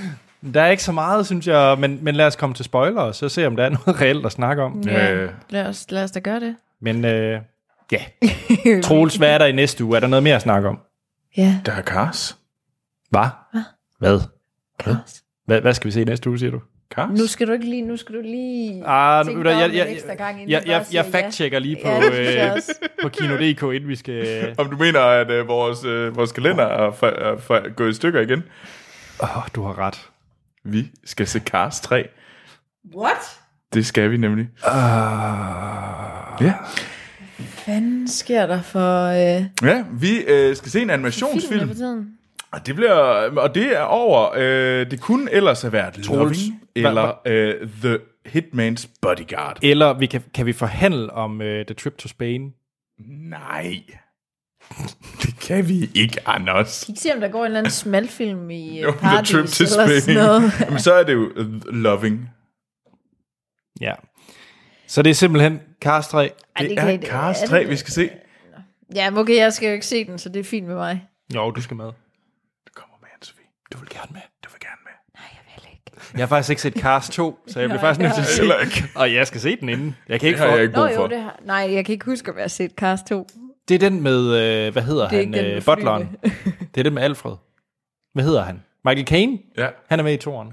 S1: Der er ikke så meget, synes jeg, men lad os komme til spoiler, og så se, om der er noget reelt at snakke om.
S3: Ja, lad os da gøre det.
S1: Men ja, Troels, hvad er der i næste uge? Er der noget mere at snakke om?
S3: Ja.
S2: Der er Cars.
S1: Hvad?
S3: Cars.
S1: Hvad skal vi se i næste uge, siger du?
S2: Cars?
S3: Nu skal du lige
S1: tænke
S3: dig om en ekstra gang, inden
S1: jeg fact-checker lige på, på Kino.dk, inden vi skal...
S2: Om du mener, at vores kalender er gået i stykker igen?
S1: Du har ret.
S2: Vi skal se Cars 3.
S3: What?
S2: Det skal vi nemlig. Ja.
S3: Hvad fanden sker der for...
S2: Ja, vi skal se en animationsfilm. Og det er over. Det kunne ellers have været Loving, eller The Hitman's Bodyguard.
S1: Eller kan vi forhandle om The Trip to Spain?
S2: Nej. Det kan vi ikke, Anders.
S3: Kan ikke se, om der går en eller anden smalfilm i
S2: The
S3: Paradis
S2: Trip to
S3: eller sådan noget.
S2: Jamen, så er det jo Loving.
S1: Ja. Så det er simpelthen Cars 3.
S2: Det er Cars 3, vi skal se.
S3: Ja, okay, jeg skal jo ikke se den, så det er fint med mig.
S1: Jo, du skal med.
S2: Du kommer med, Anne-Sophie.
S1: Du vil gerne med.
S3: Nej, jeg vil ikke.
S1: Jeg har faktisk ikke set Cars 2, så jeg bliver faktisk nødt til at se. Og jeg skal se den inden. Jeg kan ikke få...
S3: Nej, jeg kan ikke huske, at jeg har set Cars 2.
S1: Det er den med, hvad hedder han, butleren. Det er den med Alfred. Hvad hedder han? Michael Caine?
S2: Ja.
S1: Han er med i toren.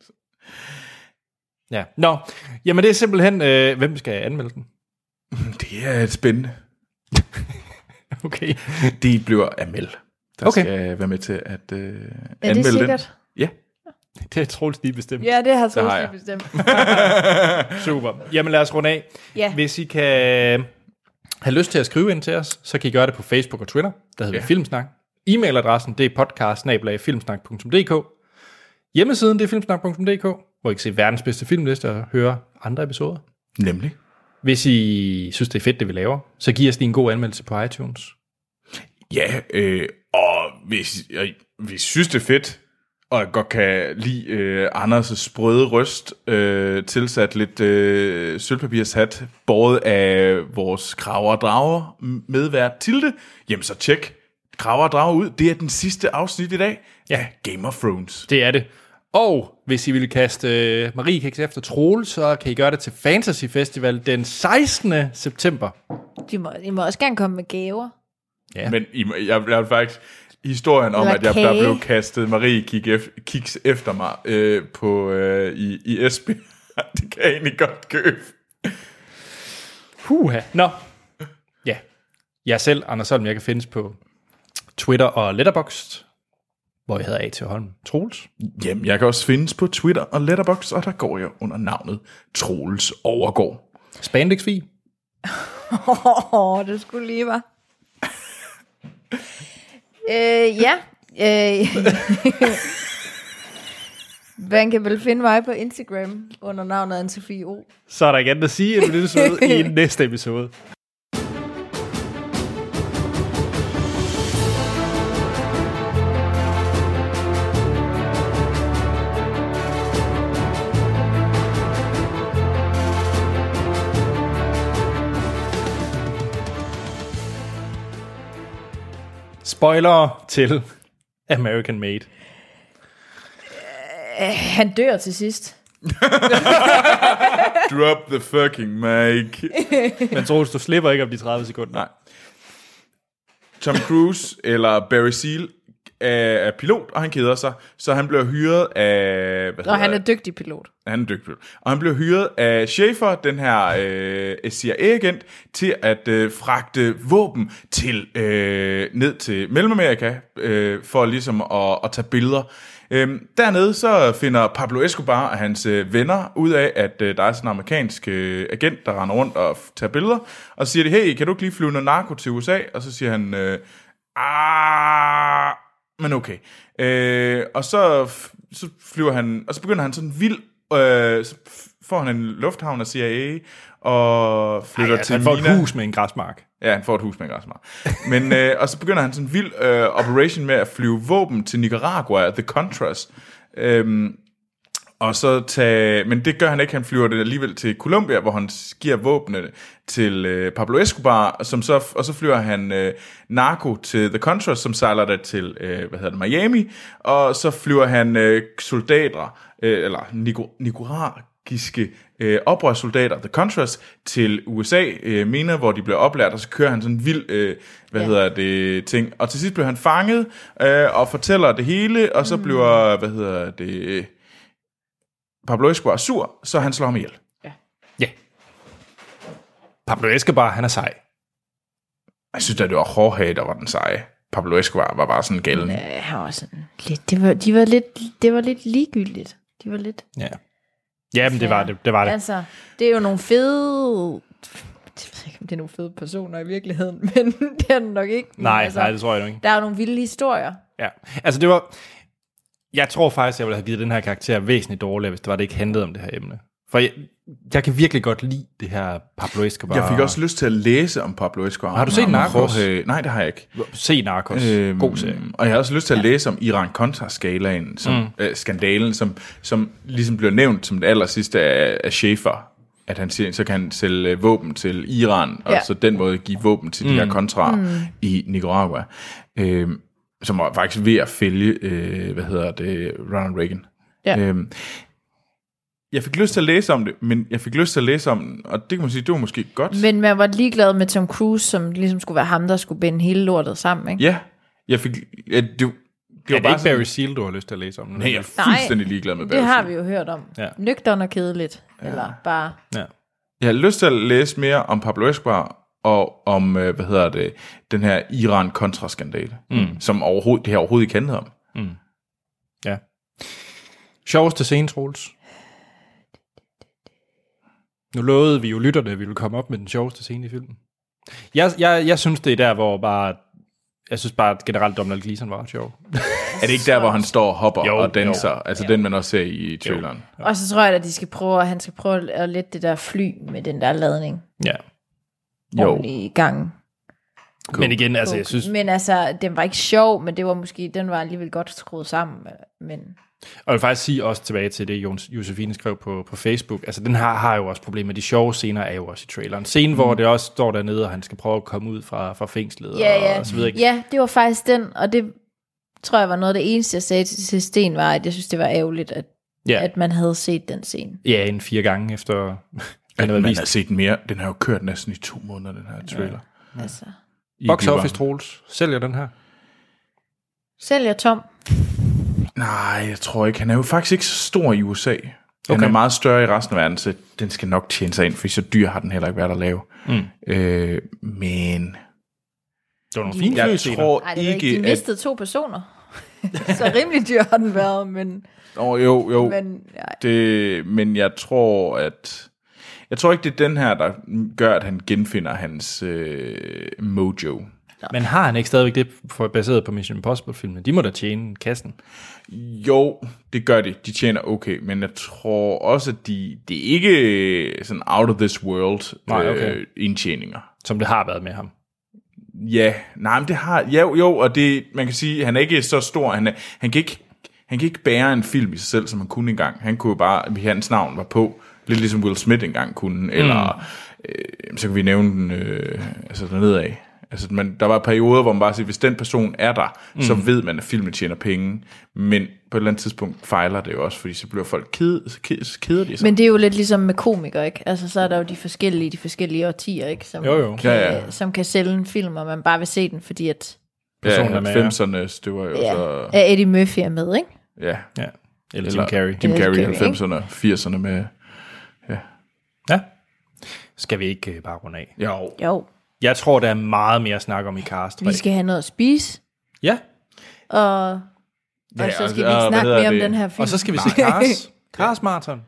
S1: Ja. Nå, jamen det er simpelthen, hvem skal anmelde den?
S2: Det er spændende.
S1: Okay.
S2: Det bliver Amel, der skal være med til at anmelde den.
S3: Sikkert?
S2: Ja.
S1: Det er Troels lige bestemt.
S3: Ja, det har Troels lige bestemt.
S1: Super. Jamen lad os runde af.
S3: Ja.
S1: Hvis I kan have lyst til at skrive ind til os, så kan I gøre det på Facebook og Twitter. Der hedder vi Filmsnak. E-mailadressen, det er podcast@filmsnak.dk. Hjemmesiden, det er filmsnak.dk, hvor I kan se verdens bedste filmliste og høre andre episoder.
S2: Nemlig.
S1: Hvis I synes, det er fedt, det vi laver, så giv os lige en god anmeldelse på iTunes.
S2: Ja, og hvis vi synes, det er fedt, og jeg godt kan lide Anders' sprøde røst, tilsat lidt sølvpapirshat, båret af vores Kraver og Drager medvært Tilde, jamen så tjek Kraver og Drager ud. Det er den sidste afsnit i dag af Game of Thrones.
S1: Det er det. Og hvis I vil kaste Marie Kiks efter Troels, så kan I gøre det til Fantasy Festival den 16. september.
S3: I må også gerne komme med gaver.
S2: Ja. Men jeg vil faktisk... Historien om, at der blev kastet Marie Kiks efter mig i Esbjerg, det kan jeg egentlig godt købe.
S1: Nå. Ja. Jeg selv, Anders Holm, jeg kan findes på Twitter og Letterboxd, hvor jeg hedder A.T. Holm Troels.
S2: Jamen, jeg kan også findes på Twitter og Letterboxd, og der går jeg under navnet Troels Overgaard.
S1: Spandex-Fie.
S3: Det skulle lige være. Man kan vel finde mig på Instagram under navnet Anne-Sophie O.
S1: Så er der ikke andet at sige, end det så i næste episode. Spoiler til American Made.
S3: Han dør til sidst.
S2: Drop the fucking mic.
S1: Men Troels, du slipper ikke om de 30 sekunder.
S2: Nej. Tom Cruise eller Barry Seal er pilot, og han keder sig, så han bliver hyret af...
S3: han er dygtig pilot.
S2: Han er dygtig pilot. Og han bliver hyret af Schaefer, den her CIA-agent, til at fragte våben til ned til Mellemamerika, for ligesom at tage billeder. Dernede så finder Pablo Escobar og hans venner ud af, at der er sådan en amerikansk agent, der render rundt og tager billeder, og så siger de, hey, kan du ikke lige flyve noget narko til USA? Og så siger han, men okay. Og så flyver han, og så begynder han sådan vild, så får han en lufthavn af CIA, og flytter til
S1: Mina. Han får et hus med en græsmark.
S2: Ja, han får et hus med en græsmark. Men, og så begynder han sådan en vild operation med at flyve våben til Nicaragua, The Contras. Og så men det gør han ikke. Han flyver det alligevel til Colombia, hvor han giver våbnene til Pablo Escobar, og så flyver han narko til The Contras, som sejler det til Miami, og så flyver han soldater, eller nicaragiske oprørssoldater, The Contras, til USA, hvor de bliver oplært, og så kører han sådan en vild, ting. Og til sidst bliver han fanget, og fortæller det hele, og så bliver, Pablo Escobar sur, så han slår ham ihjel.
S1: Ja. Pablo Escobar, han er sej.
S2: Jeg synes, at det var Jorge, der var den seje. Pablo Escobar var bare sådan gælden.
S3: Han var sådan lidt, det var lidt ligegyldigt. De var lidt...
S1: Ja, men det var det.
S3: Altså, det er jo nogle fede... Jeg ved ikke, om det er nogle fede personer i virkeligheden, men det er det nok ikke.
S1: Nej,
S3: altså,
S1: nej, det tror jeg nok ikke.
S3: Der er jo nogle vilde historier.
S1: Ja, altså det var... Jeg tror faktisk, jeg ville have givet den her karakter væsentligt dårligere, hvis det ikke handlede om det her emne. For jeg kan virkelig godt lide det her Pablo Escobar.
S2: Jeg fik også lyst til at læse om Pablo Escobar.
S1: Har du set Narcos?
S2: Nej, det har jeg ikke.
S1: Se Narcos. God serie.
S2: Og jeg har også lyst til at læse om Iran-Contra-skalaen, skandalen, som ligesom bliver nævnt som det aller sidste af Schaefer. At han siger, så kan han sælge våben til Iran, og så den måde give våben til de her kontraer i Nicaragua. Som var faktisk ved at fælge, Ronald Reagan.
S3: Ja.
S2: Jeg fik lyst til at læse om det, men jeg fik lyst til at læse om, og det kan man sige, det var måske godt.
S3: Men man var ligeglad med Tom Cruise, som ligesom skulle være ham, der skulle binde hele lortet sammen, ikke?
S2: Ja, jeg fik... det var bare
S1: ikke Barry Seal, du har lyst til at læse om?
S2: Nej, jeg er fuldstændig ligeglad med Barry
S3: det har
S2: Seal.
S3: vi jo hørt om. Ja. Nøgtern og kedeligt, eller bare...
S1: Ja.
S2: Jeg har lyst til at læse mere om Pablo Escobar, og om, den her Iran-Contra-skandale, som det her overhovedet ikke handlede om.
S1: Ja. Sjoveste scene, Troels? Nu lovede vi jo lytterne, at vi ville komme op med den sjoveste scene i filmen. Jeg synes, det er der, hvor bare... Jeg synes bare, at generelt Donald Gleeson var sjov.
S2: Er det ikke der, hvor han står og hopper og danser? Altså den, man også ser i traileren.
S3: Og så tror jeg, at han skal prøve at lette det der fly med den der ladning.
S1: Ja.
S3: I gang.
S1: Cool. Men igen, altså, jeg synes...
S3: Men altså, den var ikke sjov, men det var måske, den var alligevel godt skruet sammen. Men...
S1: Og jeg vil faktisk sige også tilbage til det, Josefine skrev på Facebook. Altså, den har jo også problemer. De sjove scener er jo også i traileren. Scenen, hvor det også står dernede, og han skal prøve at komme ud fra fængslet og så videre.
S3: Ja, det var faktisk den, og det tror jeg var noget af det eneste, jeg sagde til Sten, var, at jeg synes, det var ærgerligt, at man havde set den scene.
S1: Ja, 4 gange efter...
S2: At man har set den mere. Den har jo kørt næsten i 2 måneder, den her trailer.
S3: Ja. Altså.
S1: Box Office, Troels. Sælger den her?
S3: Sælger Tom?
S2: Nej, jeg tror ikke. Han er jo faktisk ikke så stor i USA. Han er meget større i resten af verden, så den skal nok tjene sig ind, for så dyr har den heller ikke været at lave. Men...
S1: Det var nogle fine
S2: jeg tror ikke,
S3: de mistede 2 personer. Så rimelig dyr har den været, men...
S2: Jo.
S3: Men,
S2: men jeg tror, at... Jeg tror ikke, det er den her, der gør, at han genfinder hans mojo.
S1: Men har han ikke stadigvæk det baseret på Mission Impossible-filmen? De må da tjene kassen.
S2: Jo, det gør de. De tjener okay, men jeg tror også, at det er ikke sådan out of this world indtjeninger.
S1: Som det har været med ham.
S2: Ja, nej, men det har... Jo, og det, man kan sige, han er ikke så stor. Han kan ikke bære en film i sig selv, som han kunne engang. Han kunne bare... Hans navn var på... Lidt ligesom Will Smith engang kunne, eller så kan vi nævne den dernede af. Altså, der var perioder, hvor man bare siger, hvis den person er der, så ved man, at filmen tjener penge. Men på et eller andet tidspunkt fejler det jo også, fordi så bliver folk keder de sig.
S3: Men det er jo lidt ligesom med komikere, ikke? Altså, så er der jo de forskellige årtier, ikke? Som kan sælge en film, og man bare vil se den, fordi at...
S2: Ja, 90'erne, det var jo så...
S3: Eddie Murphy er med, ikke?
S2: Ja.
S1: Eller Jim Carrey.
S2: Jim Carrey, 90'erne, 80'erne med...
S1: Ja. Skal vi ikke bare runde af?
S3: Jo.
S1: Jeg tror, der er meget mere at snakke om i Cars 3.
S3: Vi skal have noget at spise.
S1: Ja.
S3: Og så skal vi ikke snakke mere om den her film.
S1: Og så skal vi se Cars. Cars Marathon.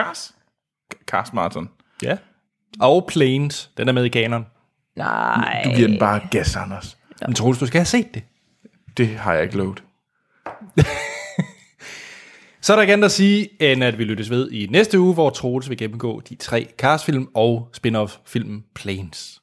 S2: Cars Marathon.
S1: Ja. Og Planes. Den er med i kanon.
S3: Nej.
S2: Du giver den bare gas, Anders.
S1: Men Troels, du skal have set det.
S2: Det har jeg ikke lovet.
S1: Så er der ikke andet at sige, end at vi lyttes ved i næste uge, hvor Troels vil gennemgå de 3 Cars-film og spin-off-filmen Planes.